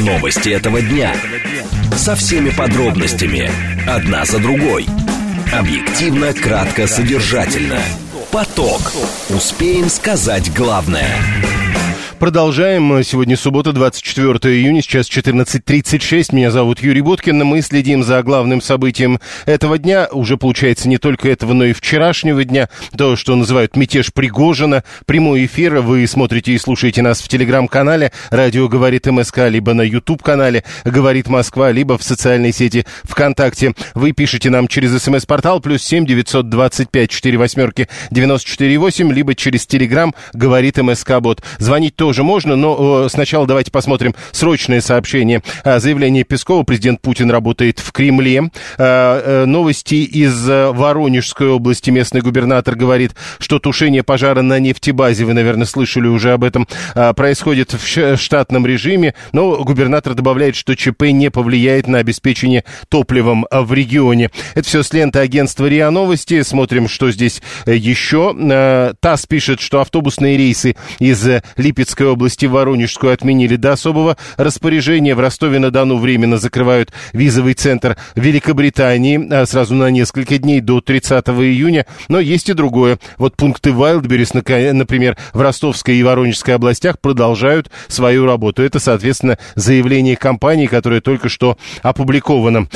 Новости этого дня. Со всеми подробностями. Одна за другой. Объективно, кратко, содержательно. Поток. Успеем сказать главное. Продолжаем. Сегодня суббота, 24 июня, сейчас 14:36. Меня зовут Юрий Буткин. Мы следим за главным событием этого дня. Уже, получается, не только этого, но и вчерашнего дня. То, что называют мятеж Пригожина. Прямой эфир. Вы смотрите и слушаете нас в телеграм-канале «Радио говорит МСК», либо на YouTube-канале «Говорит Москва», либо в социальной сети ВКонтакте. Вы пишете нам через СМС-портал +7 925 48 94 8, либо через телеграм «Говорит МСК-бот». Звонить тоже можно, но сначала давайте посмотрим срочное сообщение. Заявление Пескова. Президент Путин работает в Кремле. Новости из Воронежской области. Местный губернатор говорит, что тушение пожара на нефтебазе, вы, наверное, слышали уже об этом, происходит в штатном режиме, но губернатор добавляет, что ЧП не повлияет на обеспечение топливом в регионе. Это все с ленты агентства РИА Новости. Смотрим, что здесь еще. ТАСС пишет, что автобусные рейсы из Липецкой области в Воронежскую отменили до особого распоряжения. В Ростове-на-Дону временно закрывают визовый центр Великобритании сразу на несколько дней до 30 июня. Но есть и другое. Вот пункты Wildberries, например, в Ростовской и Воронежской областях продолжают свою работу. Это, соответственно, заявление компании, которое только что опубликовано.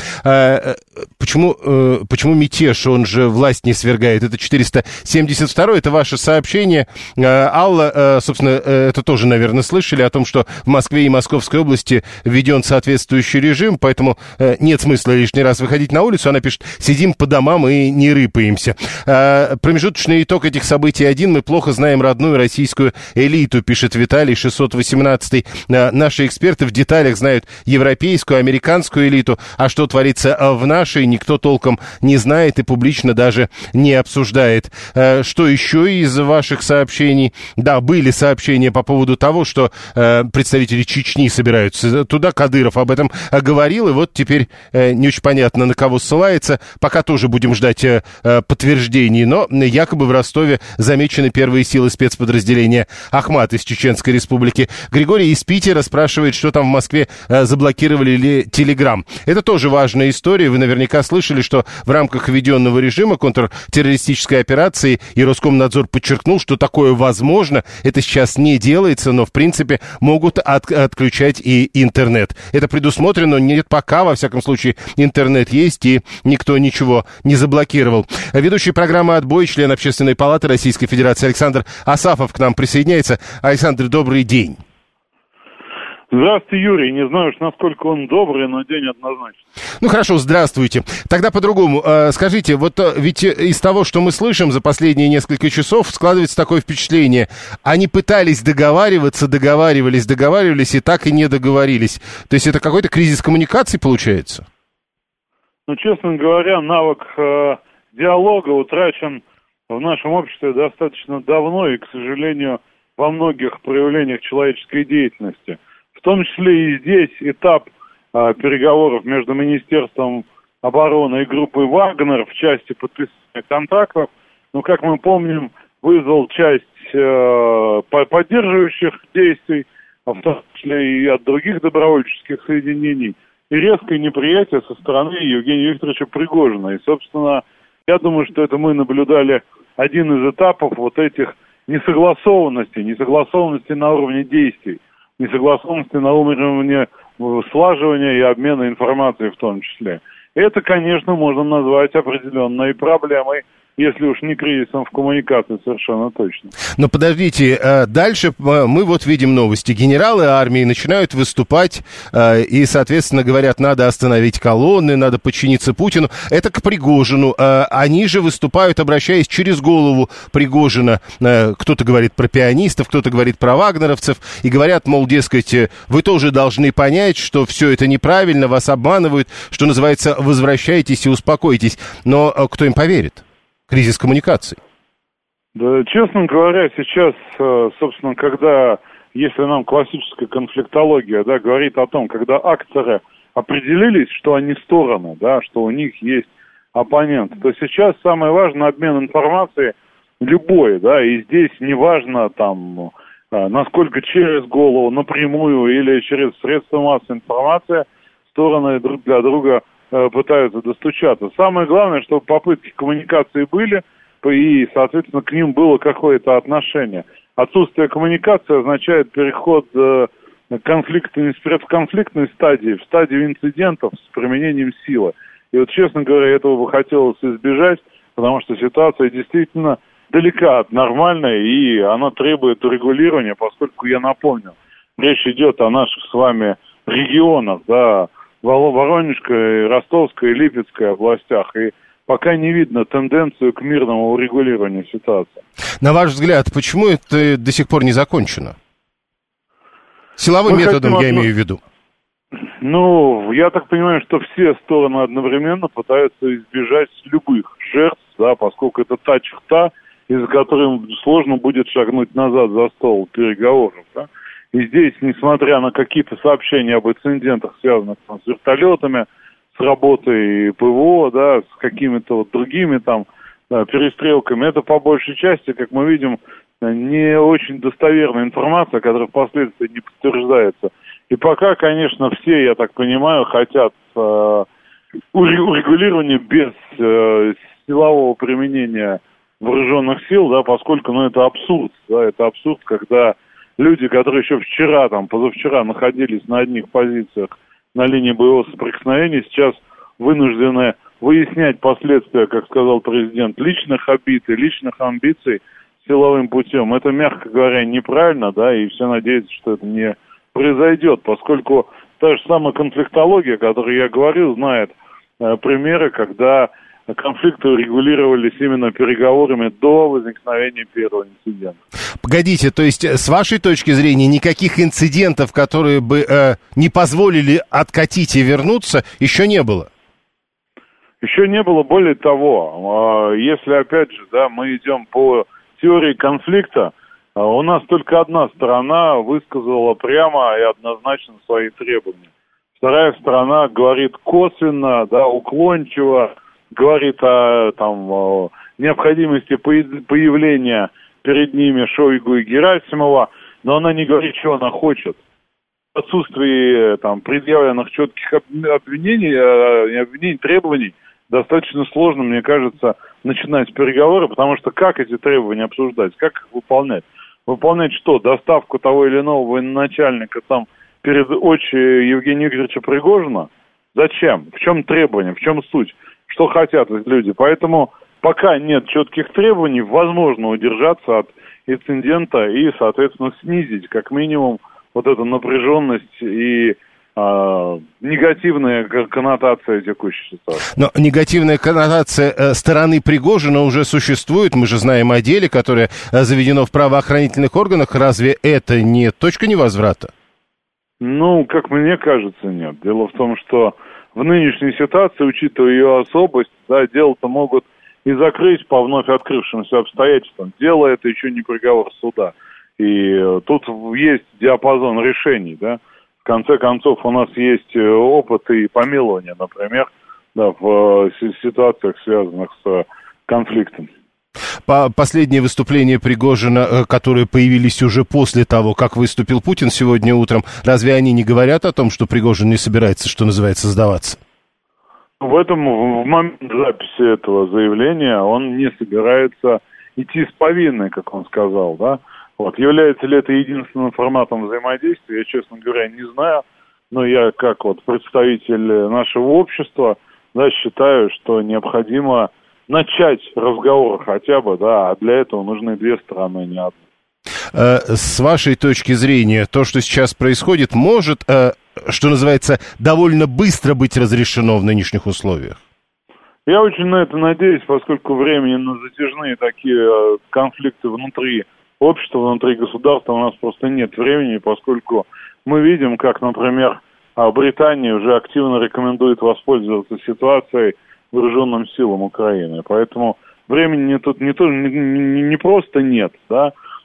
Почему мятеж? Он же власть не свергает. Это 472-й. Это ваше сообщение. Алла, собственно, это тоже, наверное, слышали о том, что в Москве и Московской области введен соответствующий режим, поэтому нет смысла лишний раз выходить на улицу. Она пишет: сидим по домам и не рыпаемся. Промежуточный итог этих событий один. Мы плохо знаем родную российскую элиту, пишет Виталий, 618-й. Наши эксперты в деталях знают европейскую, американскую элиту, а что творится в нашей, никто толком не знает и публично даже не обсуждает. Что еще из ваших сообщений? Да, были сообщения по поводу того, что представители Чечни собираются туда. Кадыров об этом говорил, и вот теперь не очень понятно, на кого ссылается. Пока тоже будем ждать подтверждений, но якобы в Ростове замечены первые силы спецподразделения Ахмат из Чеченской Республики. Григорий из Питера спрашивает, что там в Москве заблокировали ли Телеграм. Это тоже важная история. Вы наверняка слышали, что в рамках введенного режима контртеррористической операции и Роскомнадзор подчеркнул, что такое возможно. Это сейчас не делается, но, в принципе, могут отключать и интернет. Это предусмотрено, нет, пока, во всяком случае, интернет есть, и никто ничего не заблокировал. Ведущий программы «Отбой», член Общественной палаты Российской Федерации Александр Асафов к нам присоединяется. Александр, добрый день. Здравствуйте, Юрий. Не знаю уж, насколько он добрый, но день однозначно. Ну, хорошо, здравствуйте. Тогда по-другому. Скажите, вот ведь из того, что мы слышим за последние несколько часов, складывается такое впечатление. Они пытались договаривались и так и не договорились. То есть это какой-то кризис коммуникаций получается? Ну, честно говоря, навык диалога утрачен в нашем обществе достаточно давно и, к сожалению, во многих проявлениях человеческой деятельности. В том числе и здесь этап переговоров между Министерством обороны и группой «Вагнер» в части подписания контрактов, ну, как мы помним, вызвал часть поддерживающих действий, в том числе и от других добровольческих соединений, и резкое неприятие со стороны Евгения Викторовича Пригожина. И, собственно, я думаю, что это мы наблюдали один из этапов вот этих несогласованностей на уровне действий, несогласованности на уровне слаживания и обмена информацией в том числе. Это, конечно, можно назвать определенной проблемой, если уж не кризисом в коммуникации, совершенно точно. Но подождите, дальше мы вот видим новости. Генералы армии начинают выступать и, соответственно, говорят, надо остановить колонны, надо подчиниться Путину. Это к Пригожину. Они же выступают, обращаясь через голову Пригожина. Кто-то говорит про пианистов, кто-то говорит про вагнеровцев. И говорят, мол, дескать, вы тоже должны понять, что все это неправильно, вас обманывают, что называется, возвращайтесь и успокойтесь. Но кто им поверит? Кризис коммуникаций. Да, честно говоря, сейчас, собственно, если нам классическая конфликтология, да, говорит о том, когда акторы определились, что они стороны, да, что у них есть оппонент, то сейчас самое важное обмен информацией любой, да, и здесь неважно там насколько через голову, напрямую или через средства массовой информации стороны друг для друга пытаются достучаться. Самое главное, чтобы попытки коммуникации были, и, соответственно, к ним было какое-то отношение. Отсутствие коммуникации означает переход конфликта из конфликтной стадии в стадию инцидентов с применением силы. И вот, честно говоря, этого бы хотелось избежать, потому что ситуация действительно далека от нормальной, и она требует урегулирования, поскольку, я напомню, речь идет о наших с вами регионах, да, Воронежской, Ростовской, Липецкой областях, и пока не видно тенденцию к мирному урегулированию ситуации. На ваш взгляд, почему это до сих пор не закончено? Силовым методом я имею в виду. Ну, я так понимаю, что все стороны одновременно пытаются избежать любых жертв, да, поскольку это та черта, из-за которой сложно будет шагнуть назад за стол переговоров, да. И здесь, несмотря на какие-то сообщения об инцидентах, связанных с вертолетами, с работой ПВО, да, с какими-то вот другими там перестрелками, это по большей части, как мы видим, не очень достоверная информация, которая впоследствии не подтверждается. И пока, конечно, все, я так понимаю, хотят урегулирования без силового применения вооруженных сил, да, поскольку, ну, это абсурд, да, это абсурд, когда люди, которые еще вчера, там, позавчера находились на одних позициях на линии боевого соприкосновения, сейчас вынуждены выяснять последствия, как сказал президент, личных обид и личных амбиций силовым путем. Это, мягко говоря, неправильно, да, и все надеются, что это не произойдет, поскольку та же самая конфликтология, о которой я говорил, знает примеры, когда конфликты регулировались именно переговорами до возникновения первого инцидента. Погодите, то есть с вашей точки зрения никаких инцидентов, которые бы не позволили откатить и вернуться, еще не было? Еще не было. Более того, если, опять же, да, мы идем по теории конфликта, у нас только одна сторона высказала прямо и однозначно свои требования. Вторая сторона говорит косвенно, да, уклончиво, говорит о необходимости появления перед ними Шойгу и Герасимова, но она не говорит, что она хочет. В отсутствии предъявленных четких обвинений, требований, достаточно сложно, мне кажется, начинать переговоры, потому что как эти требования обсуждать, как их выполнять? Выполнять что? Доставку того или иного военачальника перед очи Евгения Игоревича Пригожина? Зачем? В чем требования? В чем суть? Что хотят эти люди? Поэтому пока нет четких требований, возможно удержаться от инцидента и, соответственно, снизить как минимум вот эту напряженность и негативная коннотация текущей ситуации. Но негативная коннотация стороны Пригожина уже существует. Мы же знаем о деле, которое заведено в правоохранительных органах. Разве это не точка невозврата? Ну, как мне кажется, нет. Дело в том, что в нынешней ситуации, учитывая ее особость, да, дело-то могут и закрыть по вновь открывшимся обстоятельствам. Дело это еще не приговор суда. И тут есть диапазон решений, да. В конце концов, у нас есть опыт и помилования, например, да, в ситуациях, связанных с конфликтом. Последние выступления Пригожина, которые появились уже после того, как выступил Путин сегодня утром, разве они не говорят о том, что Пригожин не собирается, что называется, сдаваться? В момент записи этого заявления он не собирается идти с повинной, как он сказал, да. Вот. Является ли это единственным форматом взаимодействия, я, честно говоря, не знаю. Но я, как вот представитель нашего общества, да, считаю, что необходимо начать разговор хотя бы, да, а для этого нужны две стороны, не одна. С вашей точки зрения, то, что сейчас происходит, может, что называется, довольно быстро быть разрешено в нынешних условиях? Я очень на это надеюсь, поскольку времени на затяжные такие конфликты внутри общества, внутри государства у нас просто нет времени, поскольку мы видим, как, например, Британия уже активно рекомендует воспользоваться ситуацией вооруженным силам Украины. Поэтому времени тут не просто нет, да,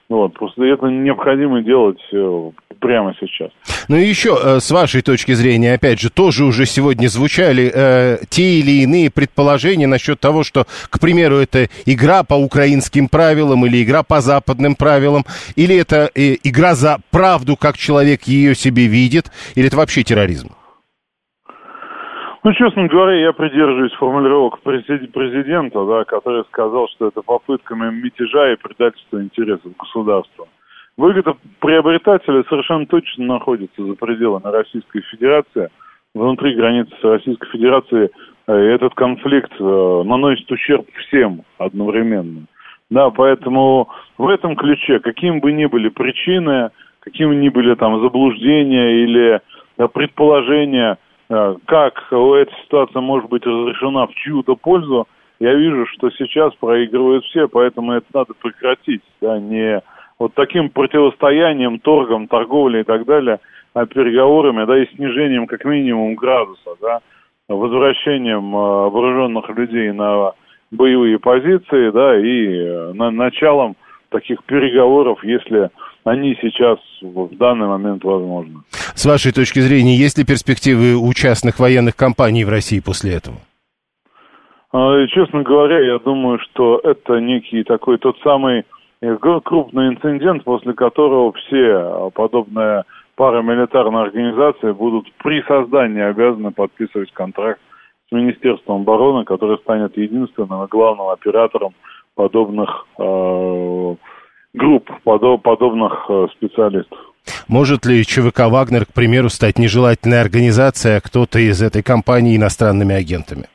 Вот, просто это необходимо делать прямо сейчас. Ну и еще, с вашей точки зрения, опять же, тоже уже сегодня звучали те или иные предположения насчет того, что, к примеру, это игра по украинским правилам или игра по западным правилам, или это игра за правду, как человек ее себе видит, или это вообще терроризм? Ну, честно говоря, я придерживаюсь формулировок президента, да, который сказал, что это попытка мятежа и предательства интересов государства. Выгодоприобретатели совершенно точно находятся за пределами Российской Федерации. Внутри границ Российской Федерации этот конфликт наносит ущерб всем одновременно. Да, поэтому в этом ключе, каким бы ни были причины, какими ни были там заблуждения или предположения, как эта ситуация может быть разрешена в чью-то пользу, я вижу, что сейчас проигрывают все, поэтому это надо прекратить. Да, не вот таким противостоянием, торгом, торговлей и так далее, а переговорами, да, и снижением как минимум градуса, да, возвращением вооруженных людей на боевые позиции, да, и началом таких переговоров, если они сейчас в данный момент возможны. С вашей точки зрения, есть ли перспективы у частных военных компаний в России после этого? Честно говоря, я думаю, что это некий такой тот самый крупный инцидент, после которого все подобные парамилитарные организации будут при создании обязаны подписывать контракт с Министерством обороны, который станет единственным и главным оператором подобных групп, подобных специалистов. Может ли ЧВК «Вагнер», к примеру, стать нежелательной организацией, а кто-то из этой компании иностранными агентами?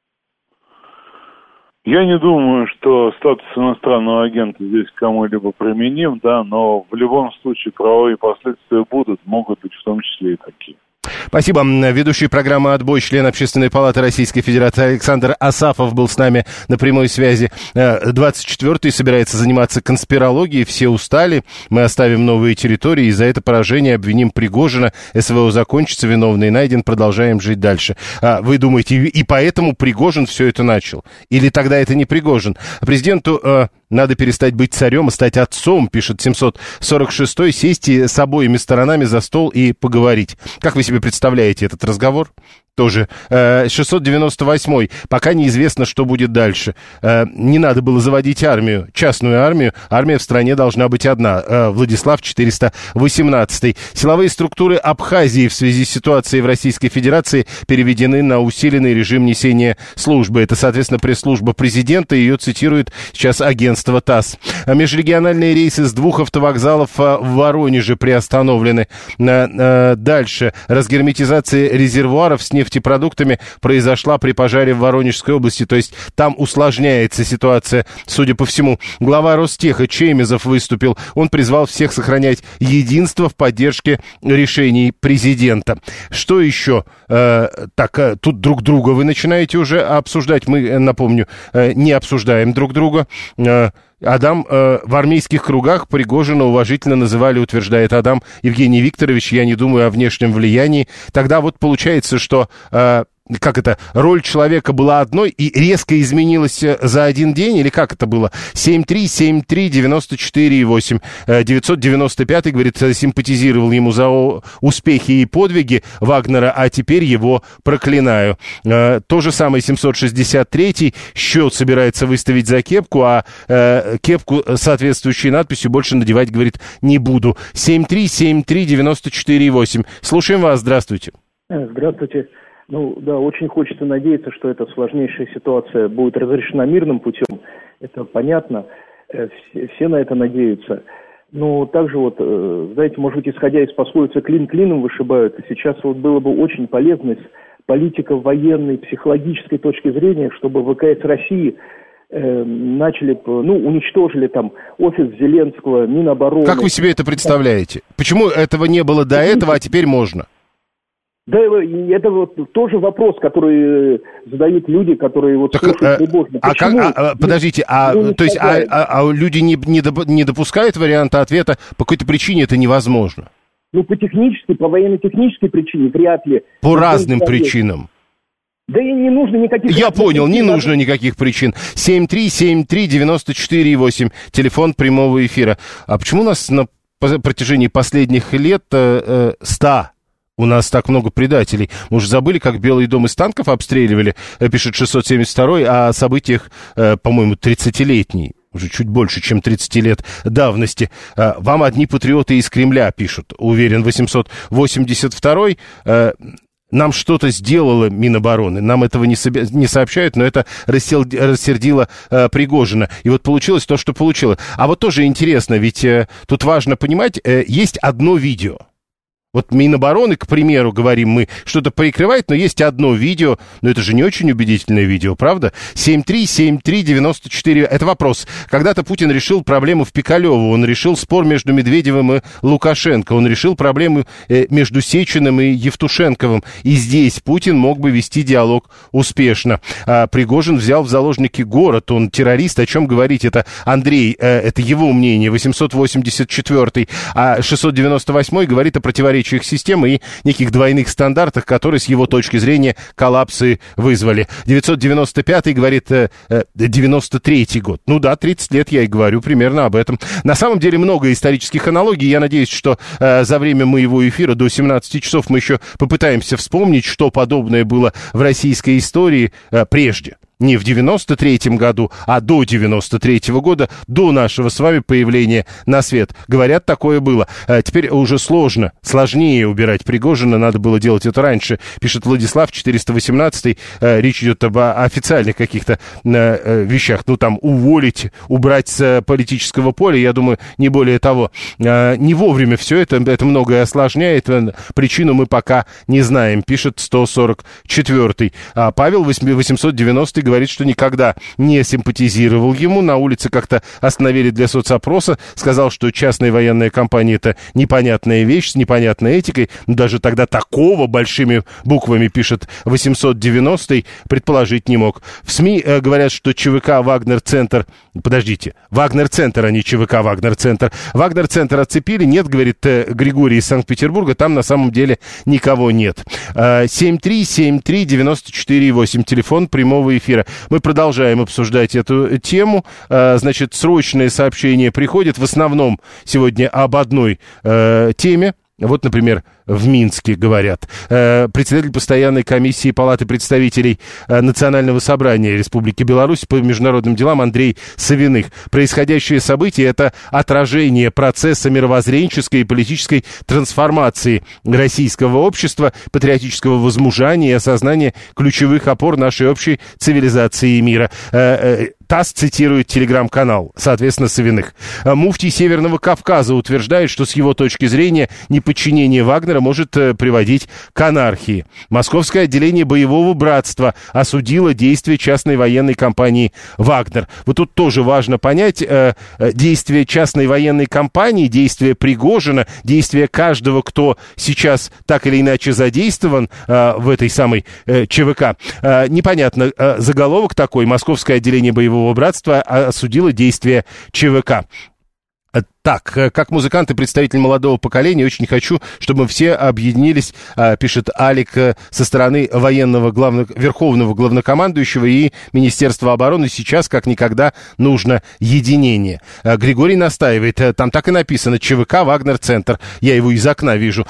Я не думаю, что статус иностранного агента здесь кому-либо применим, да, но в любом случае правовые последствия могут быть в том числе и такие. Спасибо. Ведущий программы «Отбой», член Общественной палаты Российской Федерации Александр Асафов был с нами на прямой связи. 24-й собирается заниматься конспирологией. Все устали. Мы оставим новые территории. И за это поражение обвиним Пригожина. СВО закончится, виновный найден. Продолжаем жить дальше. Вы думаете, и поэтому Пригожин все это начал? Или тогда это не Пригожин? Президенту надо перестать быть царем, а стать отцом, пишет 746-й, сесть с обоими сторонами за стол и поговорить. Как вы себе представляете этот разговор? Тоже 698-й. Пока неизвестно, что будет дальше. Не надо было заводить армию, частную армию. Армия в стране должна быть одна. Владислав 418-й. Силовые структуры Абхазии в связи с ситуацией в Российской Федерации переведены на усиленный режим несения службы. Это, соответственно, пресс-служба президента. Ее цитирует сейчас агентство ТАСС. Межрегиональные рейсы с 2 автовокзалов в Воронеже приостановлены. Дальше. Разгерметизация резервуаров с нефтепродуктами произошла при пожаре в Воронежской области, то есть там усложняется ситуация, судя по всему. Глава Ростеха Чемезов выступил, он призвал всех сохранять единство в поддержке решений президента. Что еще? Тут друг друга вы начинаете уже обсуждать, мы, напомню, не обсуждаем друг друга. Адам, в армейских кругах Пригожина уважительно называли, утверждает Адам Евгений Викторович, я не думаю о внешнем влиянии. Тогда вот получается, что роль человека была одной и резко изменилась за один день, или как это было? 7373948. 995-й, говорит, симпатизировал ему за успехи и подвиги Вагнера, а теперь его проклинаю. То же самое 763-й, счет собирается выставить за кепку, а кепку с соответствующей надписью больше надевать, говорит, не буду. 7373948. Слушаем вас, здравствуйте. Здравствуйте. Ну, да, очень хочется надеяться, что эта сложнейшая ситуация будет разрешена мирным путем. Это понятно. Все на это надеются. Но также вот, знаете, может быть, исходя из пословицы «клин клином вышибают», сейчас вот было бы очень полезно с политико-военной, психологической точки зрения, чтобы ВКС России начали, уничтожили там офис Зеленского, Минобороны. Как вы себе это представляете? Почему этого не было до этого, а теперь можно? Да, это вот тоже вопрос, который задают люди, которые вот слушают Пригожина. Подождите, то есть люди не допускают варианта ответа, по какой-то причине это невозможно? Ну, по военно-технической причине вряд ли. По разным причинам. Да и не нужно никаких... Я понял, не нужно никаких причин. 7373948, телефон прямого эфира. А почему у нас на протяжении последних лет 100 у нас так много предателей? Мы уже забыли, как Белый дом из танков обстреливали, пишет 672-й, о событиях, по-моему, 30-летней. Уже чуть больше, чем 30 лет давности. Вам одни патриоты из Кремля пишут, уверен, 882-й. Нам что-то сделало Минобороны, нам этого не сообщают, но это рассердило Пригожина. И вот получилось то, что получилось. А вот тоже интересно, ведь тут важно понимать, есть одно видео. Вот Минобороны, к примеру, говорим мы, что-то прикрывает, но есть одно видео, но это же не очень убедительное видео, правда? 7373948, это вопрос. Когда-то Путин решил проблему в Пикалево, он решил спор между Медведевым и Лукашенко, он решил проблему между Сечиным и Евтушенковым. И здесь Путин мог бы вести диалог успешно. Пригожин взял в заложники город, он террорист, о чем говорить? Это Андрей, это его мнение, 884-й, а 698-й говорит о противоречии их системы и неких двойных стандартах, которые, с его точки зрения, коллапсы вызвали. 995-й говорит 93-й год. Ну да, 30 лет я и говорю примерно об этом. На самом деле много исторических аналогий. Я надеюсь, что за время моего эфира до 17 часов мы еще попытаемся вспомнить, что подобное было в российской истории прежде. Не в 93-м году, а до 93-го года, до нашего с вами появления на свет. Говорят, такое было. Теперь уже сложнее убирать Пригожина, надо было делать это раньше. Пишет Владислав, 418-й, речь идет об официальных каких-то вещах. Ну, там, уволить, убрать с политического поля, я думаю, не более того. Не вовремя все это многое осложняет. Причину мы пока не знаем, пишет 144-й. Павел, 890-й, говорит, что никогда не симпатизировал ему. На улице как-то остановили для соцопроса. Сказал, что частная военная компания — это непонятная вещь с непонятной этикой. Даже тогда такого большими буквами, пишет 890-й, предположить не мог. В СМИ говорят, что ЧВК «Вагнер-центр». Подождите, «Вагнер-центр», а не ЧВК «Вагнер-центр». «Вагнер-центр» отцепили. Нет, говорит Григорий из Санкт-Петербурга, там на самом деле никого нет. 7373948, телефон прямого эфира. Мы продолжаем обсуждать эту тему. Значит, срочные сообщения приходят в основном сегодня об одной теме. Вот, например, в Минске говорят. Председатель постоянной комиссии Палаты представителей Национального собрания Республики Беларусь по международным делам Андрей Савиных. Происходящее событие — это отражение процесса мировоззренческой и политической трансформации российского общества, патриотического возмужания и осознания ключевых опор нашей общей цивилизации и мира. ТАСС цитирует телеграм-канал, соответственно, Савиных. Муфтий Северного Кавказа утверждает, что с его точки зрения неподчинение Вагнера может приводить к анархии. Московское отделение боевого братства осудило действия частной военной компании «Вагнер». Вот тут тоже важно понять действия частной военной компании, действия Пригожина, действия каждого, кто сейчас так или иначе задействован в этой самой ЧВК. Непонятно, заголовок такой: «Московское отделение боевого братства осудило действия чвк». Так, как музыкант и представитель молодого поколения, очень хочу, чтобы мы все объединились, пишет Алик, со стороны верховного главнокомандующего и Министерства обороны. Сейчас, как никогда, нужно единение. Григорий настаивает, там так и написано: ЧВК «Вагнер-центр». Я его из окна вижу.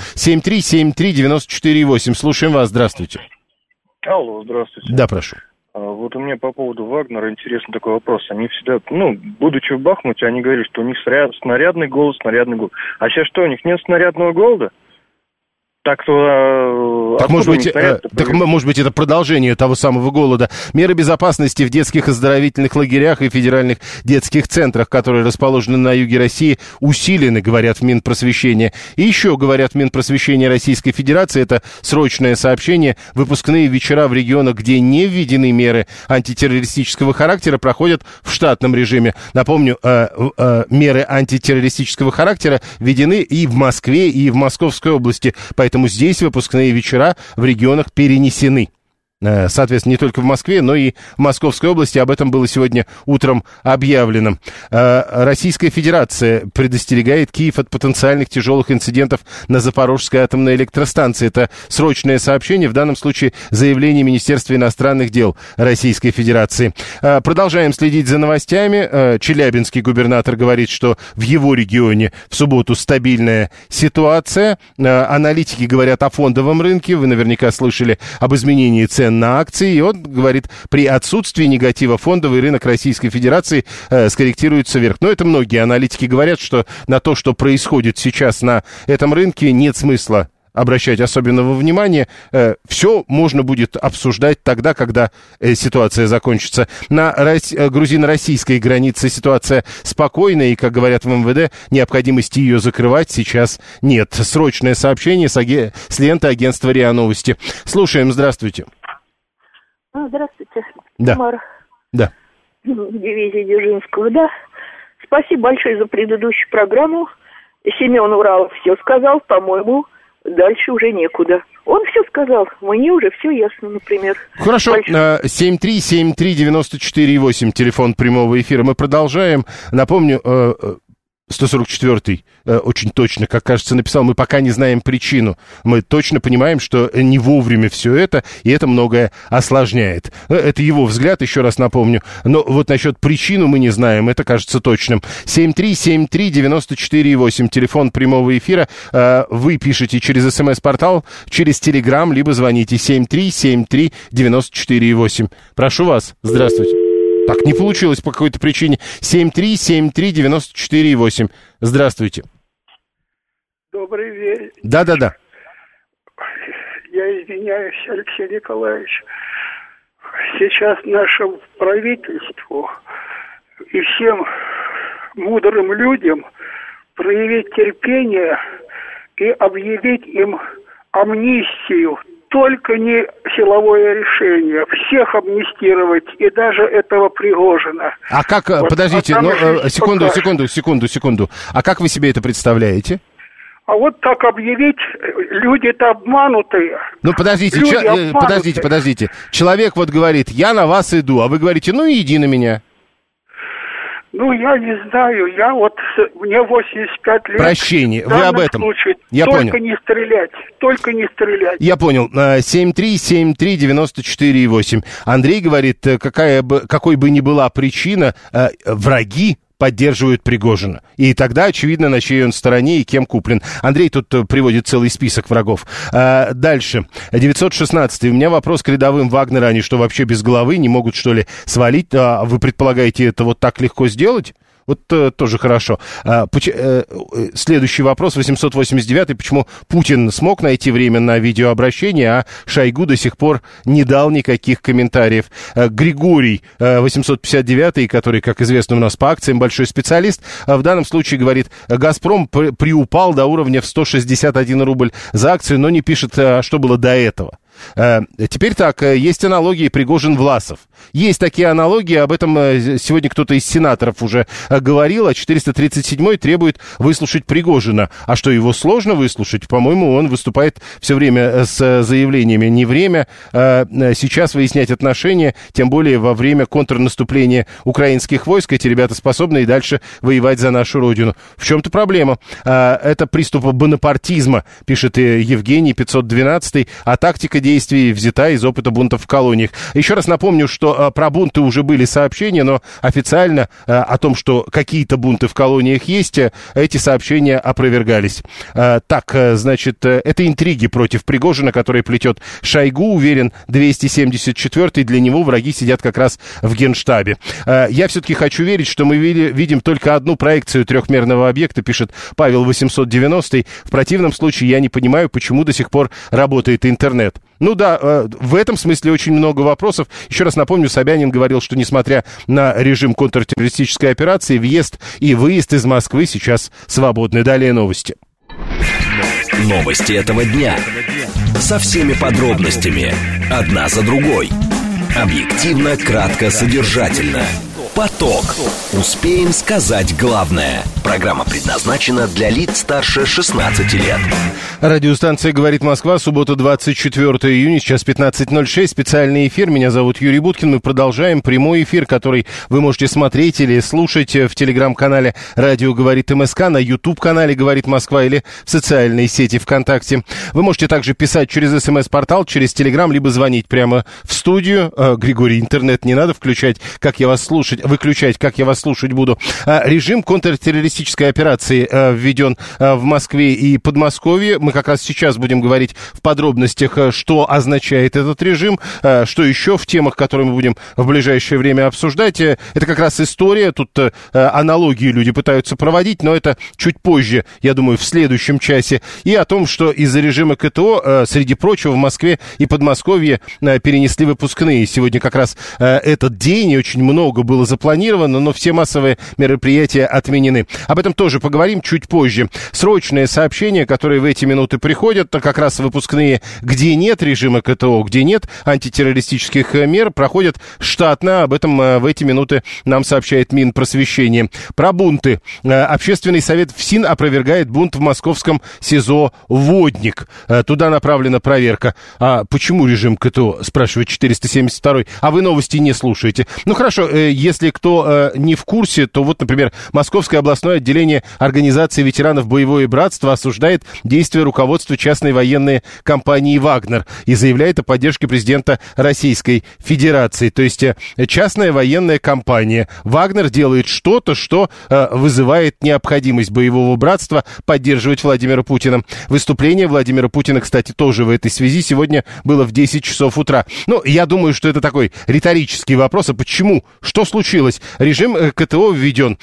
7373948. Слушаем вас, здравствуйте. Алло, здравствуйте. Да, прошу. Вот у меня по поводу Вагнера интересный такой вопрос. Они всегда, будучи в Бахмуте, они говорили, что у них снарядный голод. А сейчас что, у них нет снарядного голода? Так, может быть, это продолжение того самого голода. Меры безопасности в детских оздоровительных лагерях и федеральных детских центрах, которые расположены на юге России, усилены, говорят в Минпросвещения. И еще, говорят в Минпросвещения Российской Федерации, это срочное сообщение: выпускные вечера в регионах, где не введены меры антитеррористического характера, проходят в штатном режиме. Напомню, меры антитеррористического характера введены и в Москве, и в Московской области, поэтому здесь выпускные вечера в регионах перенесены. соответственно, не только в Москве, но и в Московской области. Об этом было сегодня утром объявлено. Российская Федерация предостерегает Киев от потенциальных тяжелых инцидентов на Запорожской атомной электростанции. Это срочное сообщение, в данном случае заявление Министерства иностранных дел Российской Федерации. Продолжаем следить за новостями. Челябинский губернатор говорит, что в его регионе в субботу стабильная ситуация. Аналитики говорят о фондовом рынке. Вы наверняка слышали об изменении цен на акции. И он говорит, при отсутствии негатива фондовый рынок Российской Федерации скорректируется вверх. Но это многие аналитики говорят, что на то, что происходит сейчас на этом рынке, нет смысла обращать особенного внимания. Все можно будет обсуждать тогда, когда ситуация закончится. На грузино-российской границе ситуация спокойная, и, как говорят в МВД, необходимости ее закрывать сейчас нет. Срочное сообщение с ленты агентства РИА Новости. Слушаем, здравствуйте. Здравствуйте, да. Тамара. Да. Дивизия Дзержинского, да. Спасибо большое за предыдущую программу. Семен Уралов все сказал, по-моему, дальше уже некуда. Он все сказал, мне уже все ясно, например. Хорошо, 7373948, телефон прямого эфира. Мы продолжаем. Напомню, 144-й очень точно, как кажется, написал, мы пока не знаем причину. Мы точно понимаем, что не вовремя все это, и это многое осложняет. Это его взгляд, еще раз напомню. Но вот насчет причины мы не знаем, это кажется точным. 7373948, телефон прямого эфира. Вы пишете через СМС-портал, через Телеграм, либо звоните 7373948. Прошу вас, здравствуйте. Так, не получилось по какой-то причине. 7373948. Здравствуйте. Добрый вечер. Да. Я извиняюсь, Алексей Николаевич. Сейчас нашему правительству и всем мудрым людям проявить терпение и объявить им амнистию. Только не силовое решение. Всех амнистировать, и даже этого Пригожина. А как, вот, подождите, секунду. А как вы себе это представляете? А вот так объявить, люди-то обманутые. Ну, подождите. Человек вот говорит, я на вас иду, а вы говорите, ну, иди на меня. Ну, я не знаю, мне 85 лет. Прощение, вы об этом. Случае, я только понял. Только не стрелять. Я понял. 7373948. Андрей говорит, какой бы ни была причина, враги поддерживают Пригожина. И тогда, очевидно, на чьей он стороне и кем куплен. Андрей тут приводит целый список врагов. Дальше. 916. У меня вопрос к рядовым Вагнера. Они что, вообще без головы? Не могут, что ли, свалить? Вы предполагаете, это вот так легко сделать? Вот тоже хорошо. Следующий вопрос, 889-й. Почему Путин смог найти время на видеообращение, а Шойгу до сих пор не дал никаких комментариев? Григорий, 859-й, который, как известно, у нас по акциям большой специалист, в данном случае говорит, «Газпром» приупал до уровня в 161 рубль за акцию, но не пишет, что было до этого. Теперь так, есть аналогии Пригожин-Власов. Есть такие аналогии, об этом сегодня кто-то из сенаторов уже говорил, а 437-й требует выслушать Пригожина. А что, его сложно выслушать? По-моему, он выступает все время с заявлениями. Не время сейчас выяснять отношения, тем более во время контрнаступления украинских войск. Эти ребята способны и дальше воевать за нашу родину. В чем-то проблема. Это приступ бонапартизма, пишет Евгений, 512-й, а тактика действий взята из опыта бунтов в колониях. Еще раз напомню, что про бунты уже были сообщения, но официально о том, что какие-то бунты в колониях есть, эти сообщения опровергались. Так, значит, это интриги против Пригожина, которые плетет Шойгу, уверен, 274-й, для него враги сидят как раз в Генштабе. Я все-таки хочу верить, что мы видим только одну проекцию трехмерного объекта, пишет Павел 890-й. В противном случае я не понимаю, почему до сих пор работает интернет. Ну да, в этом смысле очень много вопросов. Еще раз напомню, Собянин говорил, что несмотря на режим контртеррористической операции, въезд и выезд из Москвы сейчас свободны. Далее новости. Новости этого дня. Со всеми подробностями. Одна за другой. Объективно, кратко, содержательно. «Поток». Успеем сказать главное. Программа предназначена для лиц старше 16 лет. Радиостанция «Говорит Москва», суббота, 24 июня, сейчас 15:06, специальный эфир. Меня зовут Юрий Буткин. Мы продолжаем прямой эфир, который вы можете смотреть или слушать в телеграм-канале «Радио говорит МСК», на YouTube-канале «Говорит Москва» или в социальной сети ВКонтакте. Вы можете также писать через СМС-портал, через Телеграм, либо звонить прямо в студию. Григорий, интернет не надо выключать, как я вас слушать буду. Режим контртеррористической операции введен в Москве и Подмосковье. Мы как раз сейчас будем говорить в подробностях, что означает этот режим, что еще в темах, которые мы будем в ближайшее время обсуждать. Это как раз история, тут аналогии люди пытаются проводить, но это чуть позже, я думаю, в следующем часе. И о том, что из-за режима КТО, среди прочего, в Москве и Подмосковье перенесли выпускные. Сегодня как раз этот день, и очень много было запланировано, но все массовые мероприятия отменены. Об этом тоже поговорим чуть позже. Срочные сообщения, которые в эти минуты приходят, как раз выпускные, где нет режима КТО, где нет антитеррористических мер, проходят штатно. Об этом в эти минуты нам сообщает Минпросвещение. Про бунты. Общественный совет ФСИН опровергает бунт в московском СИЗО «Водник». Туда направлена проверка. А почему режим КТО, спрашивает 472-й. А вы новости не слушаете. Ну хорошо, если кто не в курсе, то вот, например, Московское областное отделение Организации ветеранов «Боевое братство» осуждает действия руководства частной военной компании «Вагнер» и заявляет о поддержке президента Российской Федерации. То есть частная военная компания «Вагнер» делает что-то, что вызывает необходимость «Боевого братства» поддерживать Владимира Путина. Выступление Владимира Путина, кстати, тоже в этой связи сегодня было в 10 часов утра. Ну, я думаю, что это такой риторический вопрос. А почему? Что случилось? Режим КТО введен.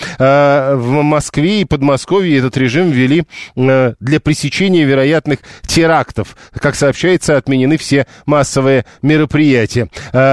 В Москве и Подмосковье этот режим ввели для пресечения вероятных терактов. Как сообщается, отменены все массовые мероприятия.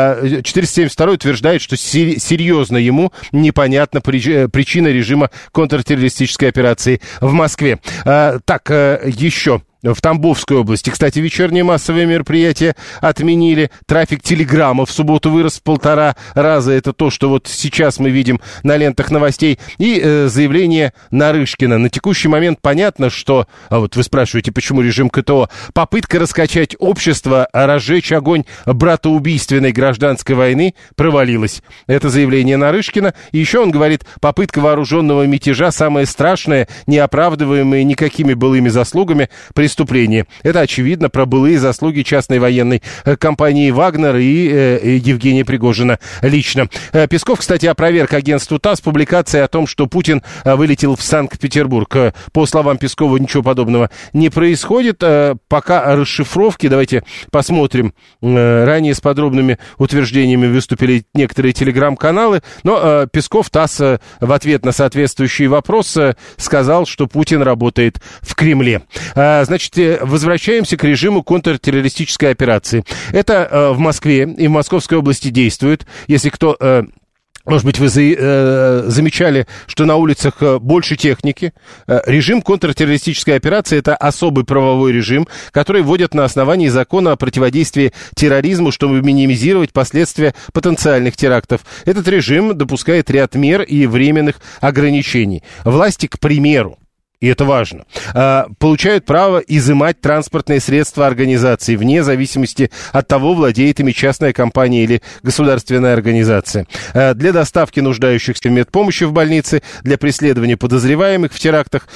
472 утверждает, что серьезно ему непонятна причина режима контртеррористической операции в Москве. Так, еще... В Тамбовской области, кстати, вечерние массовые мероприятия отменили. Трафик телеграмма в субботу вырос в 1,5 раза. Это то, что вот сейчас мы видим на лентах новостей. И заявление Нарышкина. На текущий момент понятно, что... А вот вы спрашиваете, почему режим КТО? Попытка раскачать общество, разжечь огонь братоубийственной гражданской войны провалилась. Это заявление Нарышкина. И еще он говорит, попытка вооруженного мятежа самое страшное, неоправдываемое никакими былыми заслугами преступление. Это, очевидно, про былые заслуги частной военной компании «Вагнер» и Евгения Пригожина лично. Песков, кстати, опроверг агентству ТАСС публикация о том, что Путин вылетел в Санкт-Петербург. По словам Пескова, ничего подобного не происходит. Пока расшифровки, давайте посмотрим. Ранее с подробными утверждениями выступили некоторые телеграм-каналы, но Песков ТАСС в ответ на соответствующий вопрос сказал, что Путин работает в Кремле. Значит, возвращаемся к режиму контртеррористической операции. Это в Москве и в Московской области действует. Если кто... Может быть, вы замечали, что на улицах больше техники. Режим контртеррористической операции – это особый правовой режим, который вводят на основании закона о противодействии терроризму, чтобы минимизировать последствия потенциальных терактов. Этот режим допускает ряд мер и временных ограничений. Власти, к примеру, и это важно, получают право изымать транспортные средства организации вне зависимости от того, владеет ими частная компания или государственная организация. Для доставки нуждающихся в медпомощи в больнице, для преследования подозреваемых в терактах,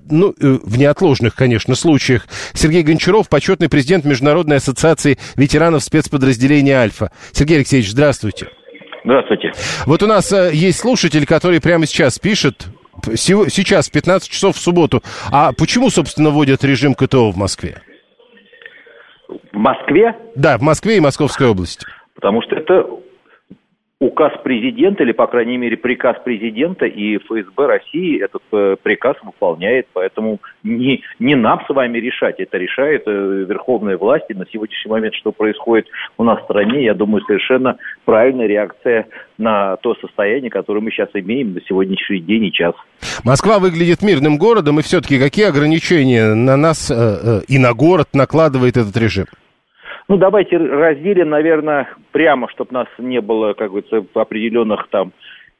в неотложных, конечно, случаях. Сергей Гончаров, почетный президент Международной ассоциации ветеранов спецподразделения «Альфа». Сергей Алексеевич, здравствуйте. Здравствуйте. Вот у нас есть слушатель, который прямо сейчас пишет, сейчас, в 15 часов в субботу. А почему, собственно, вводят режим КТО в Москве? В Москве? Да, в Москве и Московской области. Потому что это указ президента, или, по крайней мере, приказ президента, и ФСБ России этот приказ выполняет. Поэтому не нам с вами решать. Это решает верховная власть. И на сегодняшний момент, что происходит у нас в стране, я думаю, совершенно правильная реакция на то состояние, которое мы сейчас имеем на сегодняшний день и час. Москва выглядит мирным городом, и все-таки какие ограничения на нас и на город накладывает этот режим? Ну, давайте разделим, наверное, прямо, чтобы у нас не было, как говорится, определенных там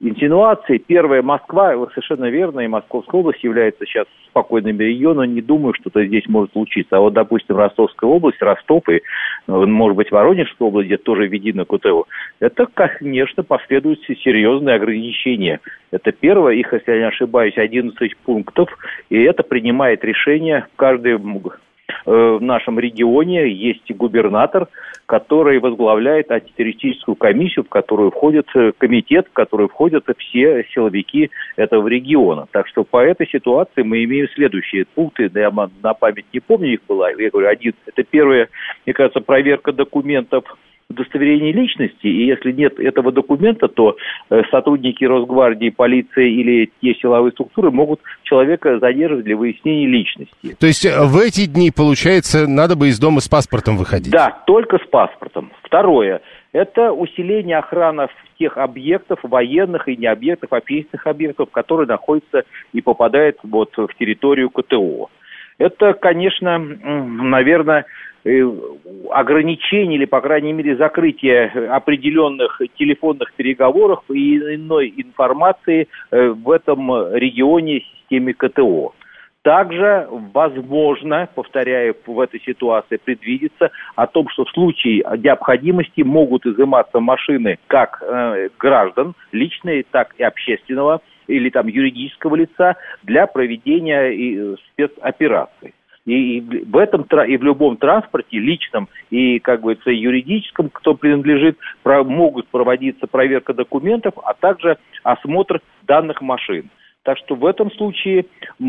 инсинуации. Первое, Москва, совершенно верно, и Московская область является сейчас спокойным регионом. Не думаю, что-то здесь может случиться. А вот, допустим, Ростовская область, Ростов и, может быть, Воронежская область, где тоже введено КТО, это, конечно, последуют серьезные ограничения. Это первое, их, если я не ошибаюсь, 11 пунктов, и это принимает решение в каждом в нашем регионе. Есть губернатор, который возглавляет антитеррористическую комиссию, в которую входит комитет, в который входят все силовики этого региона. Так что по этой ситуации мы имеем следующие пункты. Я на память не помню, их было. Я говорю, один. Это первое, мне кажется, проверка документов удостоверения личности, и если нет этого документа, то сотрудники Росгвардии, полиции или те силовые структуры могут человека задерживать для выяснения личности. То есть в эти дни, получается, надо бы из дома с паспортом выходить? Да, только с паспортом. Второе, это усиление охраны тех объектов, военных и не объектов, общественных объектов, которые находятся и попадают вот в территорию КТО. Это, конечно, наверное, ограничение или, по крайней мере, закрытие определенных телефонных переговоров и иной информации в этом регионе системе КТО. Также возможно, повторяю, в этой ситуации предвидится о том, что в случае необходимости могут изыматься машины как граждан, личные, так и общественного или там юридического лица для проведения спецопераций. И в этом, и в любом транспорте, личном и, как говорится, юридическом, кто принадлежит, могут проводиться проверка документов, а также осмотр данных машин. Так что в этом случае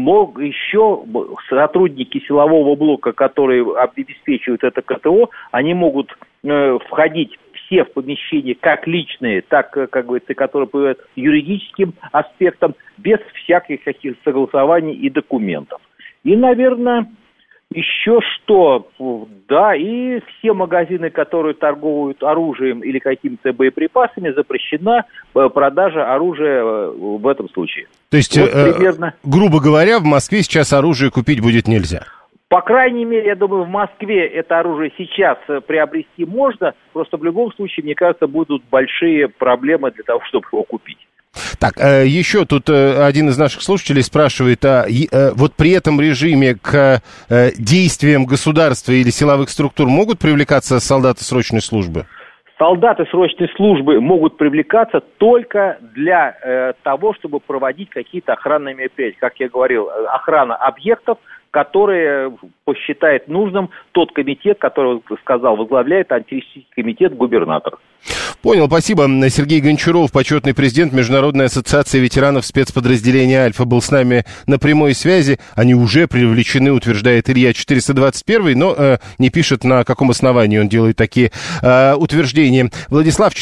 еще сотрудники силового блока, которые обеспечивают это КТО, они могут входить все в помещения, как личные, так, как говорится, которые приводят юридическим аспектам, без всяких таких согласований и документов. И, наверное, еще что, да, и все магазины, которые торгуют оружием или какими-то боеприпасами, запрещена продажа оружия в этом случае. То есть, вот примерно, грубо говоря, в Москве сейчас оружие купить будет нельзя? По крайней мере, я думаю, в Москве это оружие сейчас приобрести можно, просто в любом случае, мне кажется, будут большие проблемы для того, чтобы его купить. Так, еще тут один из наших слушателей спрашивает, вот при этом режиме к действиям государства или силовых структур могут привлекаться солдаты срочной службы? Солдаты срочной службы могут привлекаться только для того, чтобы проводить какие-то охранные мероприятия. Как я говорил, охрана объектов, которые посчитает нужным тот комитет, который, сказал, возглавляет антитеррористический комитет губернатор. Понял, спасибо. Сергей Гончаров, почетный президент Международной ассоциации ветеранов спецподразделения «Альфа», был с нами на прямой связи. Они уже привлечены, утверждает Илья 421, но не пишет, на каком основании он делает такие утверждения. Владислав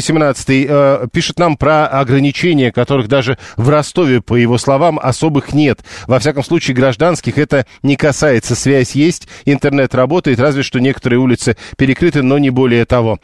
418 пишет нам про ограничения, которых даже в Ростове, по его словам, особых нет. Во всяком случае, гражданских это не касается. Связь есть, интернет работает, разве что некоторые улицы перекрыты, но не более того.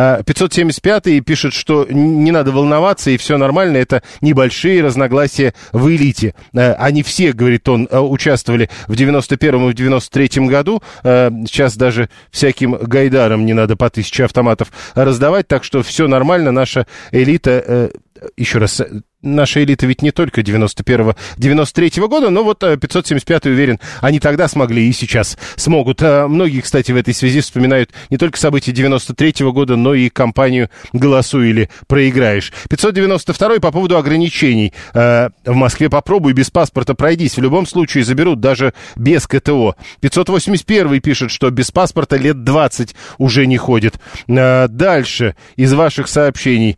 575-й пишет, что не надо волноваться, и все нормально, это небольшие разногласия в элите. Они все, говорит он, участвовали в 91-м и в 93-м году. Сейчас даже всяким гайдарам не надо по 1000 автоматов раздавать, так что все нормально, наша элита... Еще раз, наша элита ведь не только 91-го, 93-го года, но вот 575-й уверен, они тогда смогли и сейчас смогут. Многие, кстати, в этой связи вспоминают не только события 93-го года, но и кампанию «Голосуй или проиграешь». 592-й по поводу ограничений. В Москве попробуй, без паспорта пройдись. В любом случае заберут даже без КТО. 581-й пишет, что без паспорта лет 20 уже не ходит. Дальше из ваших сообщений...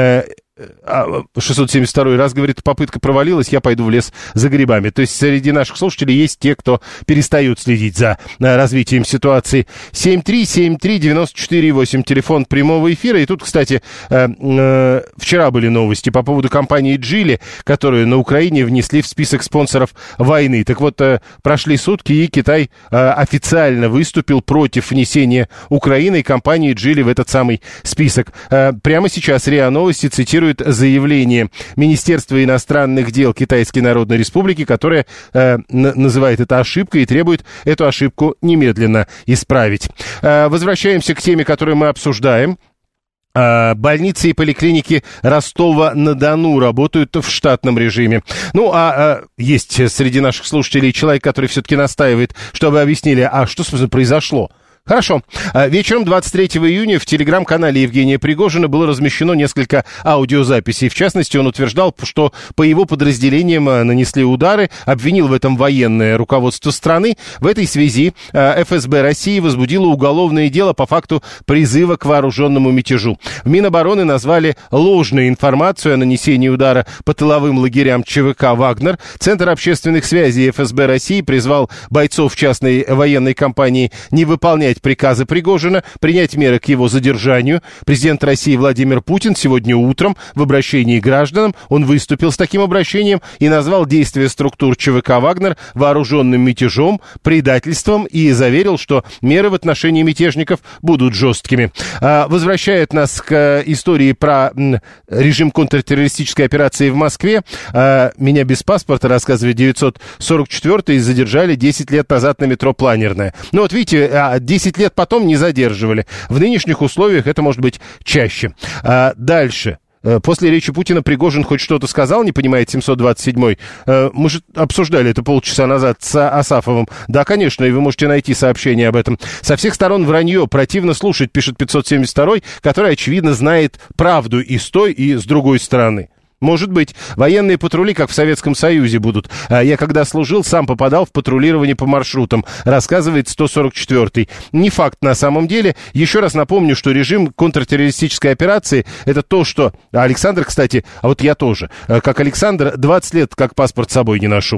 672 раз, говорит, попытка провалилась, я пойду в лес за грибами. То есть среди наших слушателей есть те, кто перестают следить за развитием ситуации. 7373948, телефон прямого эфира. И тут, кстати, вчера были новости по поводу компании «Джили», которую на Украине внесли в список спонсоров войны. Так вот, прошли сутки, и Китай официально выступил против внесения Украины и компании «Джили» в этот самый список. Прямо сейчас РИА Новости цитирует заявление Министерства иностранных дел Китайской Народной Республики, которое называет это ошибкой и требует эту ошибку немедленно исправить. Возвращаемся к теме, которую мы обсуждаем. Больницы и поликлиники Ростова-на-Дону работают в штатном режиме. Ну, есть среди наших слушателей человек, который все-таки настаивает, чтобы объяснили, что, собственно, произошло. Хорошо. Вечером 23 июня в телеграм-канале Евгения Пригожина было размещено несколько аудиозаписей. В частности, он утверждал, что по его подразделениям нанесли удары, обвинил в этом военное руководство страны. В этой связи ФСБ России возбудило уголовное дело по факту призыва к вооруженному мятежу. В Минобороны назвали ложную информацию о нанесении удара по тыловым лагерям ЧВК «Вагнер». Центр общественных связей ФСБ России призвал бойцов частной военной компании не выполнять приказы Пригожина, принять меры к его задержанию. Президент России Владимир Путин сегодня утром в обращении к гражданам, он выступил с таким обращением и назвал действия структур ЧВК «Вагнер» вооруженным мятежом, предательством и заверил, что меры в отношении мятежников будут жесткими. Возвращает нас к истории про режим контртеррористической операции в Москве. Меня без паспорта, рассказывает 944-й, задержали 10 лет назад на метро Планерное. Ну вот видите, 10 лет потом не задерживали. В нынешних условиях это может быть чаще. Дальше. После речи Путина Пригожин хоть что-то сказал, не понимает 727-й. Мы же обсуждали это полчаса назад с Асафовым. Да, конечно, и вы можете найти сообщение об этом. Со всех сторон вранье. Противно слушать, пишет 572-й, который, очевидно, знает правду и с той, и с другой стороны. Может быть. Военные патрули, как в Советском Союзе, будут. Я, когда служил, сам попадал в патрулирование по маршрутам, рассказывает 144-й. Не факт на самом деле. Еще раз напомню, что режим контртеррористической операции — это то, что... Александр, кстати, а вот я тоже. Как Александр, 20 лет как паспорт с собой не ношу.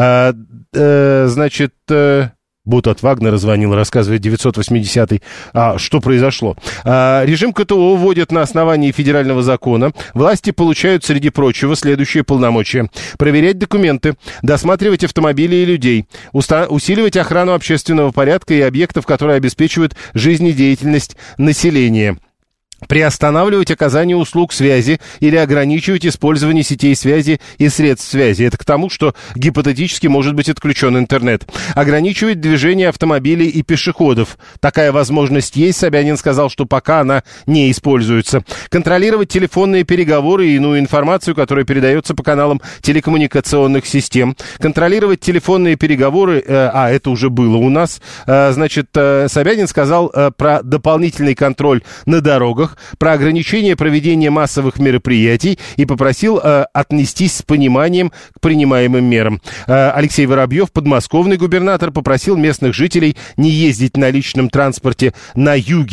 Значит... Бот от Вагнера звонил, рассказывает 980-й. Что произошло? Режим КТО вводят на основании федерального закона. Власти получают, среди прочего, следующие полномочия. Проверять документы, досматривать автомобили и людей, усиливать охрану общественного порядка и объектов, которые обеспечивают жизнедеятельность населения. Приостанавливать оказание услуг связи или ограничивать использование сетей связи и средств связи. Это к тому, что гипотетически может быть отключен интернет. Ограничивать движение автомобилей и пешеходов. Такая возможность есть. Собянин сказал, что пока она не используется. Контролировать телефонные переговоры и иную информацию, которая передается по каналам телекоммуникационных систем. Контролировать телефонные переговоры, это уже было у нас. Значит, Собянин сказал про дополнительный контроль на дорогах, про ограничение проведения массовых мероприятий и попросил отнестись с пониманием к принимаемым мерам. Алексей Воробьев, подмосковный губернатор, попросил местных жителей не ездить на личном транспорте на юг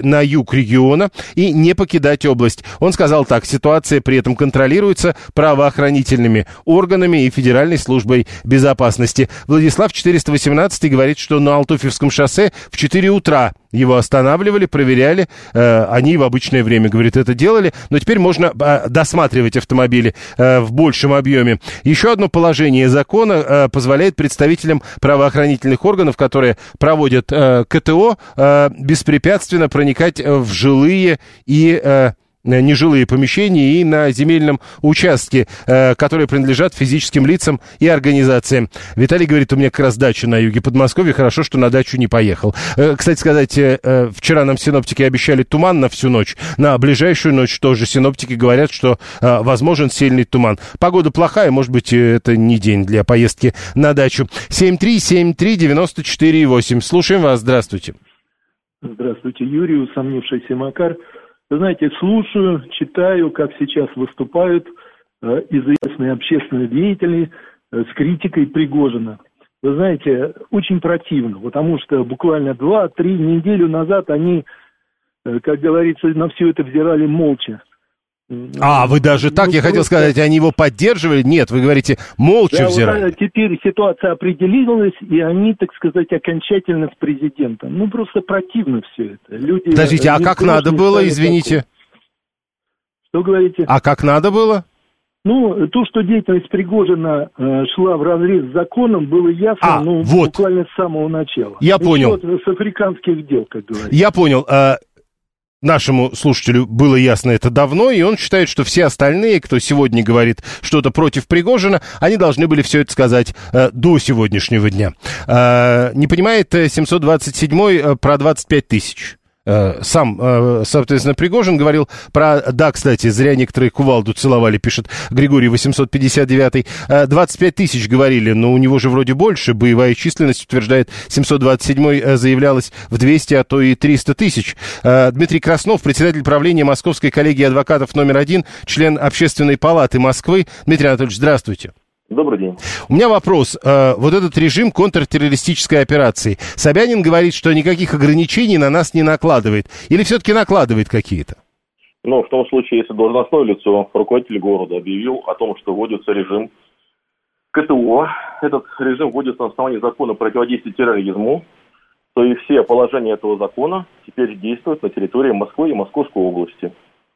региона и не покидать область. Он сказал так: ситуация при этом контролируется правоохранительными органами и Федеральной службой безопасности. Владислав 418 говорит, что на Алтуфьевском шоссе в 4 утра его останавливали, проверяли. Они в обычное время, говорит, это делали. Но теперь можно досматривать автомобили в большем объеме. Еще одно положение закона позволяет представителям правоохранительных органов, которые проводят КТО, беспрепятственно проникать в жилые и нежилые помещения и на земельном участке, которые принадлежат физическим лицам и организациям. Виталий говорит, у меня как раз дача на юге Подмосковья, хорошо, что на дачу не поехал. Кстати сказать, вчера нам синоптики обещали туман на всю ночь. На ближайшую ночь тоже синоптики говорят, что возможен сильный туман. Погода плохая, может быть, это не день для поездки на дачу. 7373948. Слушаем вас, здравствуйте. Здравствуйте, Юрий, усомнившийся Макар. Вы знаете, слушаю, читаю, как сейчас выступают известные общественные деятели с критикой Пригожина. Вы знаете, очень противно, потому что буквально 2-3 недели назад они, как говорится, на все это взирали молча. Вы даже так, я хотел сказать, они его поддерживали? Нет, вы говорите, молча взирали. Вот, теперь ситуация определилась, и они, так сказать, окончательно с президентом. Ну, просто противно все это. Люди, подождите, а как надо было, извините? Что говорите? А как надо было? Ну, то, что деятельность Пригожина шла вразрез с законом, было ясно, вот. Буквально с самого начала. Я понял. С африканских дел, как говорится. Я понял. Нашему слушателю было ясно это давно, и он считает, что все остальные, кто сегодня говорит что-то против Пригожина, они должны были все это сказать до сегодняшнего дня. Не понимает 727-й про 25 тысяч. Сам, соответственно, Пригожин говорил про... Да, кстати, зря некоторые кувалду целовали, пишет Григорий 859. 25 тысяч говорили, но у него же вроде больше. Боевая численность, утверждает 727-й, заявлялась в 200, а то и 300 тысяч. Дмитрий Краснов, председатель правления Московской коллегии адвокатов номер 1, член Общественной палаты Москвы. Дмитрий Анатольевич, здравствуйте. Добрый день. У меня вопрос. Вот этот режим контртеррористической операции. Собянин говорит, что никаких ограничений на нас не накладывает. Или все-таки накладывает какие-то? Ну, в том случае, если должностное лицо, руководитель города объявил о том, что вводится режим КТО, этот режим вводится на основании закона о противодействии терроризму, то и все положения этого закона теперь действуют на территории Москвы и Московской области.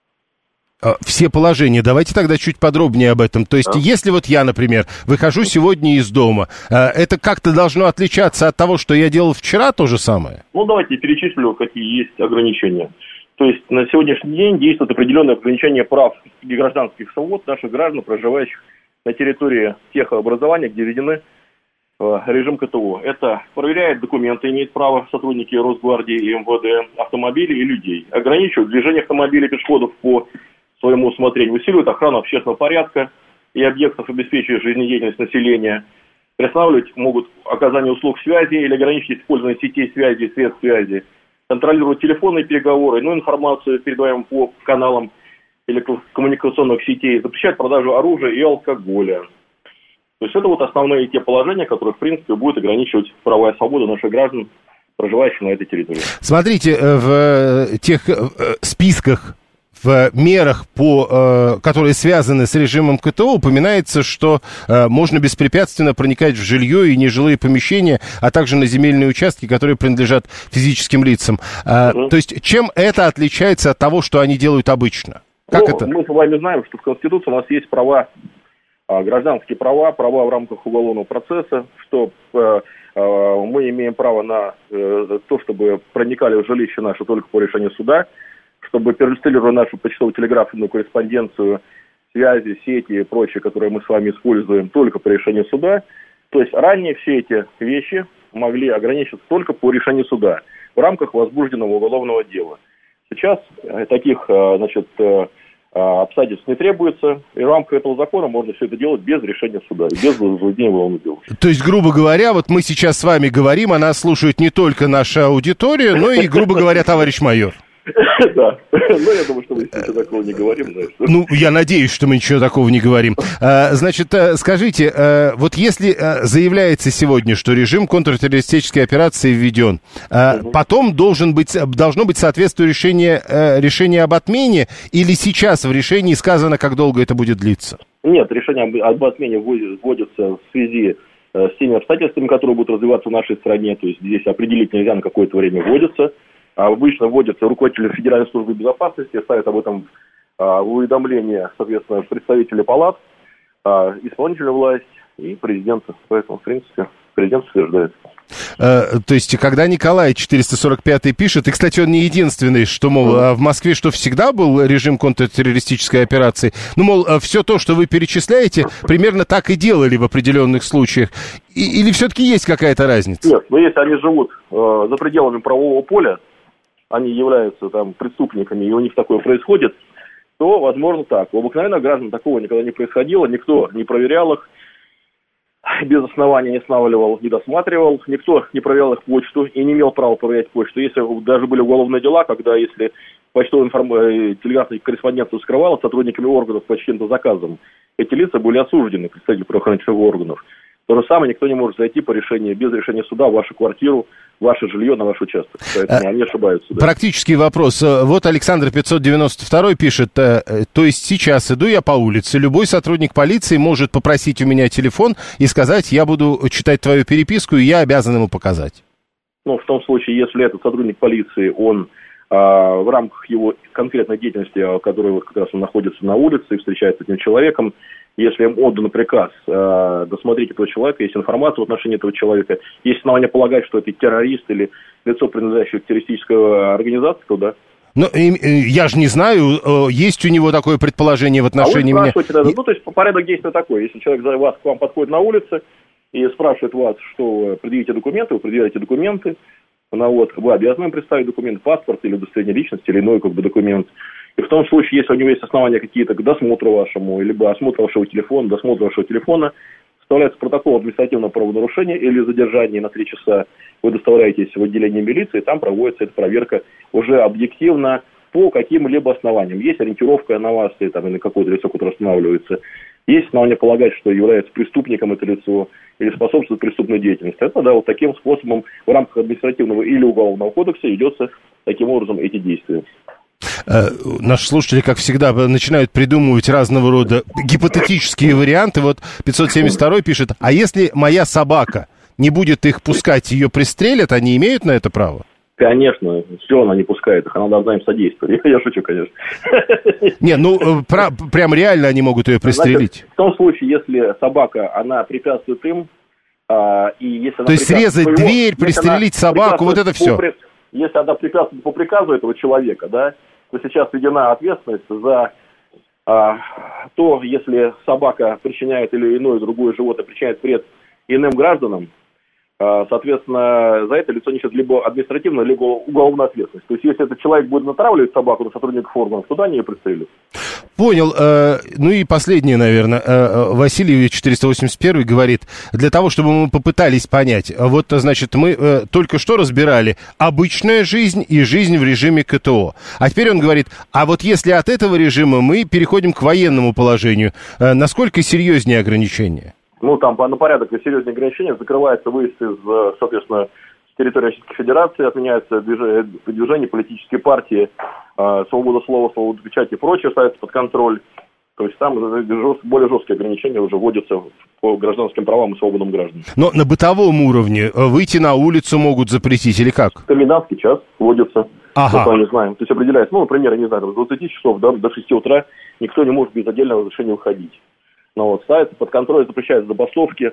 Все положения. Давайте тогда чуть подробнее об этом. То есть, если вот я, например, выхожу сегодня из дома, это как-то должно отличаться от того, что я делал вчера, то же самое? Ну, давайте перечислю, какие есть ограничения. То есть, на сегодняшний день действуют определенные ограничения прав и гражданских свобод наших граждан, проживающих на территории тех образований, где введены режим КТО. Это проверяет документы, имеют право сотрудники Росгвардии и МВД, автомобили и людей. Ограничивают движение автомобилей и пешеходов по своему усмотрению, усиливают охрану общественного порядка и объектов, обеспечивающих жизнедеятельность населения, приостанавливать могут оказание услуг связи или ограничить использование сетей связи и средств связи, контролировать телефонные переговоры, информацию, передаваемую по каналам коммуникационных сетей, запрещать продажу оружия и алкоголя. То есть это вот основные те положения, которые, в принципе, будут ограничивать права и свободы наших граждан, проживающих на этой территории. Смотрите, в тех списках, в мерах, которые связаны с режимом КТО, упоминается, что можно беспрепятственно проникать в жилье и нежилые помещения, а также на земельные участки, которые принадлежат физическим лицам. То есть чем это отличается от того, что они делают обычно? Как это? Мы с вами знаем, что в Конституции у нас есть права, гражданские права в рамках уголовного процесса, что мы имеем право на то, чтобы проникали в жилище наше только по решению суда, чтобы перерегистрировали нашу почтово-телеграфную корреспонденцию, связи, сети и прочее, которые мы с вами используем только по решению суда. То есть ранее все эти вещи могли ограничиться только по решению суда в рамках возбужденного уголовного дела. Сейчас таких, обстоятельств не требуется, и в рамках этого закона можно все это делать без решения суда, без возбуждения уголовного дела. То есть, грубо говоря, вот мы сейчас с вами говорим, а нас слушает не только наша аудитория, но и, грубо говоря, товарищ майор. Да, но я думаю, что мы ничего такого не говорим. Ну, я надеюсь, что мы ничего такого не говорим. Значит, скажите, вот если заявляется сегодня, что режим контртеррористической операции введен, потом должно быть соответствующее решение об отмене, или сейчас в решении сказано, как долго это будет длиться? Нет, решение об отмене вводится в связи с теми обстоятельствами, которые будут развиваться в нашей стране, то есть здесь определить нельзя, на какое-то время вводится. Обычно вводятся руководители Федеральной службы безопасности, ставят об этом уведомление, соответственно, представители палат, исполнительная власть и президента. Поэтому, в принципе, президент утверждает. То есть, когда Николай 445-й пишет, и, кстати, он не единственный, что, мол, в Москве что всегда был режим контртеррористической операции, ну, мол, все то, что вы перечисляете, примерно так и делали в определенных случаях. Или все-таки есть какая-то разница? Нет, но если они живут за пределами правового поля, они являются там преступниками, и у них такое происходит, то, возможно, так. У обыкновенных граждан такого никогда не происходило, никто не проверял их, без основания не останавливал, не досматривал, никто не проверял их почту и не имел права проверять почту. Если даже были уголовные дела, когда если почтовая телеграфная корреспонденция скрывалась сотрудниками органов по чьим-то заказам, эти лица были осуждены, представители правоохранительных органов. То же самое никто не может зайти по решению, без решения суда в вашу квартиру, в ваше жилье, на ваш участок. Поэтому они ошибаются. Да. Практический вопрос. Вот Александр 592 пишет, то есть сейчас иду я по улице, любой сотрудник полиции может попросить у меня телефон и сказать, я буду читать твою переписку, и я обязан ему показать. Ну, в том случае, если этот сотрудник полиции, он в рамках его конкретной деятельности, которой вот как раз он находится на улице и встречается с этим человеком, если им отдан приказ досмотреть этого человека, есть информация в отношении этого человека, есть основания полагать, что это террорист или лицо, принадлежащее к террористической организации, то да. Ну, я же не знаю, есть у него такое предположение в отношении меня. Ну, то есть порядок действия такой. Если человек за вас к вам подходит на улице и спрашивает вас, что вы предъявите документы, вы предъявляете документы, вы обязаны представить документ, паспорт или удостоверение личности, или иной документ. И в том случае, если у него есть основания какие-то к досмотру вашему, либо осмотру вашего телефона, досмотру вашего телефона, составляется протокол административного правонарушения или задержания на 3 часа, вы доставляетесь в отделение милиции, там проводится эта проверка уже объективно по каким-либо основаниям. Есть ориентировка на вас или на какое-то лицо, которое останавливается. Есть основания полагать, что является преступником это лицо или способствует преступной деятельности. Это, таким способом в рамках административного или уголовного кодекса ведется таким образом эти действия. Наши слушатели, как всегда, начинают придумывать разного рода гипотетические варианты. 572 пишет, а если моя собака не будет их пускать, ее пристрелят, они имеют на это право? Конечно, все она не пускает их, она должна им содействовать. Я шучу, конечно. Не, прям реально они могут ее пристрелить. Значит, в том случае, если собака, она препятствует им, и если она... То есть срезать дверь, пристрелить собаку, это все. Если она препятствует по приказу этого человека, то сейчас введена ответственность за то, если собака причиняет или иное другое животное причиняет вред иным гражданам, соответственно, за это лицо несет либо административную, либо уголовную ответственность. То есть, если этот человек будет натравливать собаку на сотрудников органов, туда они ее пристрелят. Понял. И последнее, наверное. Василий 481 говорит, для того, чтобы мы попытались понять, мы только что разбирали обычная жизнь и жизнь в режиме КТО. А теперь он говорит, если от этого режима мы переходим к военному положению, насколько серьезнее ограничения? Там на порядок и серьезные ограничения, закрывается выезд из, соответственно, с территории Российской Федерации, отменяется движение, политические партии, свобода слова, свобода печати и прочее ставится под контроль. То есть там более жесткие ограничения уже вводятся по гражданским правам и свободам граждан. Но на бытовом уровне выйти на улицу могут запретить или как? Комендантский час вводится. Ага. Мы не знаем. То есть определяется, например, с 20 часов до 6 утра никто не может без отдельного разрешения выходить. Ставится под контроль, запрещаются забастовки,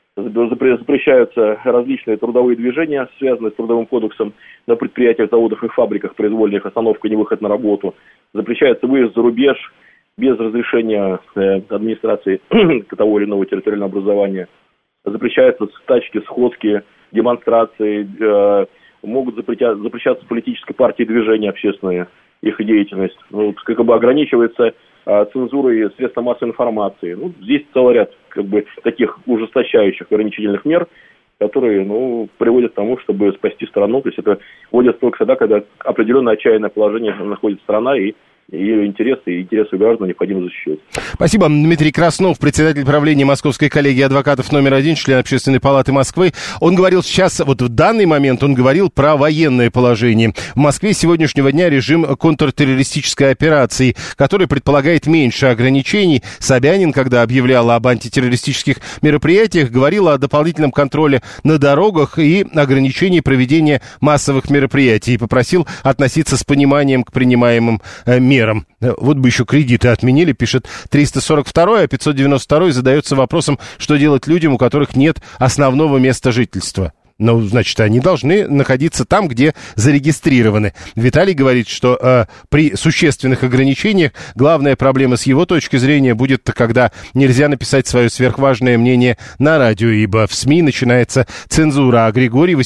запрещаются различные трудовые движения, связанные с Трудовым кодексом на предприятиях, заводах и фабриках, произвольных, остановка, невыход на работу. Запрещается выезд за рубеж без разрешения администрации того или иного территориального образования. Запрещаются стачки, сходки, демонстрации, могут запрещаться политической партии и движения общественные, их деятельность. Ограничивается цензурой средств массовой информации. Здесь целый ряд таких ужесточающих ограничительных мер, которые приводят к тому, чтобы спасти страну. То есть это вводится только тогда, когда определенное отчаянное положение находится страна, и ее интересы и интересы граждан необходимо защищать. Спасибо. Дмитрий Краснов, председатель правления Московской коллегии адвокатов номер 1, член Общественной палаты Москвы. Он говорил сейчас, в данный момент он говорил про военное положение. В Москве с сегодняшнего дня режим контртеррористической операции, который предполагает меньше ограничений. Собянин, когда объявлял об антитеррористических мероприятиях, говорил о дополнительном контроле на дорогах и ограничении проведения массовых мероприятий и попросил относиться с пониманием к принимаемым мерам. Вот бы еще кредиты отменили, пишет 342, а 592 задается вопросом, что делать людям, у которых нет основного места жительства. Значит, они должны находиться там, где зарегистрированы. Виталий говорит, что при существенных ограничениях главная проблема с его точки зрения будет, когда нельзя написать свое сверхважное мнение на радио, ибо в СМИ начинается цензура. А Григорий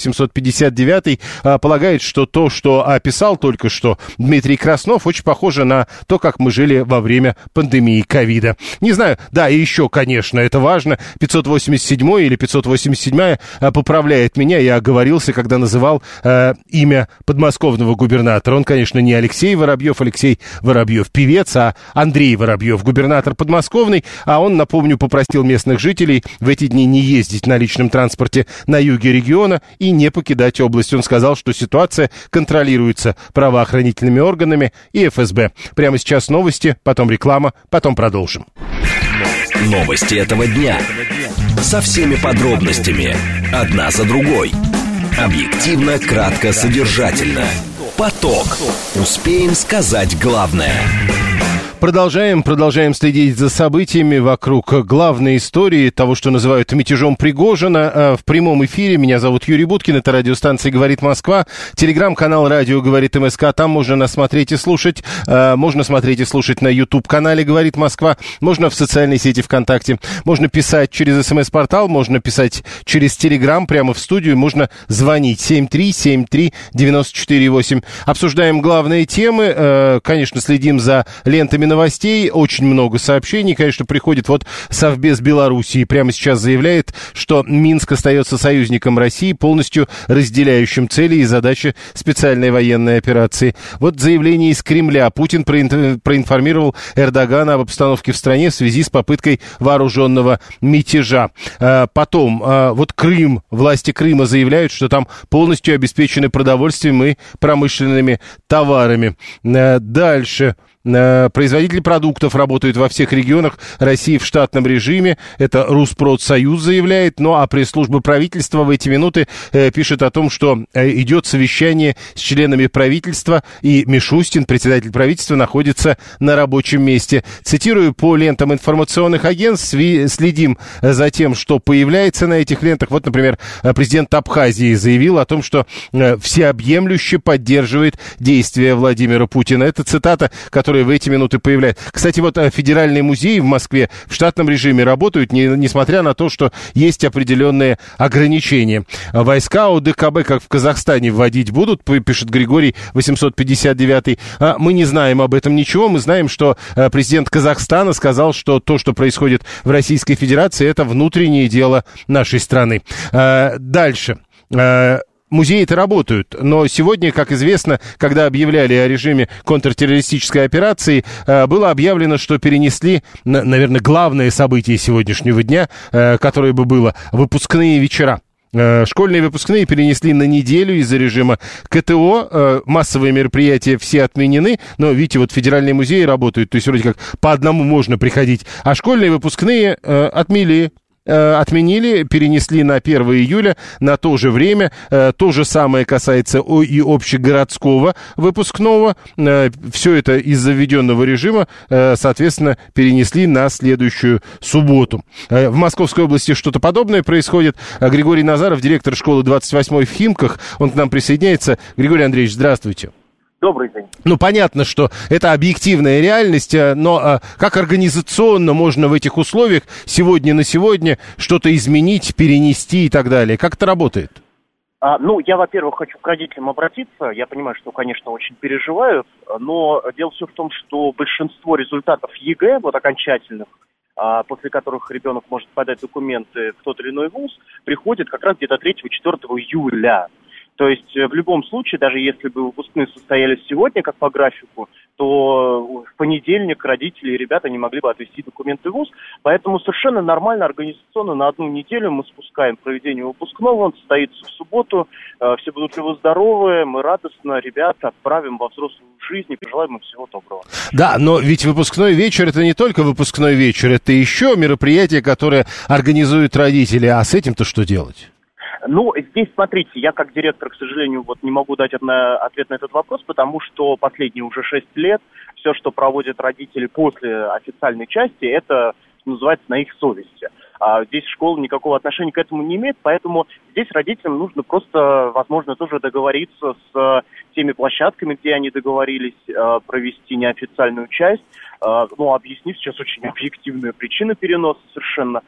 859 полагает, что то, что описал только что Дмитрий Краснов, очень похоже на то, как мы жили во время пандемии ковида. Не знаю, да, и еще, конечно, это важно, 587 или 587 поправляет меня, я оговорился, когда называл имя подмосковного губернатора. Он, конечно, не Алексей Воробьев певец, а Андрей Воробьев, губернатор подмосковный, а он, напомню, попросил местных жителей в эти дни не ездить на личном транспорте на юге региона и не покидать область. Он сказал, что ситуация контролируется правоохранительными органами и ФСБ. Прямо сейчас новости, потом реклама, потом продолжим. Новости этого дня. Со всеми подробностями. Одна за другой. Объективно, кратко, содержательно. Поток. Успеем сказать главное. Продолжаем следить за событиями вокруг главной истории того, что называют мятежом Пригожина. В прямом эфире меня зовут Юрий Буткин, это радиостанция «Говорит Москва», телеграм-канал «Радио говорит МСК», там можно нас смотреть и слушать, можно смотреть и слушать на YouTube-канале «Говорит Москва», можно в социальной сети ВКонтакте, можно писать через СМС-портал, можно писать через Телеграм прямо в студию, можно звонить 7373948. Обсуждаем главные темы, конечно, следим за лентами новостей, очень много сообщений, конечно, приходит. Вот Совбез Белоруссии прямо сейчас заявляет, что Минск остается союзником России, полностью разделяющим цели и задачи специальной военной операции. Вот заявление из Кремля. Путин проинформировал Эрдогана об обстановке в стране в связи с попыткой вооруженного мятежа. Потом, вот Крым, власти Крыма заявляют, что там полностью обеспечены продовольствием и промышленными товарами. Дальше. Производители продуктов работают во всех регионах России в штатном режиме. Это Rusprotsoyuz заявляет. Ну, а пресс-служба правительства в эти минуты пишет о том, что идет совещание с членами правительства, и Мишустин, председатель правительства, находится на рабочем месте. Цитирую по лентам информационных агентств, следим за тем, что появляется на этих лентах. Вот, например, президент Абхазии заявил о том, что всеобъемлюще поддерживает действия Владимира Путина. Это цитата, которая в эти минуты появляется. Кстати, вот федеральные музеи в Москве в штатном режиме работают, несмотря на то, что есть определенные ограничения. Войска ОДКБ, как в Казахстане, вводить будут, пишет Григорий 859. Мы не знаем об этом ничего. Мы знаем, что президент Казахстана сказал, что то, что происходит в Российской Федерации, это внутреннее дело нашей страны. Дальше. Музеи-то работают, но сегодня, как известно, когда объявляли о режиме контртеррористической операции, было объявлено, что перенесли, наверное, главное событие сегодняшнего дня, которое бы было, выпускные вечера. Школьные выпускные перенесли на неделю из-за режима КТО. Массовые мероприятия все отменены. Но, видите, вот федеральные музеи работают, то есть вроде как по одному можно приходить. А школьные выпускные отменили, перенесли на 1 июля, на то же время. То же самое касается и общегородского выпускного. Все это из-за введенного режима, соответственно, перенесли на следующую субботу. В Московской области что-то подобное происходит. Григорий Назаров, директор школы 28-й в Химках, он к нам присоединяется. Григорий Андреевич, здравствуйте. Добрый день. Ну, понятно, что это объективная реальность, но как организационно можно в этих условиях сегодня на сегодня что-то изменить, перенести и так далее? Как это работает? Я, во-первых, хочу к родителям обратиться. Я понимаю, что, конечно, очень переживают, но дело все в том, что большинство результатов ЕГЭ, вот окончательных, после которых ребенок может подать документы в тот или иной вуз, приходит как раз где-то 3-4 июля. То есть в любом случае, даже если бы выпускные состоялись сегодня, как по графику, то в понедельник родители и ребята не могли бы отвезти документы в ВУЗ. Поэтому совершенно нормально, организационно на одну неделю мы спускаем проведение выпускного, он состоится в субботу, все будут живы-здоровы, мы радостно ребят отправим во взрослую жизнь и пожелаем им всего доброго. Да, но ведь выпускной вечер — это не только выпускной вечер, это еще мероприятие, которое организуют родители. А с этим-то что делать? Ну, здесь, смотрите, я как директор, к сожалению, не могу дать ответ на этот вопрос, потому что последние уже 6 лет все, что проводят родители после официальной части, это, что называется, на их совести. Здесь школа никакого отношения к этому не имеет, поэтому здесь родителям нужно просто, возможно, тоже договориться с теми площадками, где они договорились провести неофициальную часть, объяснив сейчас очень объективную причину переноса совершенно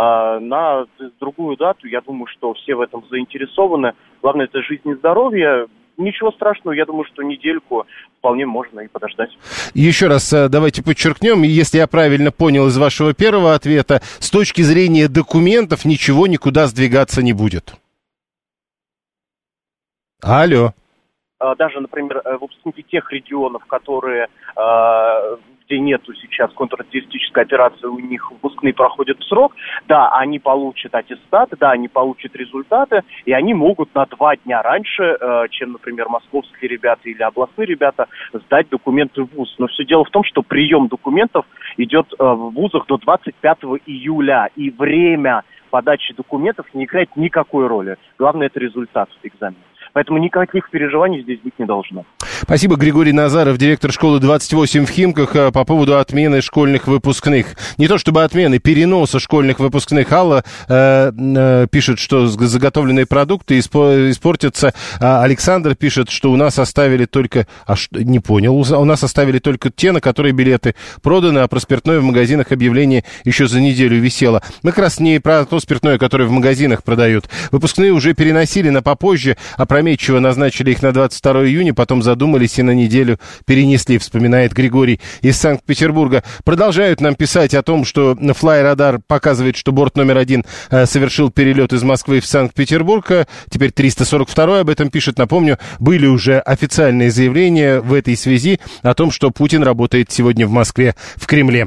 на другую дату. Я думаю, что все в этом заинтересованы. Главное, это жизнь и здоровье. Ничего страшного, я думаю, что недельку вполне можно и подождать. Еще раз давайте подчеркнем, если я правильно понял из вашего первого ответа, с точки зрения документов ничего никуда сдвигаться не будет. Алло. Даже, например, выпускники тех регионов, которые, где нету сейчас контртеррористической операции, у них выпускные проходят в срок, да, они получат аттестаты, да, они получат результаты, и они могут на 2 дня раньше, чем, например, московские ребята или областные ребята, сдать документы в ВУЗ. Но все дело в том, что прием документов идет в ВУЗах до 25 июля, и время подачи документов не играет никакой роли. Главное, это результат экзамена. Поэтому никаких переживаний здесь быть не должно. Спасибо. Григорий Назаров, директор школы 28 в Химках, по поводу отмены школьных выпускных. Не то чтобы отмены, переноса школьных выпускных. Алла пишет, что заготовленные продукты испортятся. Александр пишет, что у нас оставили только... не понял. У нас оставили только те, на которые билеты проданы, а про спиртное в магазинах объявление еще за неделю висело. Мы как раз не про то спиртное, которое в магазинах продают. Выпускные уже переносили на попозже, опрометчиво назначили их на 22 июня, потом задумались и на неделю перенесли, вспоминает Григорий из Санкт-Петербурга. Продолжают нам писать о том, что флай-радар показывает, что борт номер 1 совершил перелет из Москвы в Санкт-Петербург. Теперь 342 об этом пишет. Напомню, были уже официальные заявления в этой связи о том, что Путин работает сегодня в Москве, в Кремле.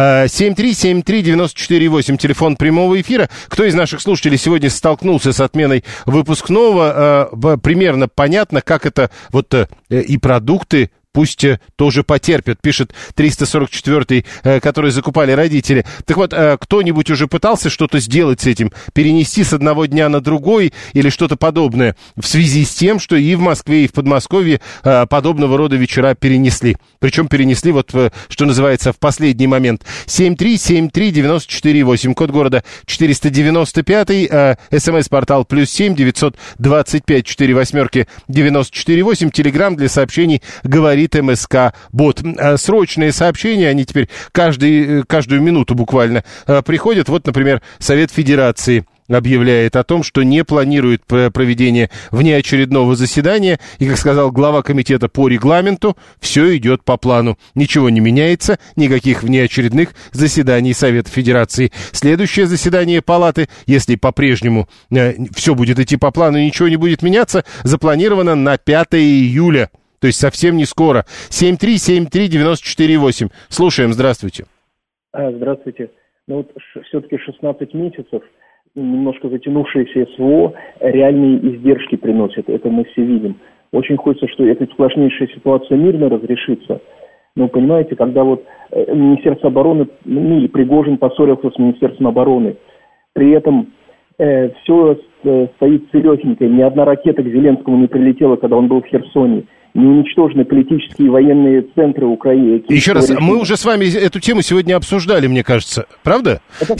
7373948, телефон прямого эфира. Кто из наших слушателей сегодня столкнулся с отменой выпускного? Примерно понятно, как это вот и продукты пусть тоже потерпят, пишет 344-й, который закупали родители. Так вот, кто-нибудь уже пытался что-то сделать с этим? Перенести с одного дня на другой или что-то подобное? В связи с тем, что и в Москве, и в Подмосковье подобного рода вечера перенесли. Причем перенесли, вот, что называется, в последний момент. 7373948, код города 495, смс-портал +7 925 48 948, телеграм для сообщений говорит МСК-бот. Срочные сообщения, они теперь каждую минуту буквально приходят. Вот, например, Совет Федерации объявляет о том, что не планирует проведение внеочередного заседания. И, как сказал глава комитета по регламенту, все идет по плану. Ничего не меняется, никаких внеочередных заседаний Совета Федерации. Следующее заседание Палаты, если по-прежнему все будет идти по плану и ничего не будет меняться, запланировано на 5 июля. То есть совсем не скоро. 7373948. Слушаем, здравствуйте. Здравствуйте. Ну вот все-таки 16 месяцев, немножко затянувшееся СВО, реальные издержки приносят. Это мы все видим. Очень хочется, что эта сложнейшая ситуация мирно разрешится. Но понимаете, когда вот Министерство обороны, или Пригожин поссорился с Министерством обороны, при этом все стоит целехенько. Ни одна ракета к Зеленскому не прилетела, когда он был в Херсоне. Не уничтожены политические и военные центры Украины. Еще раз, мы уже с вами эту тему сегодня обсуждали, мне кажется. Правда?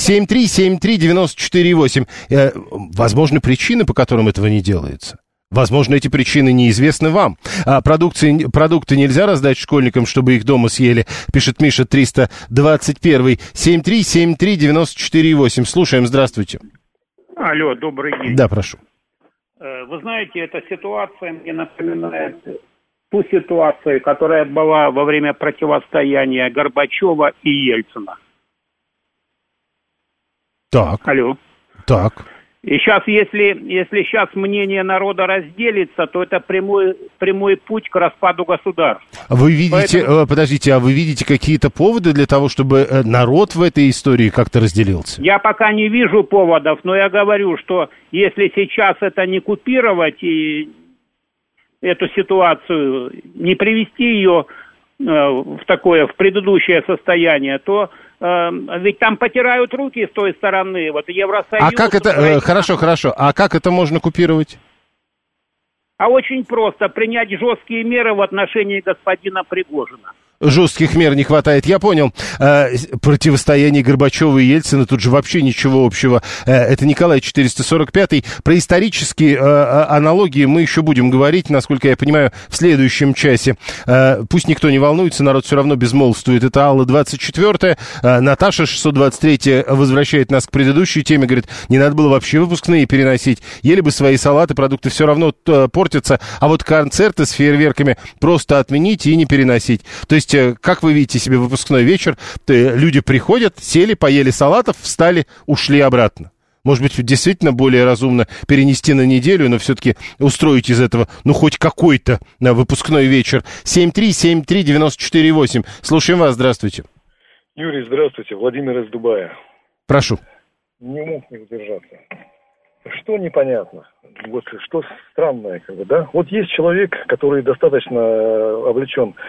7373948. Возможны причины, по которым этого не делается. Возможно, эти причины неизвестны вам. Продукты нельзя раздать школьникам, чтобы их дома съели, пишет Миша 321. 7373948. Слушаем, здравствуйте. Алло, добрый день. Да, прошу. Вы знаете, эта ситуация мне напоминает ту ситуацию, которая была во время противостояния Горбачева и Ельцина. Так. Алло. Так. И сейчас, если сейчас мнение народа разделится, то это прямой путь к распаду государства. Вы видите, подождите, а вы видите какие-то поводы для того, чтобы народ в этой истории как-то разделился? Я пока не вижу поводов, но я говорю, что если сейчас это не купировать и эту ситуацию, не привести ее в предыдущее состояние, то ведь там потирают руки с той стороны, вот Евросоюз... А как это... Хорошо. А как это можно купировать? А очень просто. Принять жесткие меры в отношении господина Пригожина. Жестких мер не хватает, я понял. Противостояние Горбачева и Ельцина, тут же вообще ничего общего. Это Николай 445-й. Про исторические аналогии мы еще будем говорить, насколько я понимаю, в следующем часе. Пусть никто не волнуется, народ все равно безмолвствует. Это Алла 24-я. Наташа 623-я возвращает нас к предыдущей теме, говорит, не надо было вообще выпускные переносить. Ели бы свои салаты, продукты все равно портятся. А вот концерты с фейерверками просто отменить и не переносить. То есть, как вы видите себе выпускной вечер, люди приходят, сели, поели салатов, встали, ушли обратно. Может быть, действительно более разумно перенести на неделю, но все-таки устроить из этого, хоть какой-то выпускной вечер. 7373948. Слушаем вас, здравствуйте. Юрий, здравствуйте. Владимир из Дубая. Прошу. Не мог не удержаться. Что непонятно? Вот что странное, да? Вот есть человек, который достаточно облечен в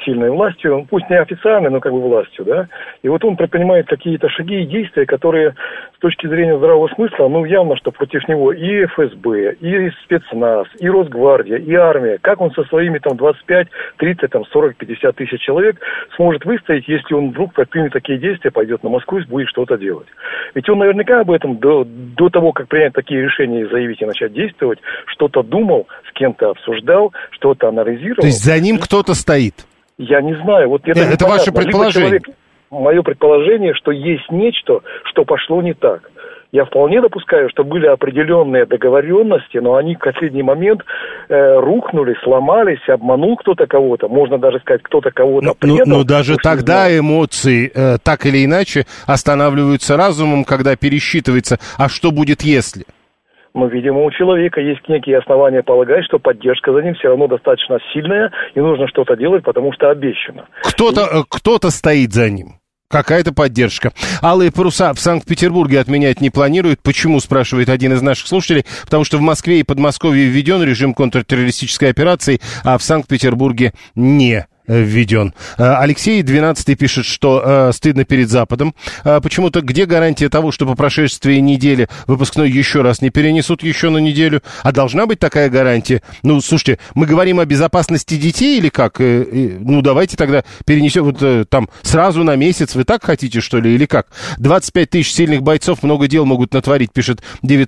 сильной властью, пусть не официальной, но как бы властью, да, и вот он предпринимает какие-то шаги и действия, которые с точки зрения здравого смысла, ну, явно, что против него и ФСБ, и спецназ, и Росгвардия, и армия, как он со своими там 25, 30, там 40, 50 тысяч человек сможет выстоять, если он вдруг предпримет такие действия, пойдет на Москву и будет что-то делать. Ведь он наверняка об этом до того, как принять такие решения и заявить и начать действовать, что-то думал, с кем-то обсуждал, что-то анализировал. То есть за ним кто-то стоит? Я не знаю. Вот это ваше предположение? Мое предположение, что есть нечто, что пошло не так. Я вполне допускаю, что были определенные договоренности, но они в последний момент рухнули, сломались, обманул кто-то кого-то. Можно даже сказать, кто-то кого-то предал. Но даже тогда эмоции так или иначе останавливаются разумом, когда пересчитывается, а что будет если? Но, видимо, у человека есть некие основания полагать, что поддержка за ним все равно достаточно сильная, и нужно что-то делать, потому что обещано. Кто-то стоит за ним. Какая-то поддержка. Алые паруса в Санкт-Петербурге отменять не планируют. Почему, спрашивает один из наших слушателей? Потому что в Москве и Подмосковье введен режим контртеррористической операции, а в Санкт-Петербурге не введен. Алексей 12 пишет, что стыдно перед Западом. Почему-то где гарантия того, что по прошествии недели выпускной еще раз не перенесут еще на неделю? А должна быть такая гарантия? Ну, слушайте, мы говорим о безопасности детей или как? Ну, давайте тогда перенесем вот там сразу на месяц. Вы так хотите, что ли, или как? 25 тысяч сильных бойцов много дел могут натворить, пишет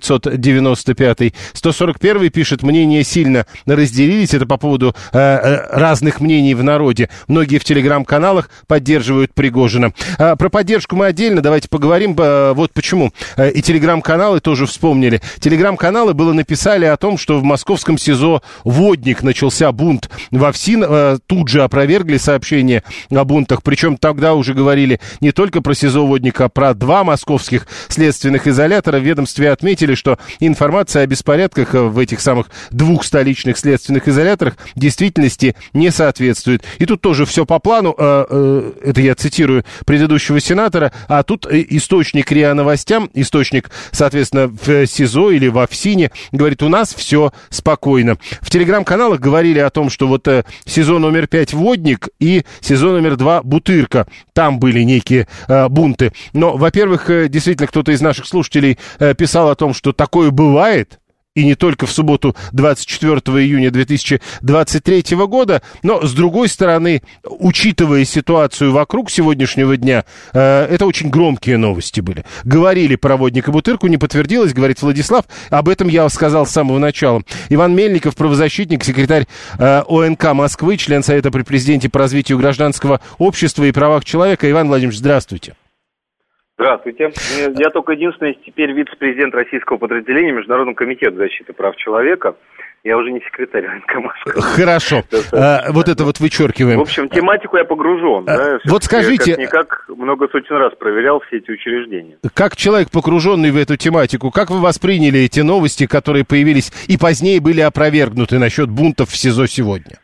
995. 141 пишет, мнения сильно разделились. Это по поводу разных мнений в народе. Многие в телеграм-каналах поддерживают Пригожина. Про поддержку мы отдельно давайте поговорим. Вот почему. И телеграм-каналы тоже вспомнили. Телеграм-каналы написали о том, что в московском СИЗО Водник начался бунт в ОФСИН. Тут же опровергли сообщение о бунтах. Причем тогда уже говорили не только про СИЗО Водника, а про 2 московских следственных изолятора. В ведомстве отметили, что информация о беспорядках в этих самых 2 столичных следственных изоляторах действительности не соответствует. И тут тоже все по плану, это я цитирую предыдущего сенатора, а тут источник РИА Новостям, источник, соответственно, в СИЗО или в ОФСИНе, говорит, у нас все спокойно. В телеграм-каналах говорили о том, что вот СИЗО номер 5 Водник и СИЗО номер 2 Бутырка, там были некие бунты. Но, во-первых, действительно, кто-то из наших слушателей писал о том, что такое бывает, и не только в субботу 24 июня 2023 года, но, с другой стороны, учитывая ситуацию вокруг сегодняшнего дня, это очень громкие новости были. Говорили про Водника и Бутырку, не подтвердилось, говорит Владислав, об этом я сказал с самого начала. Иван Мельников, правозащитник, секретарь ОНК Москвы, член Совета при президенте по развитию гражданского общества и правах человека. Иван Владимирович, здравствуйте. Здравствуйте. Я только единственный теперь вице-президент российского подразделения Международного комитета защиты прав человека. Я уже не секретарь ОНК Москвы. Хорошо. Вот это вот вычеркиваем. В общем, тематику я погружен. Вот скажите... Я как-никак много сотен раз проверял все эти учреждения. Как человек, погруженный в эту тематику, как вы восприняли эти новости, которые появились и позднее были опровергнуты насчет бунтов в СИЗО сегодня?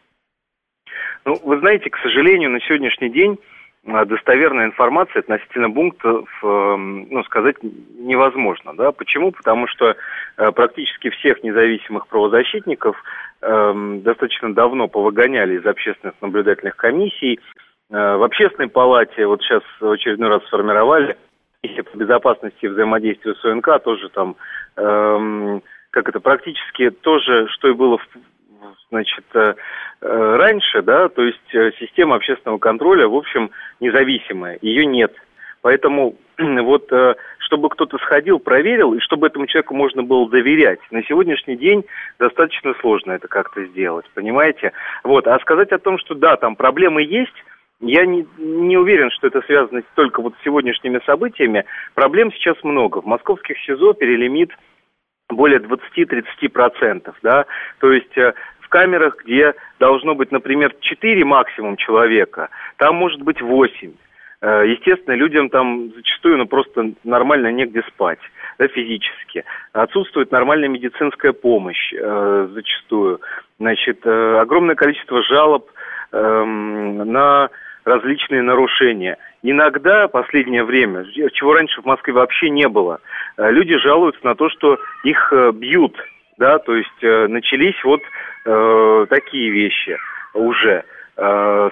Ну, вы знаете, к сожалению, на сегодняшний день достоверная информация относительно бунтов, сказать невозможно. Да? Почему? Потому что практически всех независимых правозащитников достаточно давно повыгоняли из общественных наблюдательных комиссий. В общественной палате вот сейчас в очередной раз сформировали комиссия по безопасности и взаимодействию с ОНК, тоже там, практически то же, что и было раньше, да, то есть система общественного контроля, в общем, независимая, ее нет. Поэтому вот, чтобы кто-то сходил, проверил, и чтобы этому человеку можно было доверять, на сегодняшний день достаточно сложно это как-то сделать, понимаете? Вот, а сказать о том, что да, там проблемы есть, я не уверен, что это связано только вот с сегодняшними событиями. Проблем сейчас много. В московских СИЗО перелимит более 20-30%, да, то есть в камерах, где должно быть, например, 4 максимум человека, там может быть 8. Естественно, людям там зачастую просто нормально негде спать, да, физически. Отсутствует нормальная медицинская помощь зачастую. Огромное количество жалоб на различные нарушения. Иногда, последнее время, чего раньше в Москве вообще не было, люди жалуются на то, что их бьют, да, то есть начались вот такие вещи уже.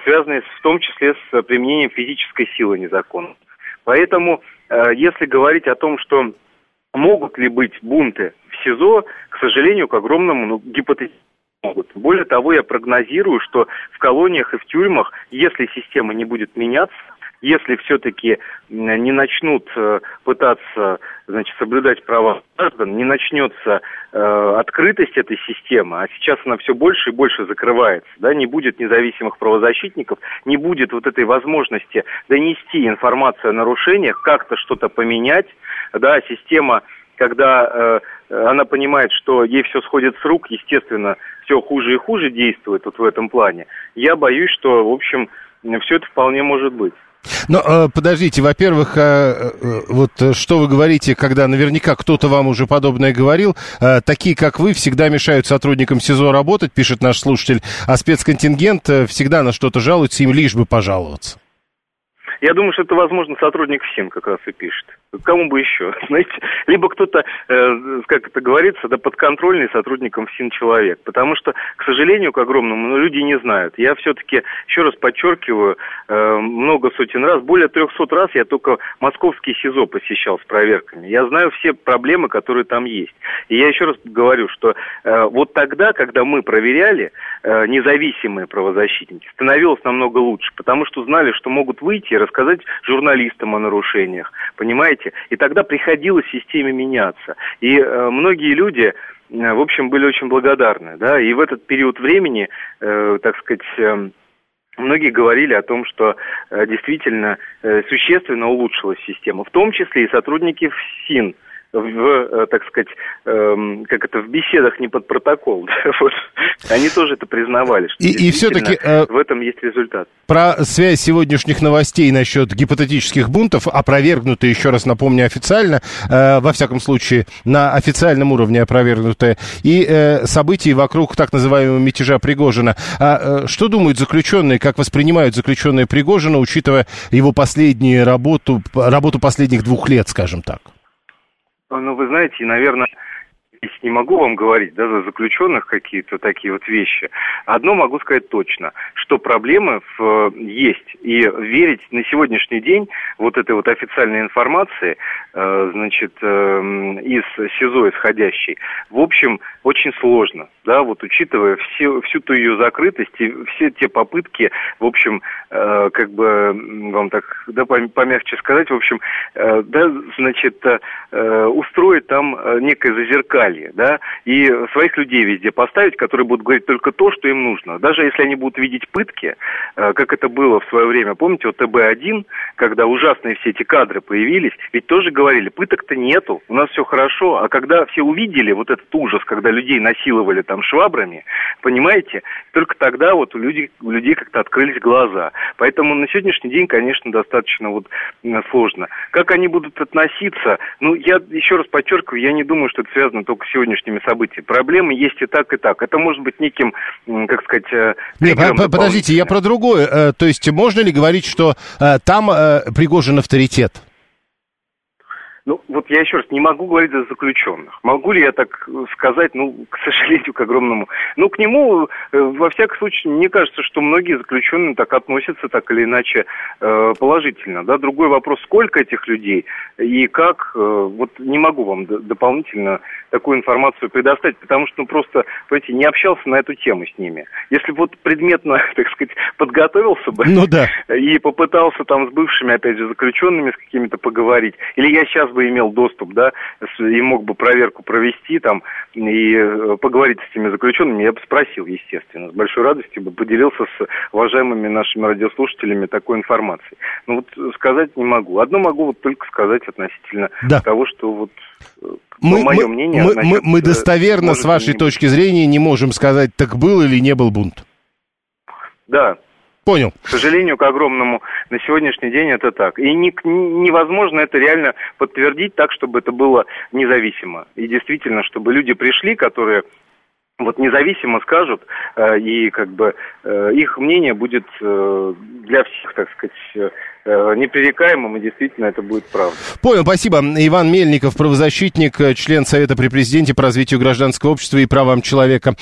связанные в том числе с применением физической силы незаконно. Поэтому, если говорить о том, что могут ли быть бунты в СИЗО, к сожалению, к огромному гипотетически могут. Более того, я прогнозирую, что в колониях и в тюрьмах, если система не будет меняться, если все-таки не начнут пытаться, соблюдать права граждан, не начнется открытость этой системы, а сейчас она все больше и больше закрывается, да, не будет независимых правозащитников, не будет вот этой возможности донести информацию о нарушениях, как-то что-то поменять, да, система, когда она понимает, что ей все сходит с рук, естественно, все хуже и хуже действует вот в этом плане. Я боюсь, что, в общем, все это вполне может быть. Но подождите, во-первых, вот что вы говорите, когда наверняка кто-то вам уже подобное говорил, такие, как вы, всегда мешают сотрудникам СИЗО работать, пишет наш слушатель, а спецконтингент всегда на что-то жалуется, им лишь бы пожаловаться. Я думаю, что это, возможно, сотрудник ФСИН как раз и пишет. Кому бы еще, знаете, либо кто-то, как это говорится, да, подконтрольный сотрудникам ФСИН человек, потому что, к сожалению, к огромному, люди не знают. Я все-таки, еще раз подчеркиваю, много сотен раз, более 300 раз я только московский СИЗО посещал с проверками. Я знаю все проблемы, которые там есть. И я еще раз говорю, что вот тогда, когда мы проверяли, независимые правозащитники, становилось намного лучше, потому что знали, что могут выйти и рассказать журналистам о нарушениях, понимаете? И тогда приходилось системе меняться. И многие люди, в общем, были очень благодарны, да, и в этот период времени, так сказать, многие говорили о том, что действительно существенно улучшилась система, в том числе и сотрудники ФСИН, так сказать, в беседах не под протокол. Да, вот. Они тоже это признавали, что и все-таки в этом есть результат. Про связь сегодняшних новостей насчет гипотетических бунтов, опровергнутые, еще раз напомню, официально, во всяком случае, на официальном уровне опровергнутые, и событий вокруг так называемого мятежа Пригожина. Что думают заключенные, как воспринимают заключенные Пригожина, учитывая его последнюю работу последних 2 лет, скажем так? Ну, вы знаете, наверное, не могу вам говорить, да, за заключенных какие-то такие вот вещи. Одно могу сказать точно, что проблемы есть. И верить на сегодняшний день вот этой вот официальной информации, из СИЗО исходящей, в общем, очень сложно. Да, вот учитывая всю ту ее закрытость и все те попытки, в общем, вам так, да, помягче сказать, в общем, устроить там некое зазеркалье, да, и своих людей везде поставить, которые будут говорить только то, что им нужно. Даже если они будут видеть пытки, как это было в свое время, помните, вот ТБ-1, когда ужасные все эти кадры появились, ведь тоже говорили, пыток-то нету, у нас все хорошо, а когда все увидели вот этот ужас, когда людей насиловали там швабрами, понимаете, только тогда вот у людей как-то открылись глаза. Поэтому на сегодняшний день, конечно, достаточно вот сложно. Как они будут относиться? Ну, я еще раз подчеркиваю, я не думаю, что это связано только с сегодняшми событиями. Проблемы есть и так, и так. Это может быть неким, как сказать... Нет, подождите, я про другое. То есть можно ли говорить, что там Пригожин авторитет? Ну, вот я еще раз не могу говорить за заключенных. Могу ли я так сказать, к сожалению, к огромному... к нему, во всяком случае, мне кажется, что многие заключенные так относятся, так или иначе, положительно. Да? Другой вопрос, сколько этих людей и как, вот не могу вам дополнительно такую информацию предоставить, потому что, просто, понимаете, не общался на эту тему с ними. Если бы вот предметно, так сказать, подготовился бы и попытался там с бывшими, опять же, заключенными с какими-то поговорить, или я сейчас бы имел доступ, да, и мог бы проверку провести там и поговорить с этими заключенными, я бы спросил, естественно, с большой радостью бы поделился с уважаемыми нашими радиослушателями такой информацией. Но вот сказать не могу. Одно могу вот только сказать относительно того, что вот мое мнение... Мы достоверно, с вашей точки зрения, не можем сказать, так был или не был бунт. Да. Понял. К сожалению, к огромному, на сегодняшний день это так. И невозможно это реально подтвердить так, чтобы это было независимо. И действительно, чтобы люди пришли, которые вот независимо скажут, и как бы их мнение будет для всех, так сказать, непререкаемым, и действительно это будет правда. Понял, спасибо. Иван Мельников, правозащитник, член Совета при Президенте по развитию гражданского общества и правам человека.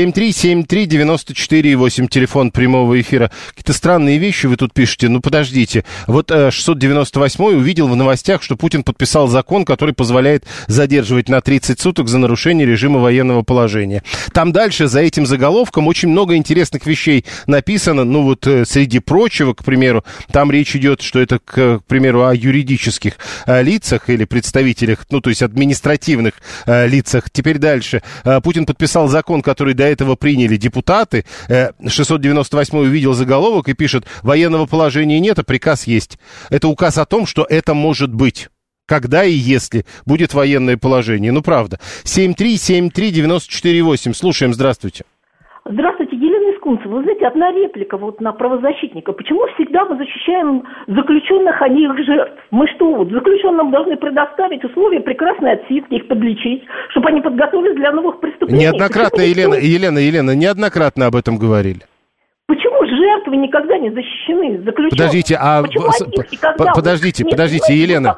7373948, телефон прямого эфира. Какие-то странные вещи вы тут пишете. Ну, подождите. Вот 698-й увидел в новостях, что Путин подписал закон, который позволяет задерживать на 30 суток за нарушение режима военного положения. Там дальше за этим заголовком очень много интересных вещей написано. Ну, вот среди прочего, к примеру, там речь идет, что это, к примеру, о юридических лицах или представителях, ну, то есть административных лицах. Теперь дальше. Путин подписал закон, который до этого приняли депутаты. 698-й увидел заголовок и пишет: военного положения нет, а приказ есть. Это указ о том, что это может быть. Когда и если будет военное положение. Ну, правда. 7373948. Слушаем, здравствуйте. Здравствуйте, Елена из Кунцева. Вы знаете, одна реплика вот на правозащитника. Почему всегда мы защищаем заключенных, а не их жертв? Мы что, вот заключенным должны предоставить условия прекрасной отсидки, их подлечить, чтобы они подготовились для новых преступлений? Неоднократно, Елена, неоднократно об этом говорили. Почему жертвы никогда не защищены? Заключенные? Подождите, подождите, Елена.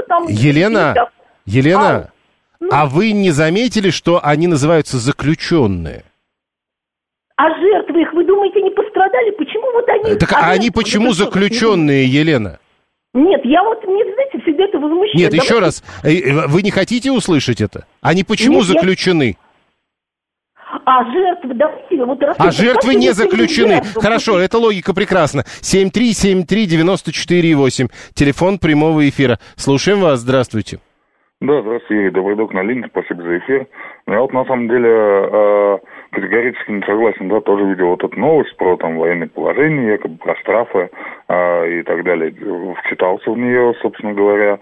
Елена, а вы не заметили, что они называются заключенные? А жертвы их, вы думаете, не пострадали? Почему вот они... Так а они почему заключенные, Елена? Нет, я вот, знаете, всегда это возмущает. Нет, еще раз, вы не хотите услышать это? Они почему заключены? А жертвы, давайте... Вот а жертвы не заключены. Хорошо, эта логика прекрасна. 7373948, телефон прямого эфира. Слушаем вас, здравствуйте. Да, здравствуйте, Юрий Добродок на линии, спасибо за эфир. Я вот на самом деле категорически не согласен, да, тоже видел вот эту новость про там военное положение, якобы про штрафы и так далее. Вчитался в нее, собственно говоря,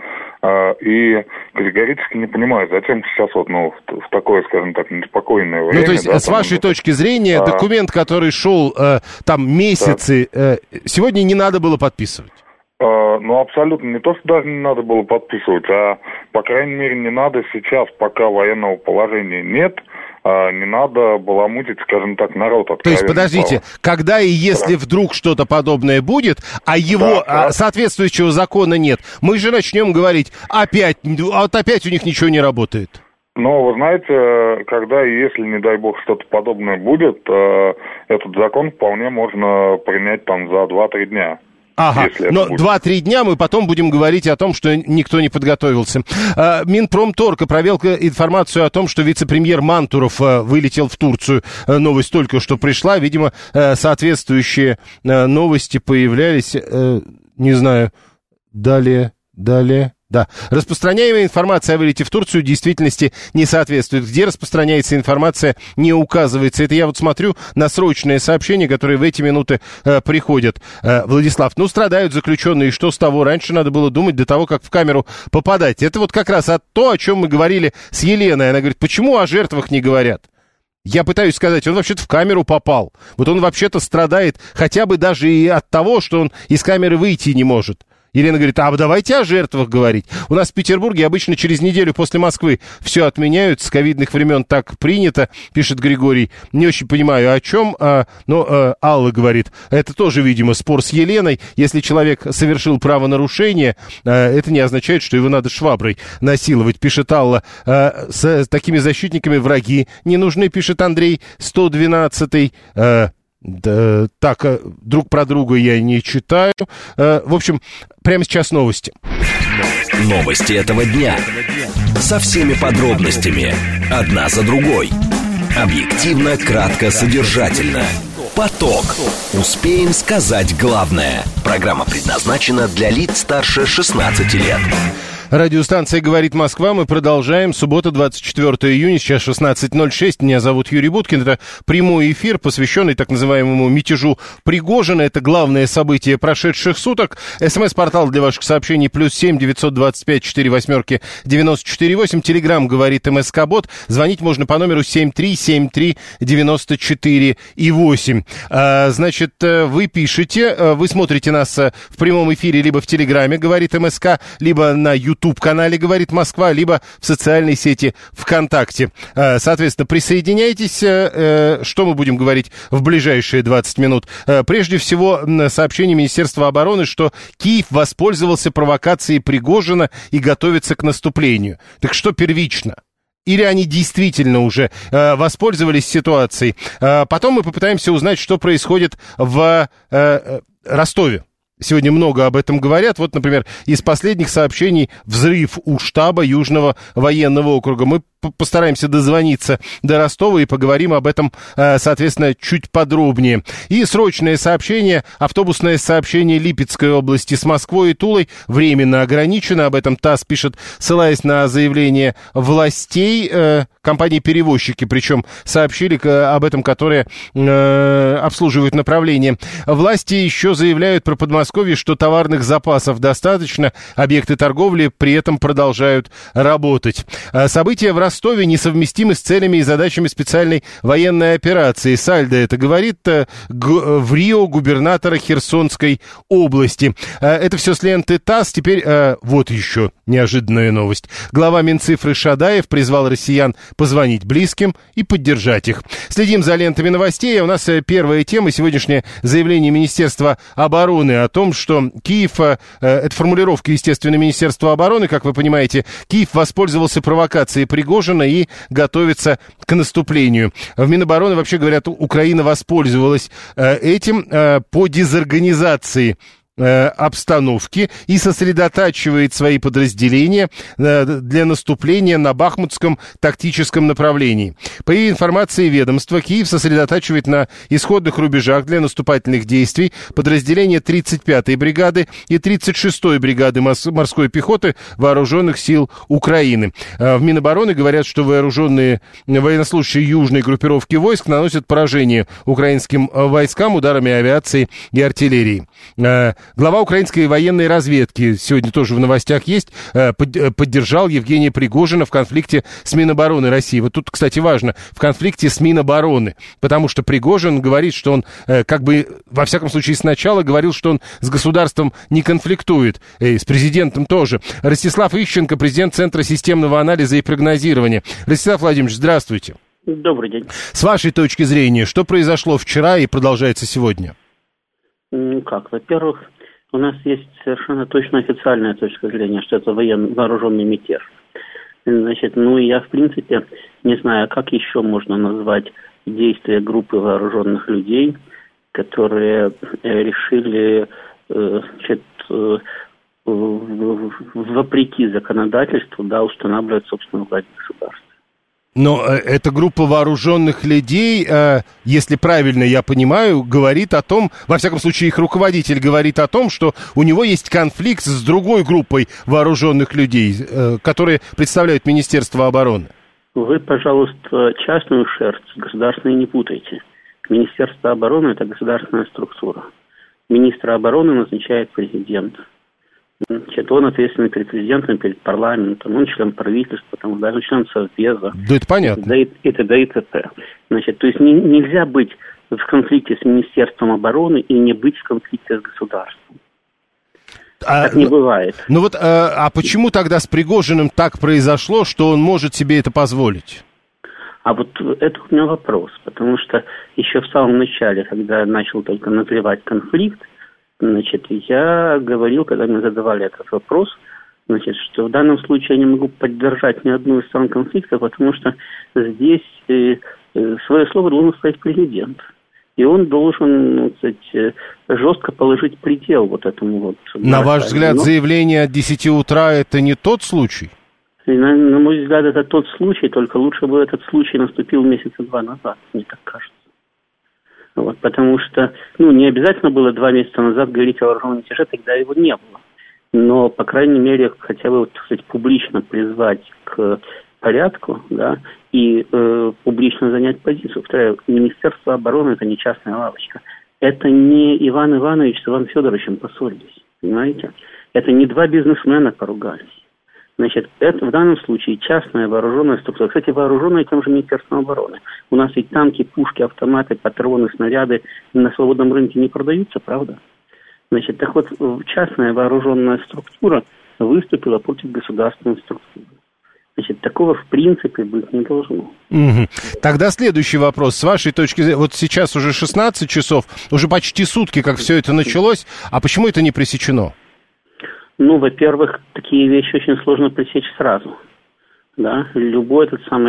и категорически не понимаю, зачем сейчас вот, ну, в такое, скажем так, неспокойное время. Ну, то есть, да, с вашей точки зрения, документ, который шел там месяцы, сегодня не надо было подписывать? Ну, абсолютно не то, что даже не надо было подписывать, а, по крайней мере, не надо сейчас, пока военного положения нет, не надо баламутить, скажем так, народ. То есть, подождите, когда и если вдруг что-то подобное будет, а его соответствующего закона нет, мы же начнем говорить, опять у них ничего не работает. Но, вы знаете, когда и если, не дай бог, что-то подобное будет, этот закон вполне можно принять там за 2-3 дня. Ага, но 2-3 дня мы потом будем говорить о том, что никто не подготовился. Минпромторг провел информацию о том, что вице-премьер Мантуров вылетел в Турцию. Новость только что пришла. Видимо, соответствующие новости появлялись, не знаю, далее. Да, распространяемая информация о вылете в Турцию в действительности не соответствует. Где распространяется информация, не указывается. Это я вот смотрю на срочные сообщения, которые в эти минуты приходят. Владислав, ну, страдают заключенные, и что с того? Раньше надо было думать до того, как в камеру попадать. Это вот как раз то, о чем мы говорили с Еленой. Она говорит, почему о жертвах не говорят? Я пытаюсь сказать, он вообще-то в камеру попал. Вот он вообще-то страдает хотя бы даже и от того, что он из камеры выйти не может. Елена говорит, а давайте о жертвах говорить. У нас в Петербурге обычно через неделю после Москвы все отменяют. С ковидных времен так принято, пишет Григорий. Не очень понимаю, о чем. Но Алла говорит, это тоже, видимо, спор с Еленой. Если человек совершил правонарушение, это не означает, что его надо шваброй насиловать, пишет Алла. С такими защитниками враги не нужны, пишет Андрей 112-й. Да, так, друг про друга я не читаю. В общем, прямо сейчас новости. Новости этого дня. Со всеми подробностями. Одна за другой. Объективно, кратко, содержательно. Поток. Успеем сказать главное. Программа предназначена для лиц старше 16 лет. Радиостанция «Говорит Москва». Мы продолжаем. Суббота, 24 июня, сейчас 16:06. Меня зовут Юрий Буткин. Это прямой эфир, посвященный так называемому мятежу Пригожина. Это главное событие прошедших суток. СМС-портал для ваших сообщений +7 925 48 94 8. Телеграм «Говорит МСК-бот». Звонить можно по номеру 7373 94 8. Значит, вы пишете, вы смотрите нас в прямом эфире либо в Телеграме «Говорит МСК», либо на YouTube YouTube-канале «Говорит Москва», либо в социальной сети ВКонтакте. Соответственно, присоединяйтесь. Что мы будем говорить в ближайшие 20 минут? Прежде всего, сообщение Министерства обороны, что Киев воспользовался провокацией Пригожина и готовится к наступлению. Так что первично? Или они действительно уже воспользовались ситуацией? Потом мы попытаемся узнать, что происходит в Ростове. Сегодня много об этом говорят. Вот, например, из последних сообщений взрыв у штаба Южного военного округа. Мы постараемся дозвониться до Ростова и поговорим об этом, соответственно, чуть подробнее. И срочное сообщение. Автобусное сообщение Липецкой области с Москвой и Тулой временно ограничено. Об этом ТАСС пишет, ссылаясь на заявление властей. Компании-перевозчики, причем сообщили об этом, которые обслуживают направление. Власти еще заявляют про Подмосковье, что товарных запасов достаточно. Объекты торговли при этом продолжают работать. События в Ростове несовместимы с целями и задачами специальной военной операции. Сальдо это говорит в Рио губернатора Херсонской области. Это все с ленты ТАСС. Теперь вот еще неожиданная новость. Глава Минцифры Шадаев призвал россиян позвонить близким и поддержать их. Следим за лентами новостей. У нас первая тема. Сегодняшнее заявление Министерства обороны о том, что Киев, это формулировка, естественно, Министерства обороны, как вы понимаете, Киев воспользовался провокацией Пригожина и готовится к наступлению. В Минобороны вообще говорят, Украина воспользовалась этим по дезорганизации обстановки и сосредотачивает свои подразделения для наступления на Бахмутском тактическом направлении. По информации ведомства, Киев сосредотачивает на исходных рубежах для наступательных действий подразделения 35-й бригады и 36-й бригады морской пехоты Вооруженных сил Украины. В Минобороны говорят, что вооруженные военнослужащие южной группировки войск наносят поражение украинским войскам ударами авиации и артиллерии. Глава украинской военной разведки, сегодня тоже в новостях есть, поддержал Евгения Пригожина в конфликте с Минобороны России. Вот тут, кстати, важно, в конфликте с Минобороны, потому что Пригожин говорит, что он, как бы, во всяком случае, сначала говорил, что он с государством не конфликтует, с президентом тоже. Ростислав Ищенко, президент Центра системного анализа и прогнозирования. Ростислав Владимирович, здравствуйте. Добрый день. С вашей точки зрения, что произошло вчера и продолжается сегодня? Ну как, во-первых, у нас есть совершенно точно официальная точка зрения, что это вооруженный мятеж. Значит, ну я в принципе не знаю, как еще можно назвать действия группы вооруженных людей, которые решили, значит, вопреки законодательству, да, устанавливать собственную власть государства. Но эта группа вооруженных людей, если правильно я понимаю, говорит о том, во всяком случае их руководитель говорит о том, что у него есть конфликт с другой группой вооруженных людей, которые представляют Министерство обороны. Вы, пожалуйста, частную шерсть с государственной не путайте. Министерство обороны – это государственная структура. Министра обороны назначает президент. Значит, он ответственный перед президентом, перед парламентом, он член правительства, там, даже член Совбеза. Да это понятно. И т.д. и т.п. Значит, то есть нельзя быть в конфликте с Министерством обороны и не быть в конфликте с государством. Так не бывает. Ну вот, а почему тогда с Пригожиным так произошло, что он может себе это позволить? А вот это у меня вопрос, потому что еще в самом начале, когда начал только назревать конфликт, значит, я говорил, когда мне задавали этот вопрос, значит, что в данном случае я не могу поддержать ни одну из сторон конфликта, потому что здесь свое слово должен сказать президент. И он должен, ну, сказать, жестко положить предел вот этому вот. На ваш взгляд, заявление от 10 утра – это не тот случай? На мой взгляд, это тот случай, только лучше бы этот случай наступил месяца 2 назад, мне так кажется. Вот, потому что, ну, не обязательно было 2 месяца назад говорить о вооруженном мятеже, тогда его не было. Но, по крайней мере, хотя бы, вот, так сказать, публично призвать к порядку, да, и публично занять позицию. Повторяю, Министерство обороны – это не частная лавочка. Это не Иван Иванович с Иваном Федоровичем поссорились, понимаете? Это не 2 бизнесмена поругались. Значит, это в данном случае частная вооруженная структура. Кстати, вооруженная тем же Министерством обороны. У нас ведь танки, пушки, автоматы, патроны, снаряды на свободном рынке не продаются, правда? Значит, так вот, частная вооруженная структура выступила против государственной структуры. Значит, такого в принципе быть не должно. Угу. Тогда следующий вопрос. С вашей точки зрения, вот сейчас уже 16 часов, уже почти сутки, как все это началось, а почему это не пресечено? Ну, во-первых, такие вещи очень сложно пресечь сразу. Да? Любой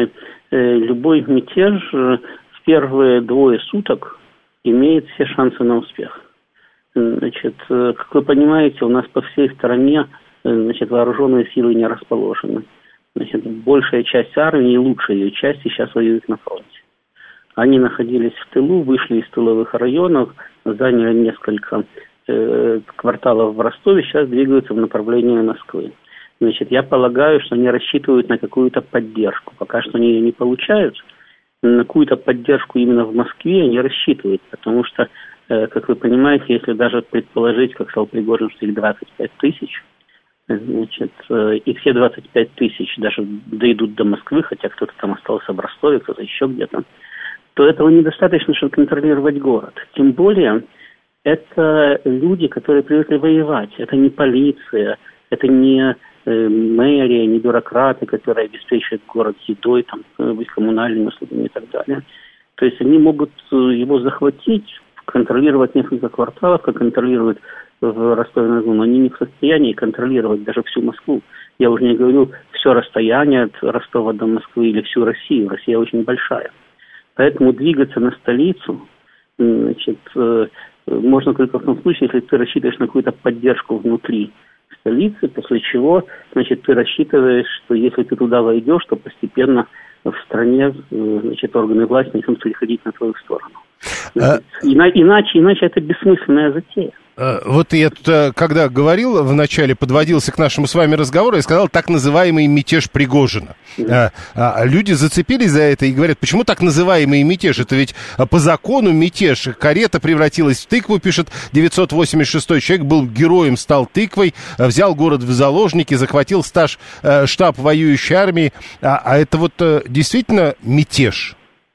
мятеж в первые 2 суток имеет все шансы на успех. Значит, как вы понимаете, у нас по всей стране, значит, вооруженные силы не расположены. Значит, большая часть армии и лучшая ее часть сейчас воюют на фронте. Они находились в тылу, вышли из тыловых районов, заняли несколько кварталов в Ростове, сейчас двигаются в направлении Москвы. Значит, я полагаю, что они рассчитывают на какую-то поддержку. Пока что они ее не получают. На какую-то поддержку именно в Москве они рассчитывают, потому что, как вы понимаете, если даже предположить, как сказал Пригожин, что их 25 тысяч, значит, и все 25 тысяч даже дойдут до Москвы, хотя кто-то там остался в Ростове, кто-то еще где-то, то этого недостаточно, чтобы контролировать город. Тем более, это люди, которые привыкли воевать. Это не полиция, это не мэрия, не бюрократы, которые обеспечивают город едой, там, коммунальными услугами и так далее. То есть они могут его захватить, контролировать несколько кварталов, как контролируют в Ростове-на-Дону, но они не в состоянии контролировать даже всю Москву. Я уже не говорю все расстояние от Ростова до Москвы или всю Россию. Россия очень большая. Поэтому двигаться на столицу, значит, можно только в том случае, если ты рассчитываешь на какую-то поддержку внутри столицы, после чего, значит, ты рассчитываешь, что если ты туда войдешь, то постепенно в стране, значит, органы власти начнут переходить на твою сторону. Иначе это бессмысленная затея. Вот я тут, когда говорил вначале, подводился к нашему с вами разговору, я сказал так называемый мятеж Пригожина. Люди зацепились за это и говорят, почему так называемый мятеж? Это ведь по закону мятеж. Карета превратилась в тыкву, пишет 986-й. Человек был героем, стал тыквой, взял город в заложники, захватил штаб воюющей армии. А это вот действительно мятеж?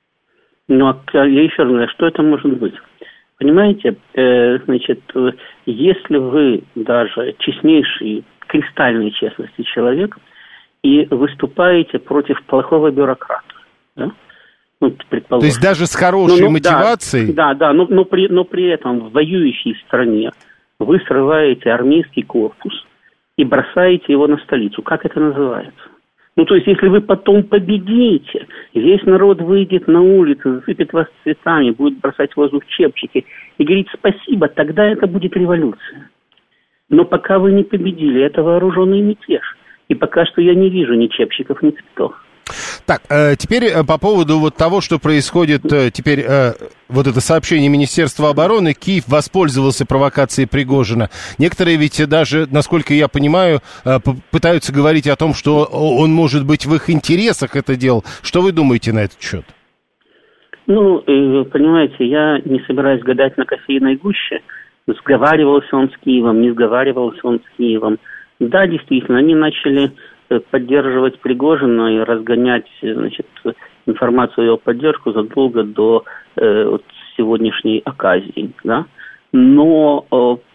Ну, я еще раз говорю, что это может быть? Понимаете, значит, если вы даже честнейший, кристальной честности человек и выступаете против плохого бюрократа, да? Ну, предположим. То есть даже с хорошей мотивацией? Да, но при этом в воюющей стране вы срываете армейский корпус и бросаете его на столицу. Как это называется? Ну, то есть, если вы потом победите, весь народ выйдет на улицу, засыпет вас цветами, будет бросать в воздух чепчики и говорить спасибо, тогда это будет революция. Но пока вы не победили, это вооруженный мятеж. И пока что я не вижу ни чепчиков, ни цветов. Так, теперь по поводу вот того, что происходит теперь, вот это сообщение Министерства обороны, Киев воспользовался провокацией Пригожина. Некоторые ведь даже, насколько я понимаю, пытаются говорить о том, что он может быть в их интересах это делал. Что вы думаете на этот счет? Ну, понимаете, я не собираюсь гадать на кофейной гуще. Сговаривался он с Киевом, не сговаривался он с Киевом. Да, действительно, они начали поддерживать Пригожина и разгонять, значит, информацию о его поддержку задолго до вот сегодняшней оказии, да. Но,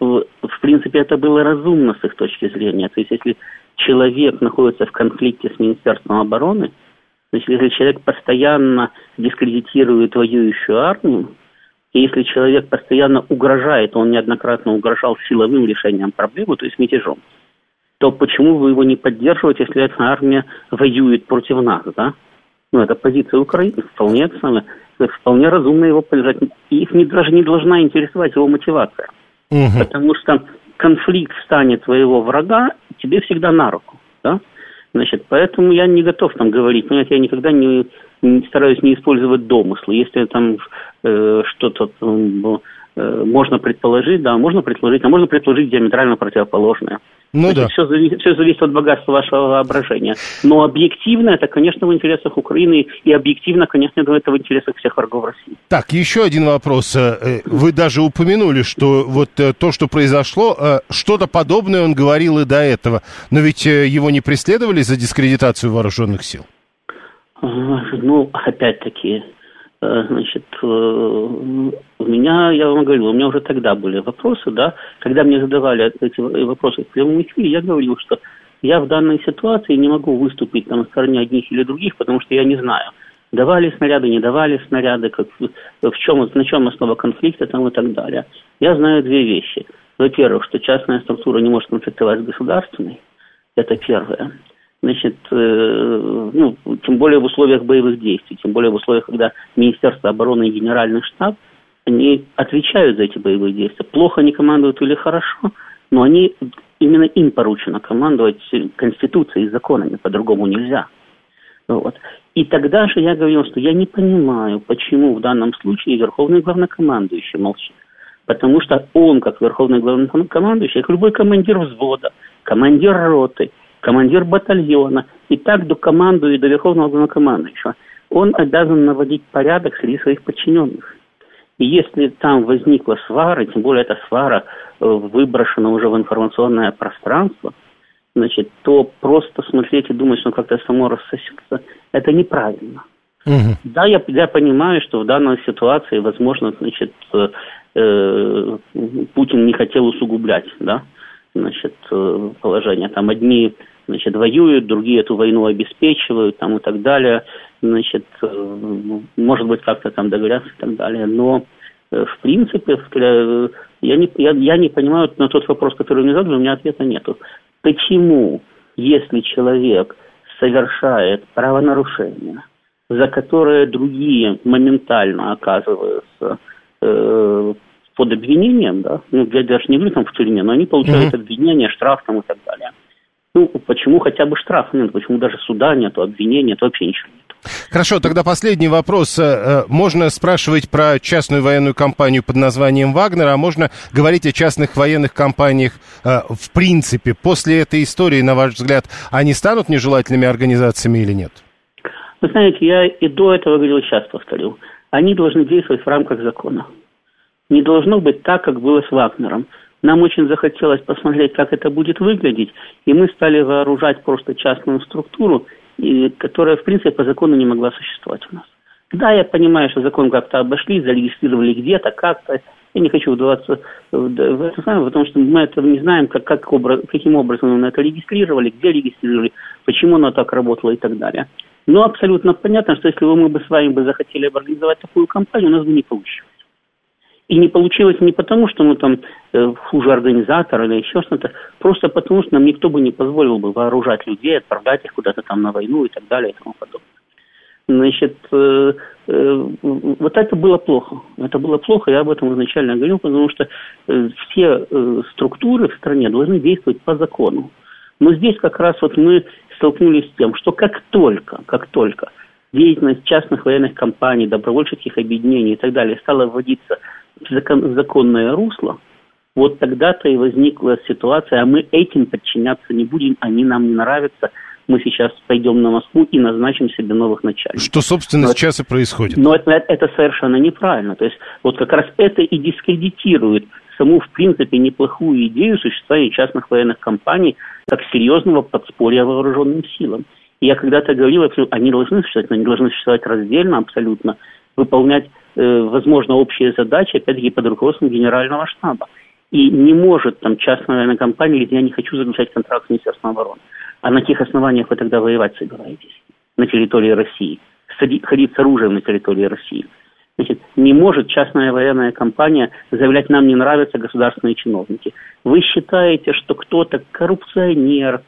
в принципе, это было разумно с их точки зрения. То есть, если человек находится в конфликте с Министерством обороны, значит, если человек постоянно дискредитирует воюющую армию, и если человек постоянно угрожает, он неоднократно угрожал силовым решением проблемы, то есть мятежом, то почему вы его не поддерживаете, если эта армия воюет против нас, да? Ну, это позиция Украины, вполне разумно его поддержать. Их даже не должна интересовать его мотивация. Потому что конфликт в стане твоего врага тебе всегда на руку, да? Значит, поэтому я не готов там говорить. Понимаете, я никогда не стараюсь не использовать домыслы. Если там что-то можно предположить, да, можно предположить, а можно предположить диаметрально противоположное. Ну, значит, да. Все зависит от богатства вашего воображения. Но объективно это, конечно, в интересах Украины, и объективно, конечно, это в интересах всех врагов России. Так, еще один вопрос. Вы даже упомянули, что вот то, что произошло, что-то подобное он говорил и до этого. Но ведь его не преследовали за дискредитацию вооруженных сил? Ну, опять-таки, Значит, у меня, я вам говорил, у меня уже тогда были вопросы, да, когда мне задавали эти вопросы в прямом эфире, я говорил, что я в данной ситуации не могу выступить на стороне одних или других, потому что я не знаю, давали снаряды, не давали снаряды, на чем основа конфликта там, и так далее. Я знаю две вещи. Во-первых, что частная структура не может конфликтовать с государственной. Это первое. Значит, тем более в условиях боевых действий, тем более в условиях, когда Министерство обороны и Генеральный штаб, они отвечают за эти боевые действия. Плохо они командуют или хорошо, но именно им поручено командовать Конституцией и законами, по-другому нельзя. Вот. И тогда же я говорил, что я не понимаю, почему в данном случае Верховный Главнокомандующий молчит. Потому что он, как Верховный Главнокомандующий, как любой командир взвода, командир роты, командир батальона, и так до команды и до Верховного Главнокомандующего, он обязан наводить порядок среди своих подчиненных. И если там возникла свара, тем более эта свара выброшена уже в информационное пространство, значит, то просто смотреть и думать, что как-то само рассосется, это неправильно. Угу. Да, я понимаю, что в данной ситуации, возможно, значит, Путин не хотел усугублять, да, значит, положение. Там одни, значит, воюют, другие эту войну обеспечивают, там и так далее. Значит, может быть, как-то там договорятся и так далее. Но, в принципе, я не понимаю, на тот вопрос, который мне задали, у меня ответа нету. Почему, если человек совершает правонарушение, за которое другие моментально оказываются под обвинением, да, я даже не говорю там в тюрьме, но они получают обвинение, штраф там и так далее. Почему хотя бы штраф нет, почему даже суда нету, обвинения, то вообще ничего нет. Хорошо, тогда последний вопрос. Можно спрашивать про частную военную компанию под названием «Вагнер», а можно говорить о частных военных компаниях в принципе. После этой истории, на ваш взгляд, они станут нежелательными организациями или нет? Вы знаете, я и до этого говорил, и сейчас повторю. Они должны действовать в рамках закона. Не должно быть так, как было с «Вагнером». Нам очень захотелось посмотреть, как это будет выглядеть, и мы стали вооружать просто частную структуру, которая, в принципе, по закону не могла существовать у нас. Да, я понимаю, что закон как-то обошли, зарегистрировали где-то, как-то. Я не хочу вдаваться в это самое, потому что мы этого не знаем, каким образом мы это регистрировали, где регистрировали, почему оно так работало и так далее. Но абсолютно понятно, что если мы бы с вами захотели организовать такую кампанию, у нас бы не получилось. И не получилось не потому, что мы там хуже организатор или еще что-то, просто потому, что нам никто бы не позволил бы вооружать людей, отправлять их куда-то там на войну и так далее и тому подобное. Значит, вот это было плохо. Это было плохо, я об этом изначально говорил, потому что все структуры в стране должны действовать по закону. Но здесь как раз вот мы столкнулись с тем, что как только деятельность частных военных компаний, добровольческих объединений и так далее стала вводиться в законное русло, вот тогда-то и возникла ситуация, а мы этим подчиняться не будем, они нам не нравятся, мы сейчас пойдем на Москву и назначим себе новых начальников. Что, собственно, сейчас и происходит. Но это совершенно неправильно. То есть вот как раз это и дискредитирует саму, в принципе, неплохую идею существования частных военных компаний как серьезного подспорья вооруженным силам. И я когда-то говорил, они должны существовать раздельно абсолютно, выполнять, возможно, общие задачи, опять-таки, под руководством Генерального штаба. И не может там частная военная компания говорить, я не хочу заключать контракт с Министерством обороны. А на каких основаниях вы тогда воевать собираетесь на территории России? Ходить с оружием на территории России? Значит, не может частная военная компания заявлять, нам не нравятся государственные чиновники. Вы считаете, что кто-то коррупционер,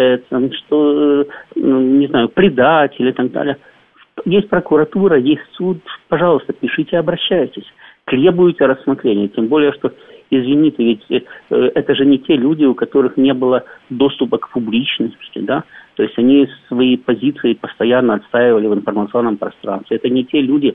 что, не знаю, предатель и так далее. Есть прокуратура, есть суд, пожалуйста, пишите, обращайтесь. Требуйте рассмотрения, тем более, что, извините, ведь это же не те люди, у которых не было доступа к публичности, да, то есть они свои позиции постоянно отстаивали в информационном пространстве. Это не те люди,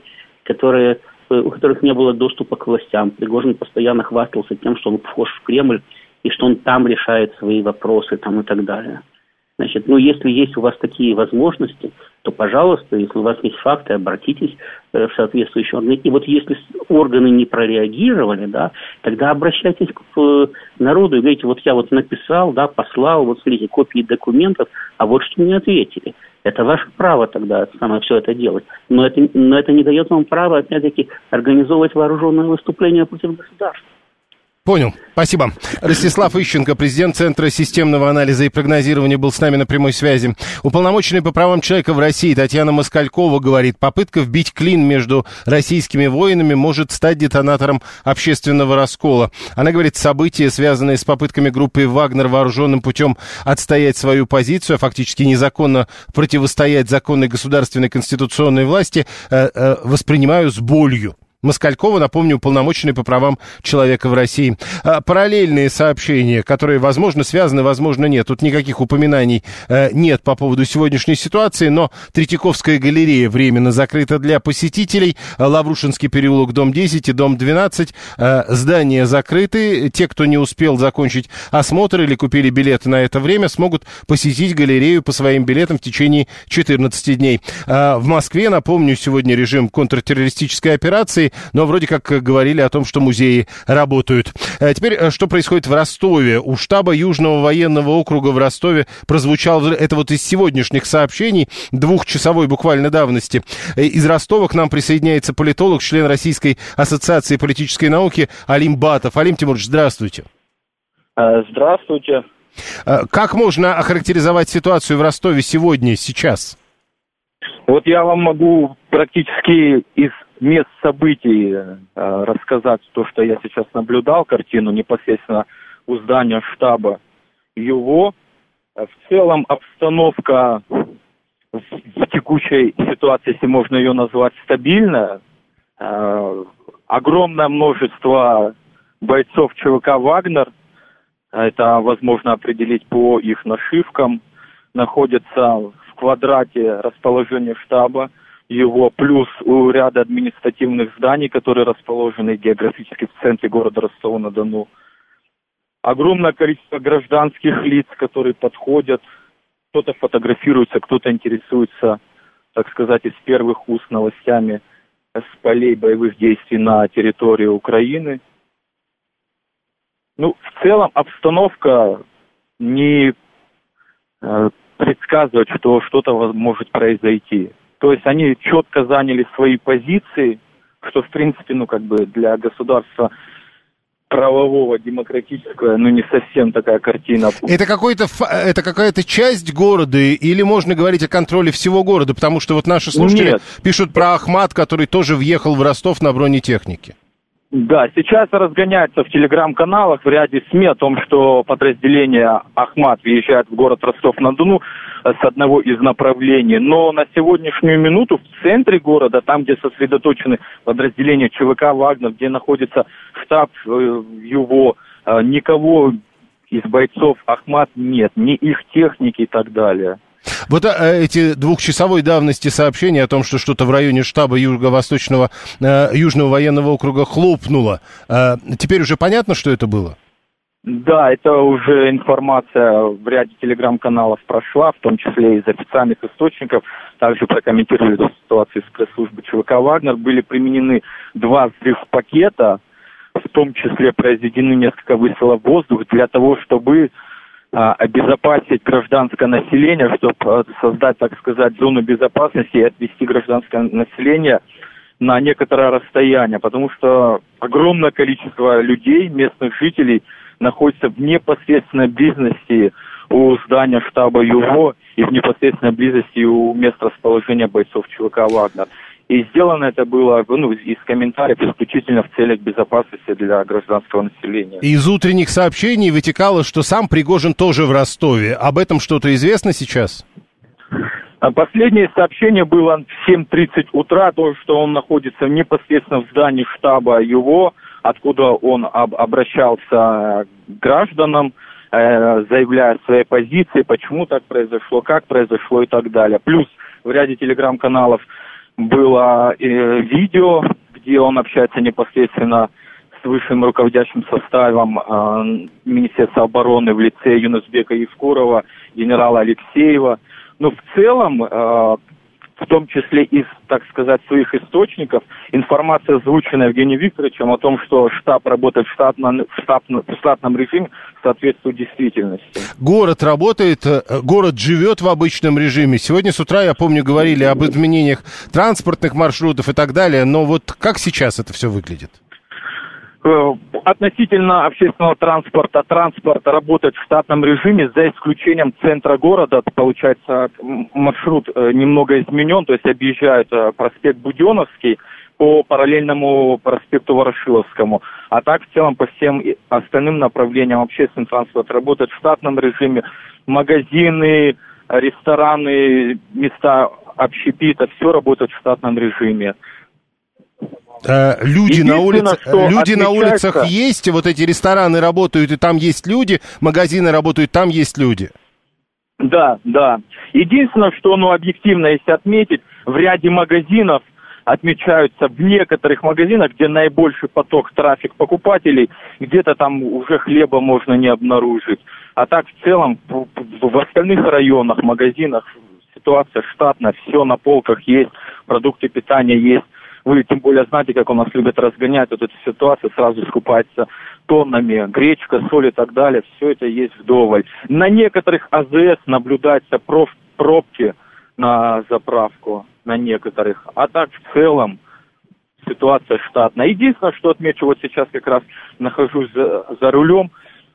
у которых не было доступа к властям. Пригожин постоянно хвастался тем, что он вхож в Кремль и что он там решает свои вопросы там, и так далее. Значит, если есть у вас такие возможности, то, пожалуйста, если у вас есть факты, обратитесь в соответствующие органы. И вот если органы не прореагировали, да, тогда обращайтесь к народу и говорите, вот я вот написал, да, послал, вот смотрите, копии документов, а вот что мне ответили. Это ваше право тогда самое все это делать. Но это не дает вам права, опять-таки, организовывать вооруженное выступление против государства. Понял. Спасибо. Ростислав Ищенко, президент Центра системного анализа и прогнозирования, был с нами на прямой связи. Уполномоченный по правам человека в России Татьяна Москалькова говорит, попытка вбить клин между российскими воинами может стать детонатором общественного раскола. Она говорит, события, связанные с попытками группы «Вагнер» вооруженным путем отстоять свою позицию, а фактически незаконно противостоять законной государственной конституционной власти, воспринимаю с болью. Москалькова, напомню, уполномоченный по правам человека в России. Параллельные сообщения, которые, возможно, связаны, возможно, нет. Тут никаких упоминаний нет по поводу сегодняшней ситуации, но Третьяковская галерея временно закрыта для посетителей. Лаврушинский переулок, дом 10 и дом 12. Здания закрыты. Те, кто не успел закончить осмотр или купили билеты на это время, смогут посетить галерею по своим билетам в течение 14 дней. В Москве, напомню, сегодня режим контртеррористической операции, но вроде как говорили о том, что музеи работают. Теперь, что происходит в Ростове? У штаба Южного военного округа в Ростове прозвучал, это вот из сегодняшних сообщений, двухчасовой буквально давности. Из Ростова к нам присоединяется политолог, член Российской ассоциации политической науки Алим Батов. Алим Тимурович, здравствуйте. Здравствуйте. Как можно охарактеризовать ситуацию в Ростове сегодня, сейчас? Вот я вам могу практически из мест событий рассказать то, что я сейчас наблюдал, картину непосредственно у здания штаба ЮВО. В целом обстановка в текущей ситуации, если можно ее назвать, стабильная. Огромное множество бойцов ЧВК «Вагнер», это возможно определить по их нашивкам, находятся в квадрате расположения штаба его, плюс у ряда административных зданий, которые расположены географически в центре города Ростова-на-Дону. Огромное количество гражданских лиц, которые подходят, кто-то фотографируется, кто-то интересуется, так сказать, из первых уст новостями с полей боевых действий на территории Украины. Ну, в целом обстановка не предсказывает, что что-то может произойти. То есть они четко заняли свои позиции, что, в принципе, для государства правового, демократического, не совсем такая картина. Это какая-то часть города, или можно говорить о контроле всего города? Потому что вот наши слушатели пишут про Ахмат, который тоже въехал в Ростов на бронетехнике. Да, сейчас разгоняется в телеграм-каналах, в ряде СМИ о том, что подразделение «Ахмат» въезжает в город Ростов-на-Дону с одного из направлений. Но на сегодняшнюю минуту в центре города, там, где сосредоточены подразделения ЧВК «Вагнер», где находится штаб ЮВО, никого из бойцов «Ахмат» нет, ни их техники и так далее. Вот эти двухчасовой давности сообщения о том, что что-то в районе штаба Южного военного округа хлопнуло, теперь уже понятно, что это было? Да, это уже информация в ряде телеграм-каналов прошла, в том числе из официальных источников. Также прокомментировали эту ситуацию из пресс-службы ЧВК «Вагнер». Были применены 2 взрыв-пакета, в том числе произведены несколько выстрелов в воздух для того, чтобы обезопасить гражданское население, чтобы создать, так сказать, зону безопасности и отвести гражданское население на некоторое расстояние, потому что огромное количество людей, местных жителей, находится в непосредственной близости у здания штаба ЮВО и в непосредственной близости у места расположения бойцов ЧВК «Вагнер». И сделано это было из комментариев исключительно в целях безопасности для гражданского населения. Из утренних сообщений вытекало, что сам Пригожин тоже в Ростове. Об этом что-то известно сейчас? Последнее сообщение было в 7:30 утра, то, что он находится непосредственно в здании штаба ЮВО, откуда он обращался к гражданам, заявляя свои позиции, почему так произошло, как произошло и так далее. Плюс в ряде телеграм-каналов было видео, где он общается непосредственно с высшим руководящим составом Министерства обороны в лице Юнусбека Евкурова, генерала Алексеева. Но в целом в том числе из, так сказать, своих источников, информация, озвученная Евгением Викторовичем о том, что штаб работает в штатном режиме, соответствует действительности. Город работает, город живет в обычном режиме. Сегодня с утра, я помню, говорили об изменениях транспортных маршрутов и так далее, но вот как сейчас это все выглядит? Относительно общественного транспорт работает в штатном режиме, за исключением центра города. Получается, маршрут немного изменен, то есть объезжают проспект Буденновский по параллельному проспекту Ворошиловскому. А так, в целом, по всем остальным направлениям общественный транспорт работает в штатном режиме. Магазины, рестораны, места общепита, все работает в штатном режиме. Люди на улицах есть, вот эти рестораны работают, и там есть люди, магазины работают, там есть люди. Да. Единственное, что, объективно, если отметить, в ряде магазинов отмечаются, в некоторых магазинах, где наибольший поток, трафик покупателей, где-то там уже хлеба можно не обнаружить. А так, в целом, в остальных районах, магазинах ситуация штатная, все на полках есть, продукты питания есть. Вы тем более знаете, как у нас любят разгонять вот эту ситуацию, сразу скупается тоннами, гречка, соль и так далее, все это есть вдоволь. На некоторых АЗС наблюдаются пробки на заправку, на некоторых. А так в целом ситуация штатная. Единственное, что отмечу, вот сейчас как раз нахожусь за рулем,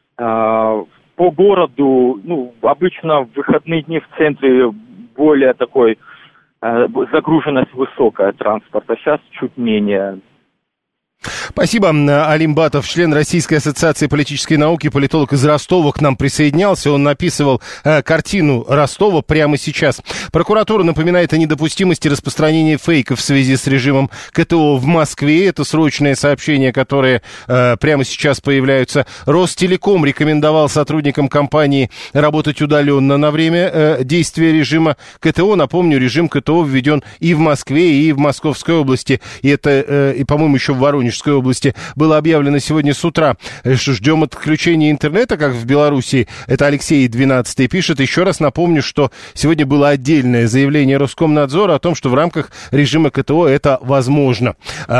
по городу, обычно в выходные дни в центре более такой загруженность высокая транспорта, сейчас чуть менее. Спасибо. Алим Батов, член Российской ассоциации политической науки, политолог из Ростова, к нам присоединялся. Он написывал картину Ростова прямо сейчас. Прокуратура напоминает о недопустимости распространения фейков в связи с режимом КТО в Москве. Это срочное сообщение, которое прямо сейчас появляются. Ростелеком рекомендовал сотрудникам компании работать удаленно на время действия режима КТО. Напомню, режим КТО введен и в Москве, и в Московской области. И это, и, по-моему, еще в Воронежской области было объявлено сегодня с утра, что ждем отключения интернета, как в Беларуси. Это Алексей 12 пишет. Еще раз напомню, что сегодня было отдельное заявление Роскомнадзора о том, что в рамках режима КТО это возможно.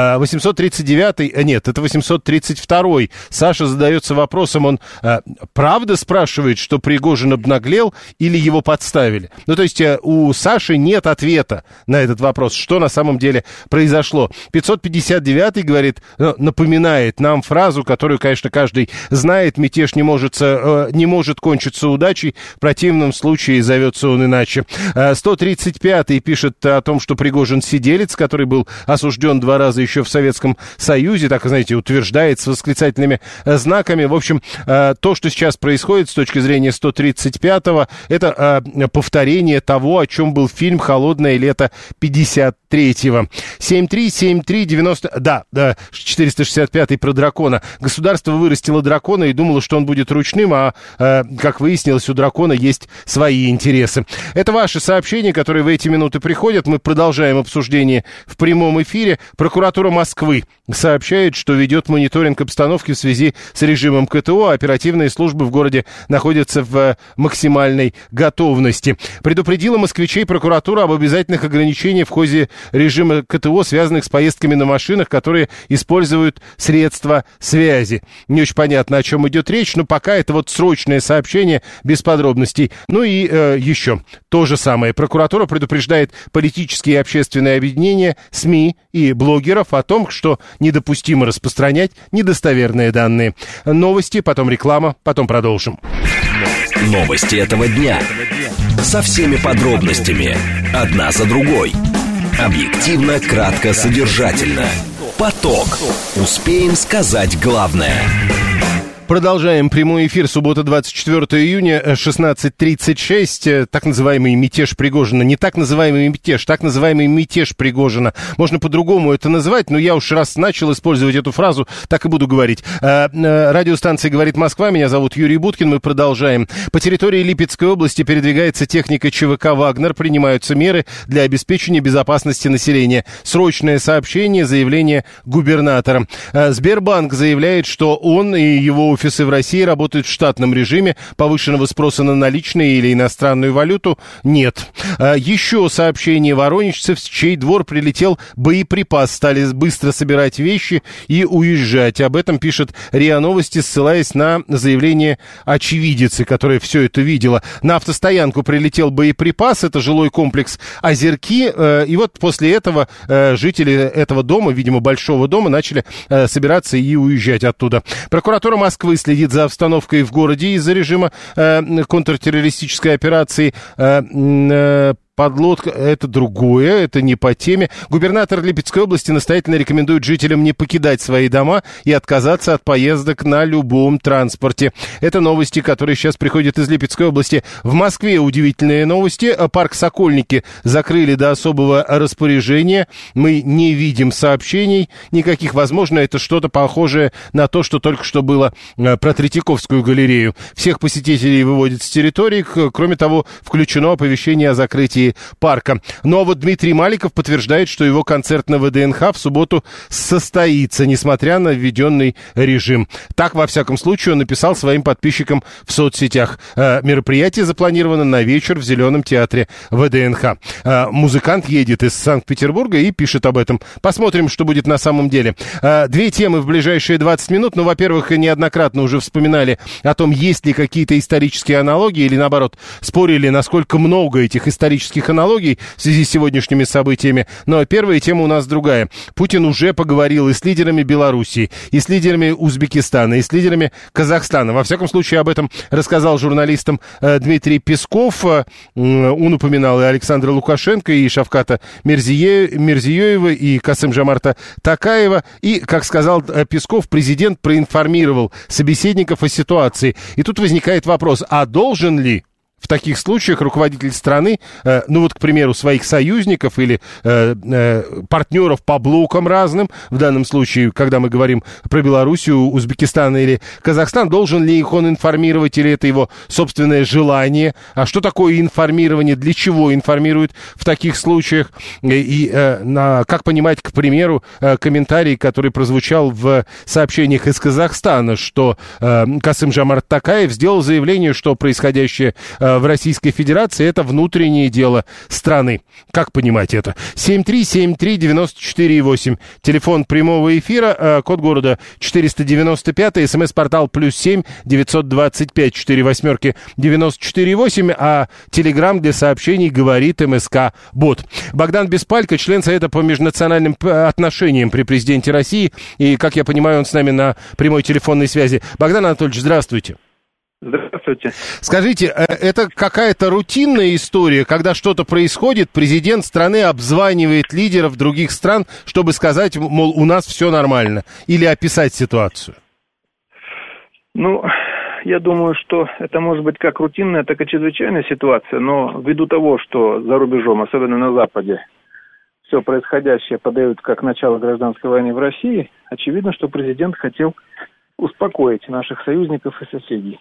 839-й, нет, это 832-й. Саша задается вопросом, он правда спрашивает, что Пригожин обнаглел или его подставили? То есть у Саши нет ответа на этот вопрос, что на самом деле произошло. 559-й говорит, напоминает нам фразу, которую, конечно, каждый знает: мятеж не может кончиться удачей, в противном случае зовется он иначе. 135-й пишет о том, что Пригожин сиделец, который был осужден 2 раза еще в Советском Союзе, так, знаете, утверждает с восклицательными знаками. В общем, то, что сейчас происходит с точки зрения 135-го, это повторение того, о чем был фильм «Холодное лето» 53-го. 737390... Да, 465-й про дракона. Государство вырастило дракона и думало, что он будет ручным, а, как выяснилось, у дракона есть свои интересы. Это ваши сообщения, которые в эти минуты приходят. Мы продолжаем обсуждение в прямом эфире. Прокуратура Москвы сообщает, что ведет мониторинг обстановки в связи с режимом КТО. Оперативные службы в городе находятся в максимальной готовности. Предупредила москвичей прокуратура об обязательных ограничениях в ходе режима КТО, связанных с поездками на машинах, которые используют средства связи. Не очень понятно, о чем идет речь, но пока это вот срочное сообщение без подробностей. Еще то же самое. Прокуратура предупреждает политические и общественные объединения, СМИ и блогеров о том, что недопустимо распространять недостоверные данные. Новости, потом реклама, потом продолжим. Новости этого дня. Со всеми подробностями. Одна за другой. Объективно, кратко, содержательно. Поток. Успеем сказать главное. Продолжаем прямой эфир. Суббота, 24 июня, 16:36. Так называемый мятеж Пригожина. Не так называемый мятеж, так называемый мятеж Пригожина. Можно по-другому это называть, но я уж раз начал использовать эту фразу, так и буду говорить. Радиостанция «Говорит Москва». Меня зовут Юрий Буткин. Мы продолжаем. По территории Липецкой области передвигается техника ЧВК «Вагнер». Принимаются меры для обеспечения безопасности населения. Срочное сообщение, заявление губернатора. Сбербанк заявляет, что он и его офисы в России работают в штатном режиме, повышенного спроса на наличные или иностранную валюту нет. Еще сообщение: воронежцев, в чей двор прилетел боеприпас, стали быстро собирать вещи и уезжать. Об этом пишет РИА Новости, ссылаясь на заявление очевидицы, которая все это видела. На автостоянку прилетел боеприпас, это жилой комплекс «Озерки», и вот после этого жители этого дома, видимо, большого дома, начали собираться и уезжать оттуда. Прокуратура Москвы следит за обстановкой в городе из-за режима контртеррористической операции. Подлодка — это другое, это не по теме. Губернатор Липецкой области настоятельно рекомендует жителям не покидать свои дома и отказаться от поездок на любом транспорте. Это новости, которые сейчас приходят из Липецкой области. В Москве удивительные новости. Парк «Сокольники» закрыли до особого распоряжения. Мы не видим сообщений никаких. Возможно, это что-то похожее на то, что только что было про Третьяковскую галерею. Всех посетителей выводят с территории. Кроме того, включено оповещение о закрытии парка. Ну а вот Дмитрий Маликов подтверждает, что его концерт на ВДНХ в субботу состоится, несмотря на введенный режим. Так, во всяком случае, он написал своим подписчикам в соцсетях. Мероприятие запланировано на вечер в Зеленом театре ВДНХ. Музыкант едет из Санкт-Петербурга и пишет об этом. Посмотрим, что будет на самом деле. Две темы в ближайшие 20 минут. Ну, во-первых, неоднократно уже вспоминали о том, есть ли какие-то исторические аналогии, или, наоборот, спорили, насколько много этих исторических аналогий в связи с сегодняшними событиями. Но первая тема у нас другая. Путин уже поговорил и с лидерами Белоруссии, и с лидерами Узбекистана, и с лидерами Казахстана. Во всяком случае, об этом рассказал журналистам Дмитрий Песков. Он упоминал и Александра Лукашенко, и Шавката Мирзиёева, и Касым-Жомарта Токаева. И, как сказал Песков, президент проинформировал собеседников о ситуации. И тут возникает вопрос, а должен ли в таких случаях руководитель страны, ну вот, к примеру, своих союзников или партнеров по блокам разным, в данном случае, когда мы говорим про Белоруссию, Узбекистан или Казахстан, должен ли их он информировать, или это его собственное желание? А что такое информирование, для чего информируют в таких случаях? И как понимать, к примеру, комментарий, который прозвучал в сообщениях из Казахстана, что Касым-Жомарт Токаев сделал заявление, что происходящее в Российской Федерации — это внутреннее дело страны. Как понимать это? 7373948. Телефон прямого эфира, код города 495, смс-портал +7 925 48 948, а телеграм для сообщений говорит МСК Бот. Богдан Беспалько, член Совета по межнациональным отношениям при президенте России, и, как я понимаю, он с нами на прямой телефонной связи. Богдан Анатольевич, здравствуйте. Здравствуйте. Скажите, это какая-то рутинная история, когда что-то происходит, президент страны обзванивает лидеров других стран, чтобы сказать, мол, у нас все нормально, или описать ситуацию? Ну, я думаю, что это может быть как рутинная, так и чрезвычайная ситуация, но ввиду того, что за рубежом, особенно на Западе, все происходящее подают как начало гражданской войны в России, очевидно, что президент хотел успокоить наших союзников и соседей.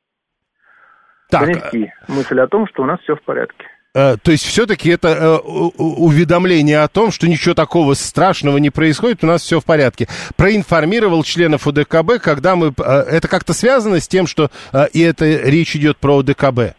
Донести мысль о том, что у нас все в порядке. То есть все-таки это уведомление о том, что ничего такого страшного не происходит, у нас все в порядке. Проинформировал членов ОДКБ, когда мы... Это как-то связано с тем, что и это речь идет про ОДКБ?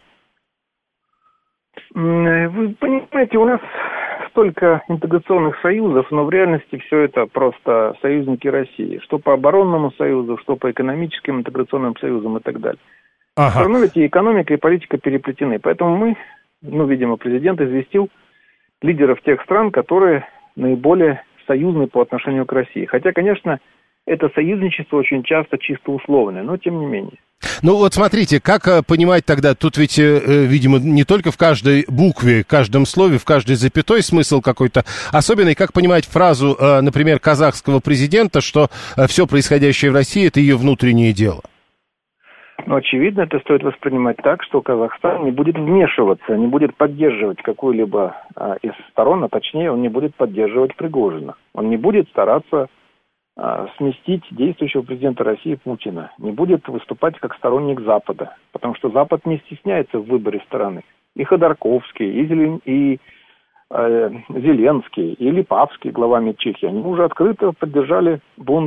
Вы понимаете, у нас столько интеграционных союзов, но в реальности все это просто союзники России. Что по оборонному союзу, что по экономическим интеграционным союзам и так далее. Все равно ведь и экономика, и политика переплетены. Поэтому мы, видимо, президент известил лидеров тех стран, которые наиболее союзны по отношению к России. Хотя, конечно, это союзничество очень часто чисто условное, но тем не менее. Ну вот смотрите, как понимать тогда, тут ведь, видимо, не только в каждой букве, в каждом слове, в каждой запятой смысл какой-то особенный, как понимать фразу, например, казахского президента, что все происходящее в России — это ее внутреннее дело? Но, очевидно, это стоит воспринимать так, что Казахстан не будет вмешиваться, не будет поддерживать какую-либо из сторон, а точнее, он не будет поддерживать Пригожина. Он не будет стараться сместить действующего президента России Путина, не будет выступать как сторонник Запада, потому что Запад не стесняется в выборе стороны. И Ходорковский, и Зеленский, и Липавский, глава МИД Чехии, они уже открыто поддержали бунт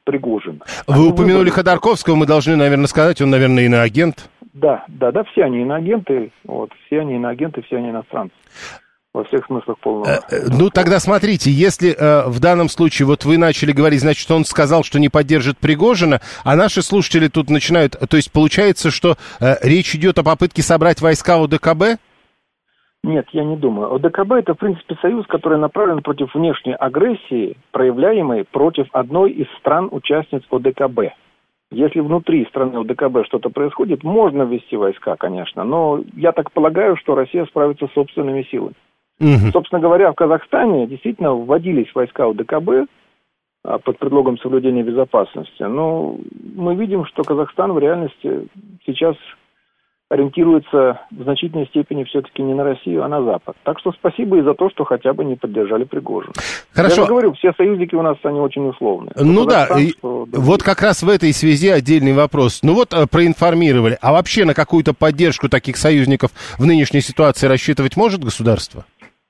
Пригожина. Вы упомянули Ходорковского, мы должны, наверное, сказать, он, наверное, иноагент. Да, все они иноагенты, все они иноагенты, все они иностранцы. Во всех смыслах полного. Ну, тогда смотрите, если в данном случае, вот вы начали говорить, значит, он сказал, что не поддержит Пригожина, а наши слушатели тут начинают, то есть получается, что речь идет о попытке собрать войска ОДКБ? Нет, я не думаю. ОДКБ – это, в принципе, союз, который направлен против внешней агрессии, проявляемой против одной из стран-участниц ОДКБ. Если внутри страны ОДКБ что-то происходит, можно ввести войска, конечно, но я так полагаю, что Россия справится с собственными силами. Собственно говоря, в Казахстане действительно вводились войска ОДКБ под предлогом соблюдения безопасности, но мы видим, что Казахстан в реальности сейчас ориентируется в значительной степени все-таки не на Россию, а на Запад. Так что спасибо и за то, что хотя бы не поддержали Пригожина. Хорошо. Я же говорю, все союзники у нас, они очень условные. Ну да, вот как раз в этой связи отдельный вопрос. Ну вот проинформировали, а вообще на какую-то поддержку таких союзников в нынешней ситуации рассчитывать может государство?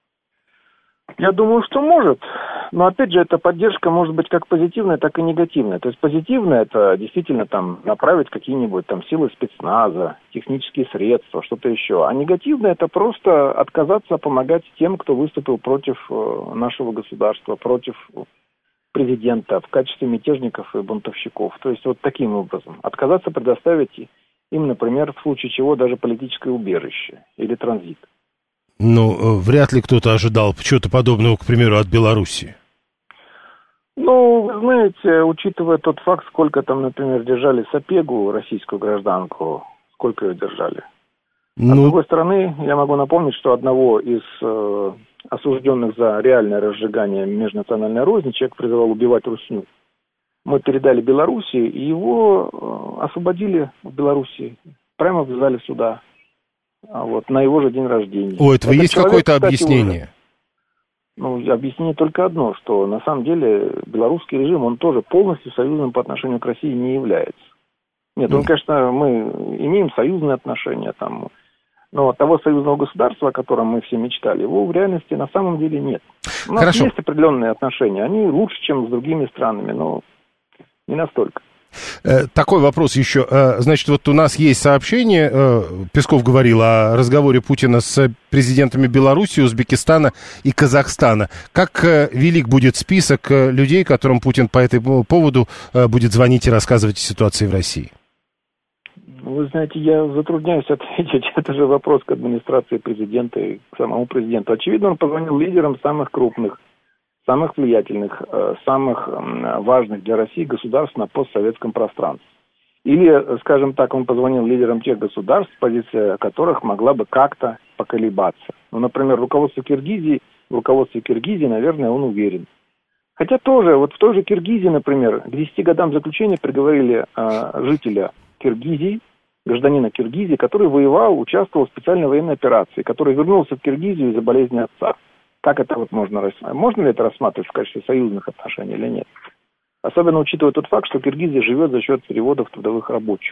Я думаю, что может. Но, опять же, эта поддержка может быть как позитивная, так и негативная. То есть позитивная – это действительно там направить какие-нибудь там силы спецназа, технические средства, что-то еще. А негативная – это просто отказаться помогать тем, кто выступил против нашего государства, против президента в качестве мятежников и бунтовщиков. То есть вот таким образом. Отказаться предоставить им, например, в случае чего даже политическое убежище или транзит. Ну, вряд ли кто-то ожидал чего-то подобного, к примеру, от Белоруссии. Ну, вы знаете, учитывая тот факт, сколько там, например, держали Сапегу, российскую гражданку, сколько ее держали. А с другой стороны, я могу напомнить, что одного из осужденных за реальное разжигание межнациональной розни человек призывал убивать русню. Мы передали Белоруссии, и его освободили в Белоруссии, прямо в зале суда. Вот, на его же день рождения. О, этого есть какое-то объяснение? Объяснение только одно, что на самом деле белорусский режим, он тоже полностью союзным по отношению к России не является. Нет, он, конечно, мы имеем союзные отношения, там, но того союзного государства, о котором мы все мечтали, его в реальности на самом деле нет. У нас есть определенные отношения, они лучше, чем с другими странами, но не настолько. Такой вопрос еще. Значит, вот у нас есть сообщение, Песков говорил о разговоре Путина с президентами Беларуси, Узбекистана и Казахстана. Как велик будет список людей, которым Путин по этому поводу будет звонить и рассказывать о ситуации в России? Вы знаете, я затрудняюсь ответить. Это же вопрос к администрации президента и к самому президенту. Очевидно, он позвонил лидерам самых крупных, самых влиятельных, самых важных для России государств на постсоветском пространстве. Или, скажем так, он позвонил лидерам тех государств, позиция которых могла бы как-то поколебаться. Ну, например, в руководстве Киргизии, наверное, он уверен. Хотя тоже, вот в той же Киргизии, например, к 10 годам заключения приговорили жителя Киргизии, гражданина Киргизии, который воевал, участвовал в специальной военной операции, который вернулся в Киргизию из-за болезни отца. Как это вот можно ли это рассматривать в качестве союзных отношений или нет? Особенно учитывая тот факт, что Киргизия живет за счет переводов трудовых рабочих.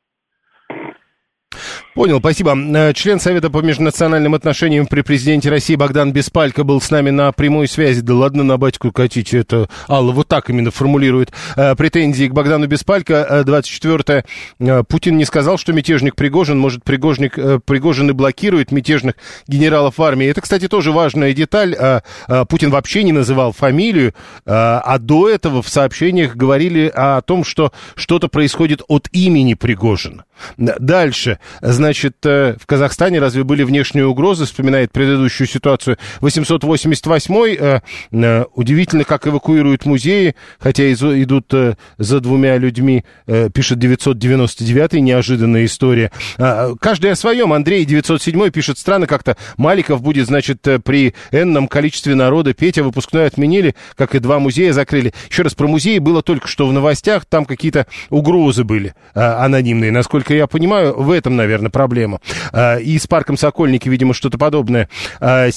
Понял, спасибо. Член Совета по межнациональным отношениям при президенте России Богдан Беспалько был с нами на прямой связи. Да ладно на батьку катить, это Алла вот так именно формулирует претензии к Богдану Беспалько. 24-е. Путин не сказал, что мятежник Пригожин, может, Пригожин и блокирует мятежных генералов в армии. Это, кстати, тоже важная деталь. Путин вообще не называл фамилию, а до этого в сообщениях говорили о том, что что-то происходит от имени Пригожина. Дальше. Значит, в Казахстане разве были внешние угрозы? Вспоминает предыдущую ситуацию. 888-й. Удивительно, как эвакуируют музеи, хотя идут за двумя людьми, пишет 999-й. Неожиданная история. Каждый о своем. Андрей 907-й пишет, странно как-то. Маликов будет, значит, при энном количестве народа петь, а выпускной отменили, как и 2 музея закрыли. Еще раз, про музеи было только что в новостях, там какие-то угрозы были анонимные. Насколько я понимаю, в этом, наверное, проблема. И с парком Сокольники, видимо, что-то подобное. 7373948,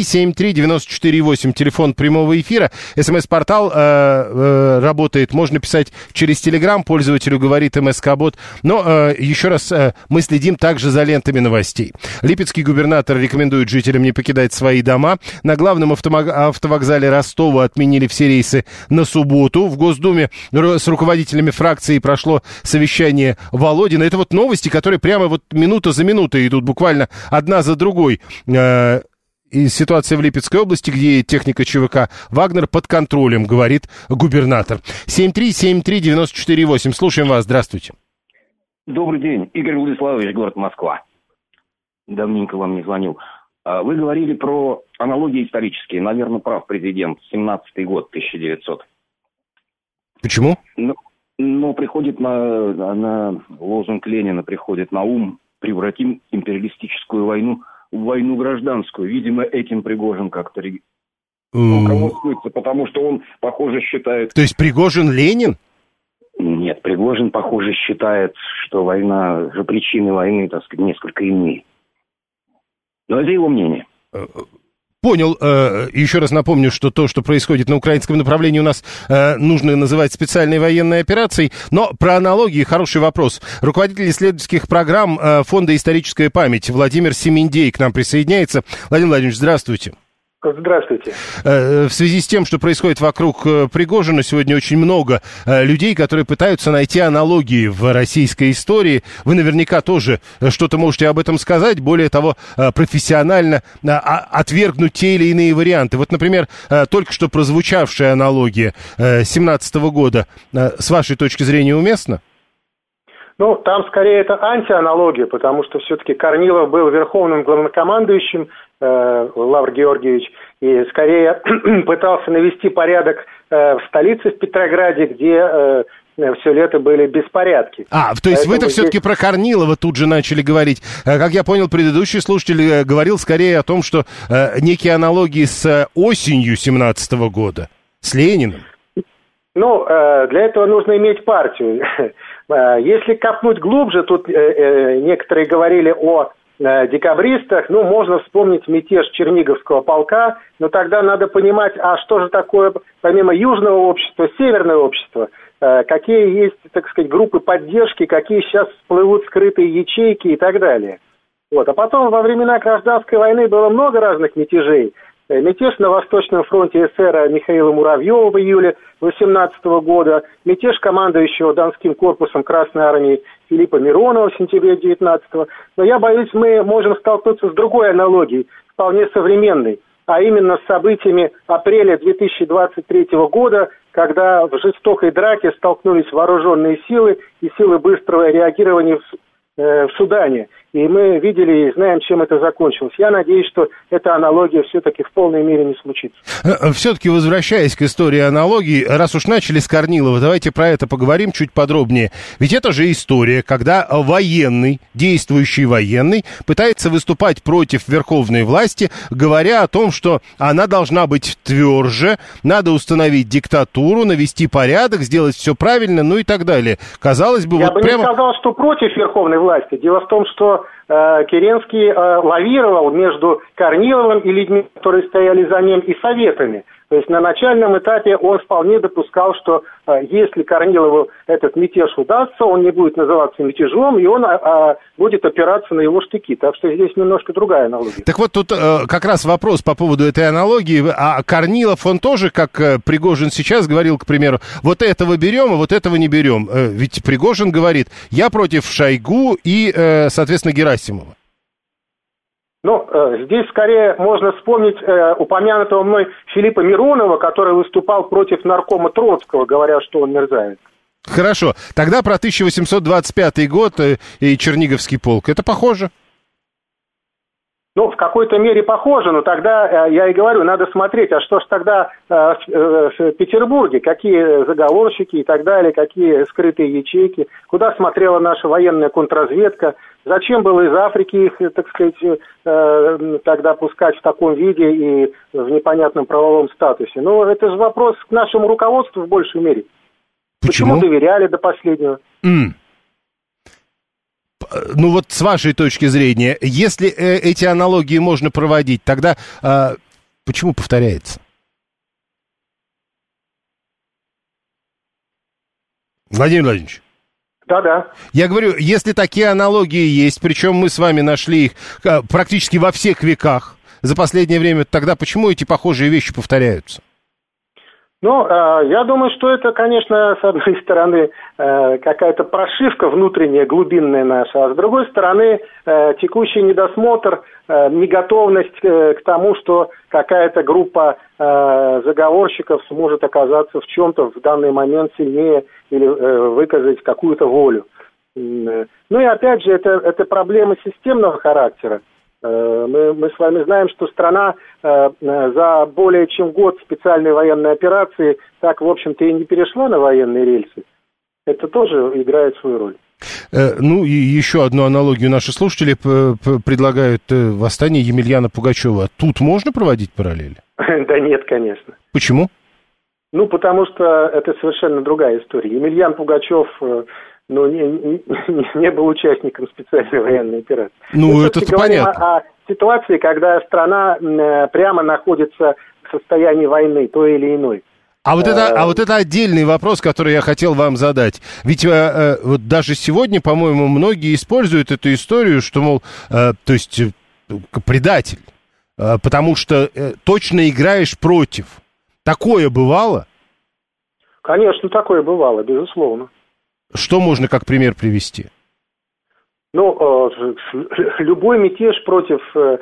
телефон прямого эфира. СМС-портал работает. Можно писать через Телеграм. Пользователю говорит МСК-бот. Но еще раз, мы следим также за лентами новостей. Липецкий губернатор рекомендует жителям не покидать свои дома. На главном автовокзале Ростова отменили все рейсы на субботу. В Госдуме с руководителями фракции прошло совещание Володина. Это вот новости, которые прямо вот минута за минутой идут, буквально одна за другой. И ситуация в Липецкой области, где техника ЧВК «Вагнер» под контролем, говорит губернатор. 7373948. Слушаем вас. Здравствуйте. Добрый день. Игорь Владиславович, город Москва. Давненько вам не звонил. Вы говорили про аналогии исторические. Наверное, прав президент. 17-й год, 1900. Почему? Но приходит на лозунг Ленина, приходит на ум: превратим империалистическую войну в войну гражданскую. Видимо, этим Пригожин как-то руководствуется, потому что он, похоже, считает... То есть Пригожин Ленин? Нет, Пригожин, похоже, считает, что война, же причины войны, так сказать, несколько иные. Но это его мнение. Понял. Еще раз напомню, что то, что происходит на украинском направлении, у нас нужно называть специальной военной операцией. Но про аналогии хороший вопрос. Руководитель исследовательских программ Фонда «Историческая память» Владимир Семендей к нам присоединяется. Владимир Владимирович, здравствуйте. Здравствуйте. В связи с тем, что происходит вокруг Пригожина, сегодня очень много людей, которые пытаются найти аналогии в российской истории. Вы наверняка тоже что-то можете об этом сказать, более того, профессионально отвергнуть те или иные варианты. Вот, например, только что прозвучавшая аналогия 17 года, с вашей точки зрения, уместна? Ну, там скорее это антианалогия, потому что все-таки Корнилов был верховным главнокомандующим, Лавр Георгиевич, и скорее пытался навести порядок в столице, в Петрограде, где все лето были беспорядки. То есть поэтому вы-то все-таки про Корнилова тут же начали говорить. Как я понял, предыдущий слушатель говорил скорее о том, что некие аналогии с осенью 17 года, с Лениным. Ну, для этого нужно иметь партию. Если копнуть глубже, тут некоторые говорили о декабристах, ну, можно вспомнить мятеж Черниговского полка, но тогда надо понимать, а что же такое, помимо южного общества, северное общество, какие есть, так сказать, группы поддержки, какие сейчас всплывут скрытые ячейки и так далее. Вот. А потом, во времена гражданской войны было много разных мятежей. Мятеж на Восточном фронте эсера Михаила Муравьева в июле 18 года, мятеж командующего Донским корпусом Красной Армии Филиппа Миронова в сентябре 19-го. Но я боюсь, мы можем столкнуться с другой аналогией, вполне современной, а именно с событиями апреля 2023 года, когда в жестокой драке столкнулись вооруженные силы и силы быстрого реагирования в Судане. И мы видели и знаем, чем это закончилось. Я надеюсь, что эта аналогия все-таки в полной мере не случится. Все-таки, возвращаясь к истории аналогий, раз уж начали с Корнилова, давайте про это поговорим чуть подробнее. Ведь это же история, когда военный, действующий военный, пытается выступать против верховной власти, говоря о том, что она должна быть тверже, надо установить диктатуру, навести порядок, сделать все правильно, ну и так далее. Казалось бы, Я бы не сказал, что против верховной власти. Дело в том, что Керенский лавировал между Корниловым и людьми, которые стояли за ним, и советами. То есть на начальном этапе он вполне допускал, что если Корнилову этот мятеж удастся, он не будет называться мятежом, и он будет опираться на его штыки. Так что здесь немножко другая аналогия. Так вот тут как раз вопрос по поводу этой аналогии. А Корнилов, он тоже, как Пригожин сейчас говорил, к примеру, вот этого берем, а вот этого не берем. Ведь Пригожин говорит, я против Шойгу и, соответственно, Герасимова. Ну, здесь скорее можно вспомнить упомянутого мной Филиппа Миронова, который выступал против наркома Троцкого, говоря, что он мерзавец. Хорошо. Тогда про 1825 год и Черниговский полк. Это похоже? Ну, в какой-то мере похоже, но тогда, я и говорю, надо смотреть, а что ж тогда в Петербурге, какие заговорщики и так далее, какие скрытые ячейки, куда смотрела наша военная контрразведка, зачем было из Африки их, так сказать, тогда пускать в таком виде и в непонятном правовом статусе. Ну, это же вопрос к нашему руководству в большей мере. Почему доверяли до последнего? ну вот с вашей точки зрения, если эти аналогии можно проводить, тогда почему повторяется? Владимир Владимирович. Да-да. Я говорю, если такие аналогии есть, причем мы с вами нашли их практически во всех веках за последнее время, тогда почему эти похожие вещи повторяются? Ну, я думаю, что это, конечно, с одной стороны, какая-то прошивка внутренняя, глубинная наша, а с другой стороны, текущий недосмотр, неготовность к тому, что какая-то группа заговорщиков сможет оказаться в чем-то в данный момент сильнее или выказать какую-то волю. Ну и опять же, это проблема системного характера. Мы с вами знаем, что страна за более чем год специальной военной операции так, в общем-то, и не перешла на военные рельсы. Это тоже играет свою роль. Ну и еще одну аналогию наши слушатели предлагают: восстание Емельяна Пугачева. Тут можно проводить параллели? Да нет, конечно. Почему? Ну, потому что это совершенно другая история. Емельян Пугачев... не был участником специальной военной операции. Ну, это понятно. Мы говорим о ситуации, когда страна прямо находится в состоянии войны, той или иной. А вот это отдельный вопрос, который я хотел вам задать. Ведь вот даже сегодня, по-моему, многие используют эту историю, что, мол, то есть предатель, потому что точно играешь против. Такое бывало? Конечно, такое бывало, безусловно. Что можно как пример привести? Ну, любой мятеж против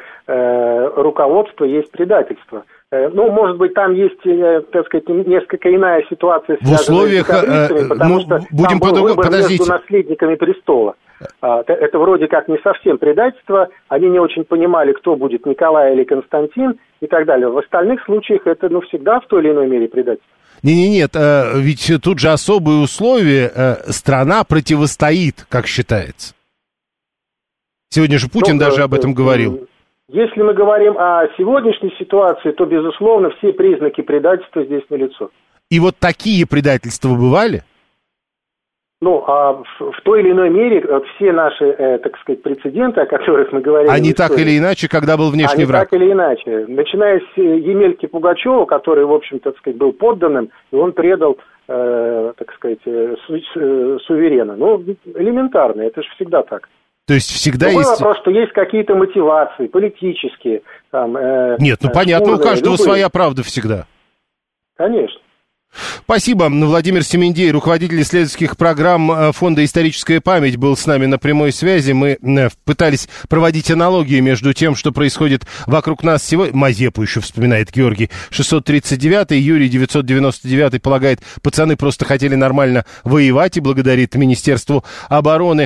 руководства есть предательство. Ну, может быть, там есть, так сказать, несколько иная ситуация, связанная с декабристами, потому что там был выбор между наследниками престола. Это вроде как не совсем предательство, они не очень понимали, кто будет, Николай или Константин и так далее. В остальных случаях это, всегда в той или иной мере предательство. Нет, ведь тут же особые условия, страна противостоит, как считается. Сегодня же Путин даже об этом говорил. Если мы говорим о сегодняшней ситуации, то, безусловно, все признаки предательства здесь налицо. И вот такие предательства бывали? Ну, а в той или иной мере все наши, так сказать, прецеденты, о которых мы говорили... Они так или иначе, когда был внешний враг? Так или иначе. Начиная с Емельки Пугачева, который, в общем, так сказать, был подданным, и он предал, так сказать, суверена. Ну, элементарно, это же всегда так. То есть всегда Другой есть... вопрос, что есть какие-то мотивации политические. Там, Нет, понятно, у каждого своя правда всегда. Конечно. Спасибо. Владимир Семендей, руководитель исследовательских программ Фонда «Историческая память», был с нами на прямой связи. Мы пытались проводить аналогии между тем, что происходит вокруг нас сегодня. Мазепу еще вспоминает Георгий. 639-й, Юрий 999-й полагает, пацаны просто хотели нормально воевать и благодарит Министерству обороны.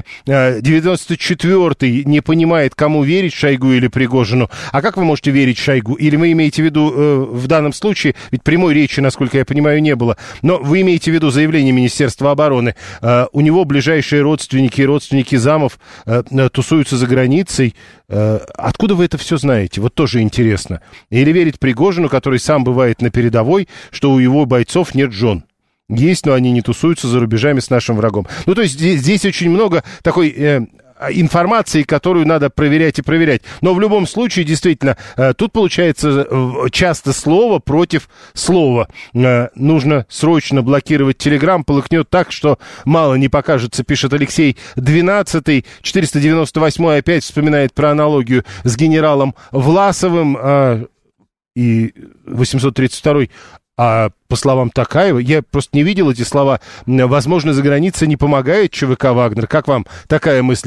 94-й не понимает, кому верить, Шойгу или Пригожину. А как вы можете верить Шойгу? Или вы имеете в виду в данном случае, ведь прямой речи, насколько я понимаю, не было. Но вы имеете в виду заявление Министерства обороны. У него ближайшие родственники и родственники замов тусуются за границей. Откуда вы это все знаете? Вот тоже интересно. Или верить Пригожину, который сам бывает на передовой, что у его бойцов нет жен? Есть, но они не тусуются за рубежами с нашим врагом. Ну, то есть здесь очень много такой... информации, которую надо проверять и проверять. Но в любом случае, действительно, тут получается часто слово против слова. Нужно срочно блокировать Телеграм, полыхнет так, что мало не покажется, пишет Алексей 12-й. 498-й опять вспоминает про аналогию с генералом Власовым. И 832-й. А по словам Токаева, я просто не видел эти слова, возможно, за границей не помогает ЧВК «Вагнер». Как вам такая мысль?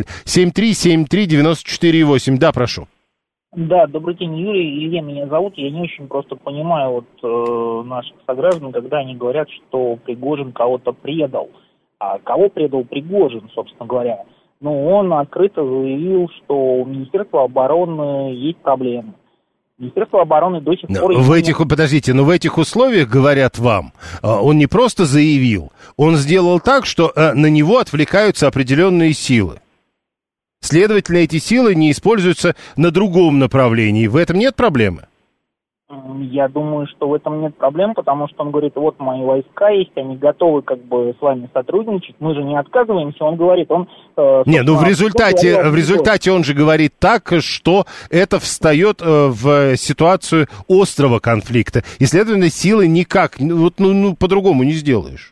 7373948. Да, прошу. Да, добрый день, Юрий. Илья меня зовут. Я не очень просто понимаю наших сограждан, когда они говорят, что Пригожин кого-то предал. А кого предал Пригожин, собственно говоря? Ну, он открыто заявил, что у Министерства обороны есть проблемы. Министерство обороны до сих пор... Подождите, но в этих условиях, говорят вам, он не просто заявил, он сделал так, что на него отвлекаются определенные силы. Следовательно, эти силы не используются на другом направлении. В этом нет проблемы? Я думаю, что в этом нет проблем, потому что он говорит, вот мои войска есть, они готовы как бы с вами сотрудничать, мы же не отказываемся, он говорит, он... Не, ну в результате он же говорит так, что это встает в ситуацию острого конфликта, и, следовательно, силы никак, по-другому не сделаешь.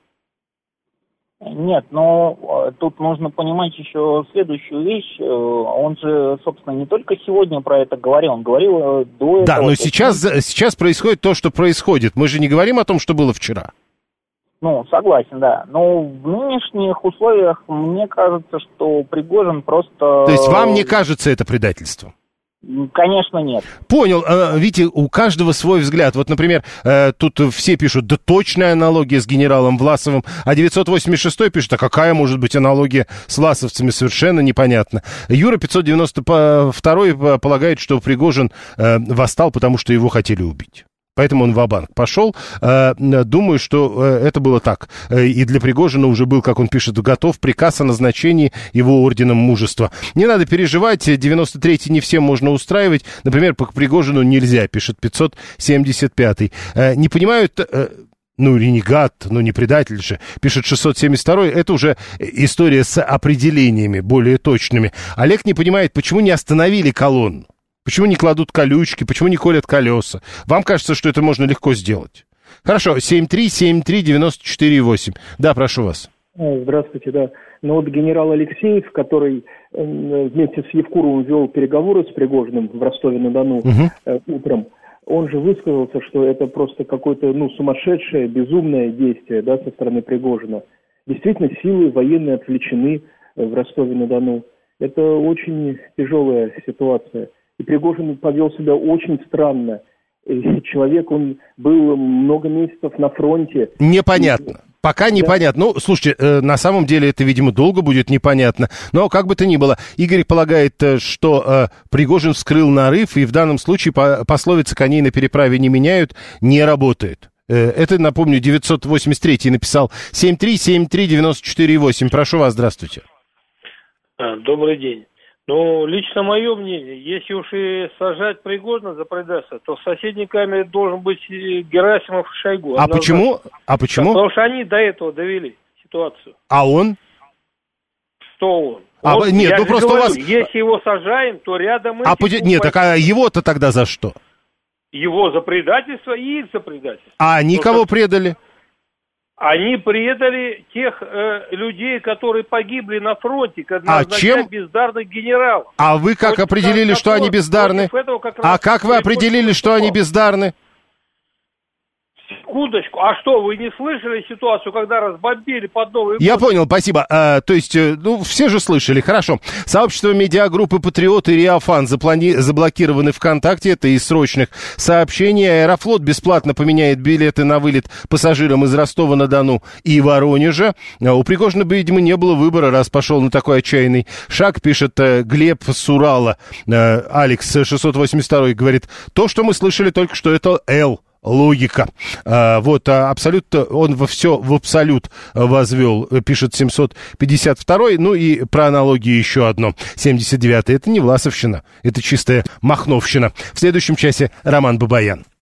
Нет, но тут нужно понимать еще следующую вещь. Он же, собственно, не только сегодня про это говорил, он говорил до этого. Да, но сейчас происходит то, что происходит. Мы же не говорим о том, что было вчера. Ну, согласен, да. Но в нынешних условиях мне кажется, что Пригожин просто... То есть вам не кажется это предательством? Конечно, нет. Понял. Видите, у каждого свой взгляд. Вот, например, тут все пишут, да точная аналогия с генералом Власовым, а 986 пишет, а какая может быть аналогия с власовцами, совершенно непонятно. Юра 592 полагает, что Пригожин восстал, потому что его хотели убить. Поэтому он ва-банк пошел. Думаю, что это было так. И для Пригожина уже был, как он пишет, готов приказ о назначении его орденом мужества. Не надо переживать, 93-й не всем можно устраивать. Например, по Пригожину нельзя, пишет 575-й. Не понимают... ренегат, не предатель же, пишет 672-й, это уже история с определениями более точными. Олег не понимает, почему не остановили колонну. Почему не кладут колючки, почему не колят колеса? Вам кажется, что это можно легко сделать? Хорошо, 7373948. Да, прошу вас. Здравствуйте, да. Ну вот генерал Алексеев, который вместе с Евкуровым вел переговоры с Пригожиным в Ростове-на-Дону утром, он же высказался, что это просто какое-то сумасшедшее, безумное действие, да, со стороны Пригожина. Действительно, силы военные отвлечены в Ростове-на-Дону. Это очень тяжелая ситуация. И Пригожин повел себя очень странно. И человек, он был много месяцев на фронте. Непонятно. Пока непонятно. Слушайте, на самом деле это, видимо, долго будет непонятно. Но как бы то ни было, Игорь полагает, что Пригожин вскрыл нарыв, и в данном случае пословица «коней на переправе не меняют» не работает. Это, напомню, 983-й написал. 7373948. Прошу вас, здравствуйте. Добрый день. Лично мое мнение, если уж и сажать Пригожина за предательство, то в соседней камере должен быть Герасимов и Шойгу. А почему? Потому что они до этого довели ситуацию. А он? Что он? Нет, просто говорю, у вас... Если его сажаем, то рядом... Нет, так а его-то тогда за что? Его за предательство и их за предательство. А они кого предали? Они предали тех людей, которые погибли на фронте, когда назначали бездарных генералов. А вы как определили, что они бездарны? А как вы определили, что они бездарны? Секундочку. А что, вы не слышали ситуацию, когда разбомбили под Новый год? Я понял, спасибо. То есть, все же слышали, хорошо. Сообщество медиагруппы «Патриот» и «Реафан» заблокированы ВКонтакте. Это из срочных сообщений. Аэрофлот бесплатно поменяет билеты на вылет пассажирам из Ростова-на-Дону и Воронежа. У Пригожина, видимо, не было выбора, раз пошел на такой отчаянный шаг, пишет Глеб с Урала. Алекс 682 говорит, то, что мы слышали только что, это «Л». Логика. Абсолют, он в абсолют возвел, пишет 752-й, и про аналогии еще одно, 79-й. Это не власовщина, это чистая махновщина. В следующем часе Роман Бабаян.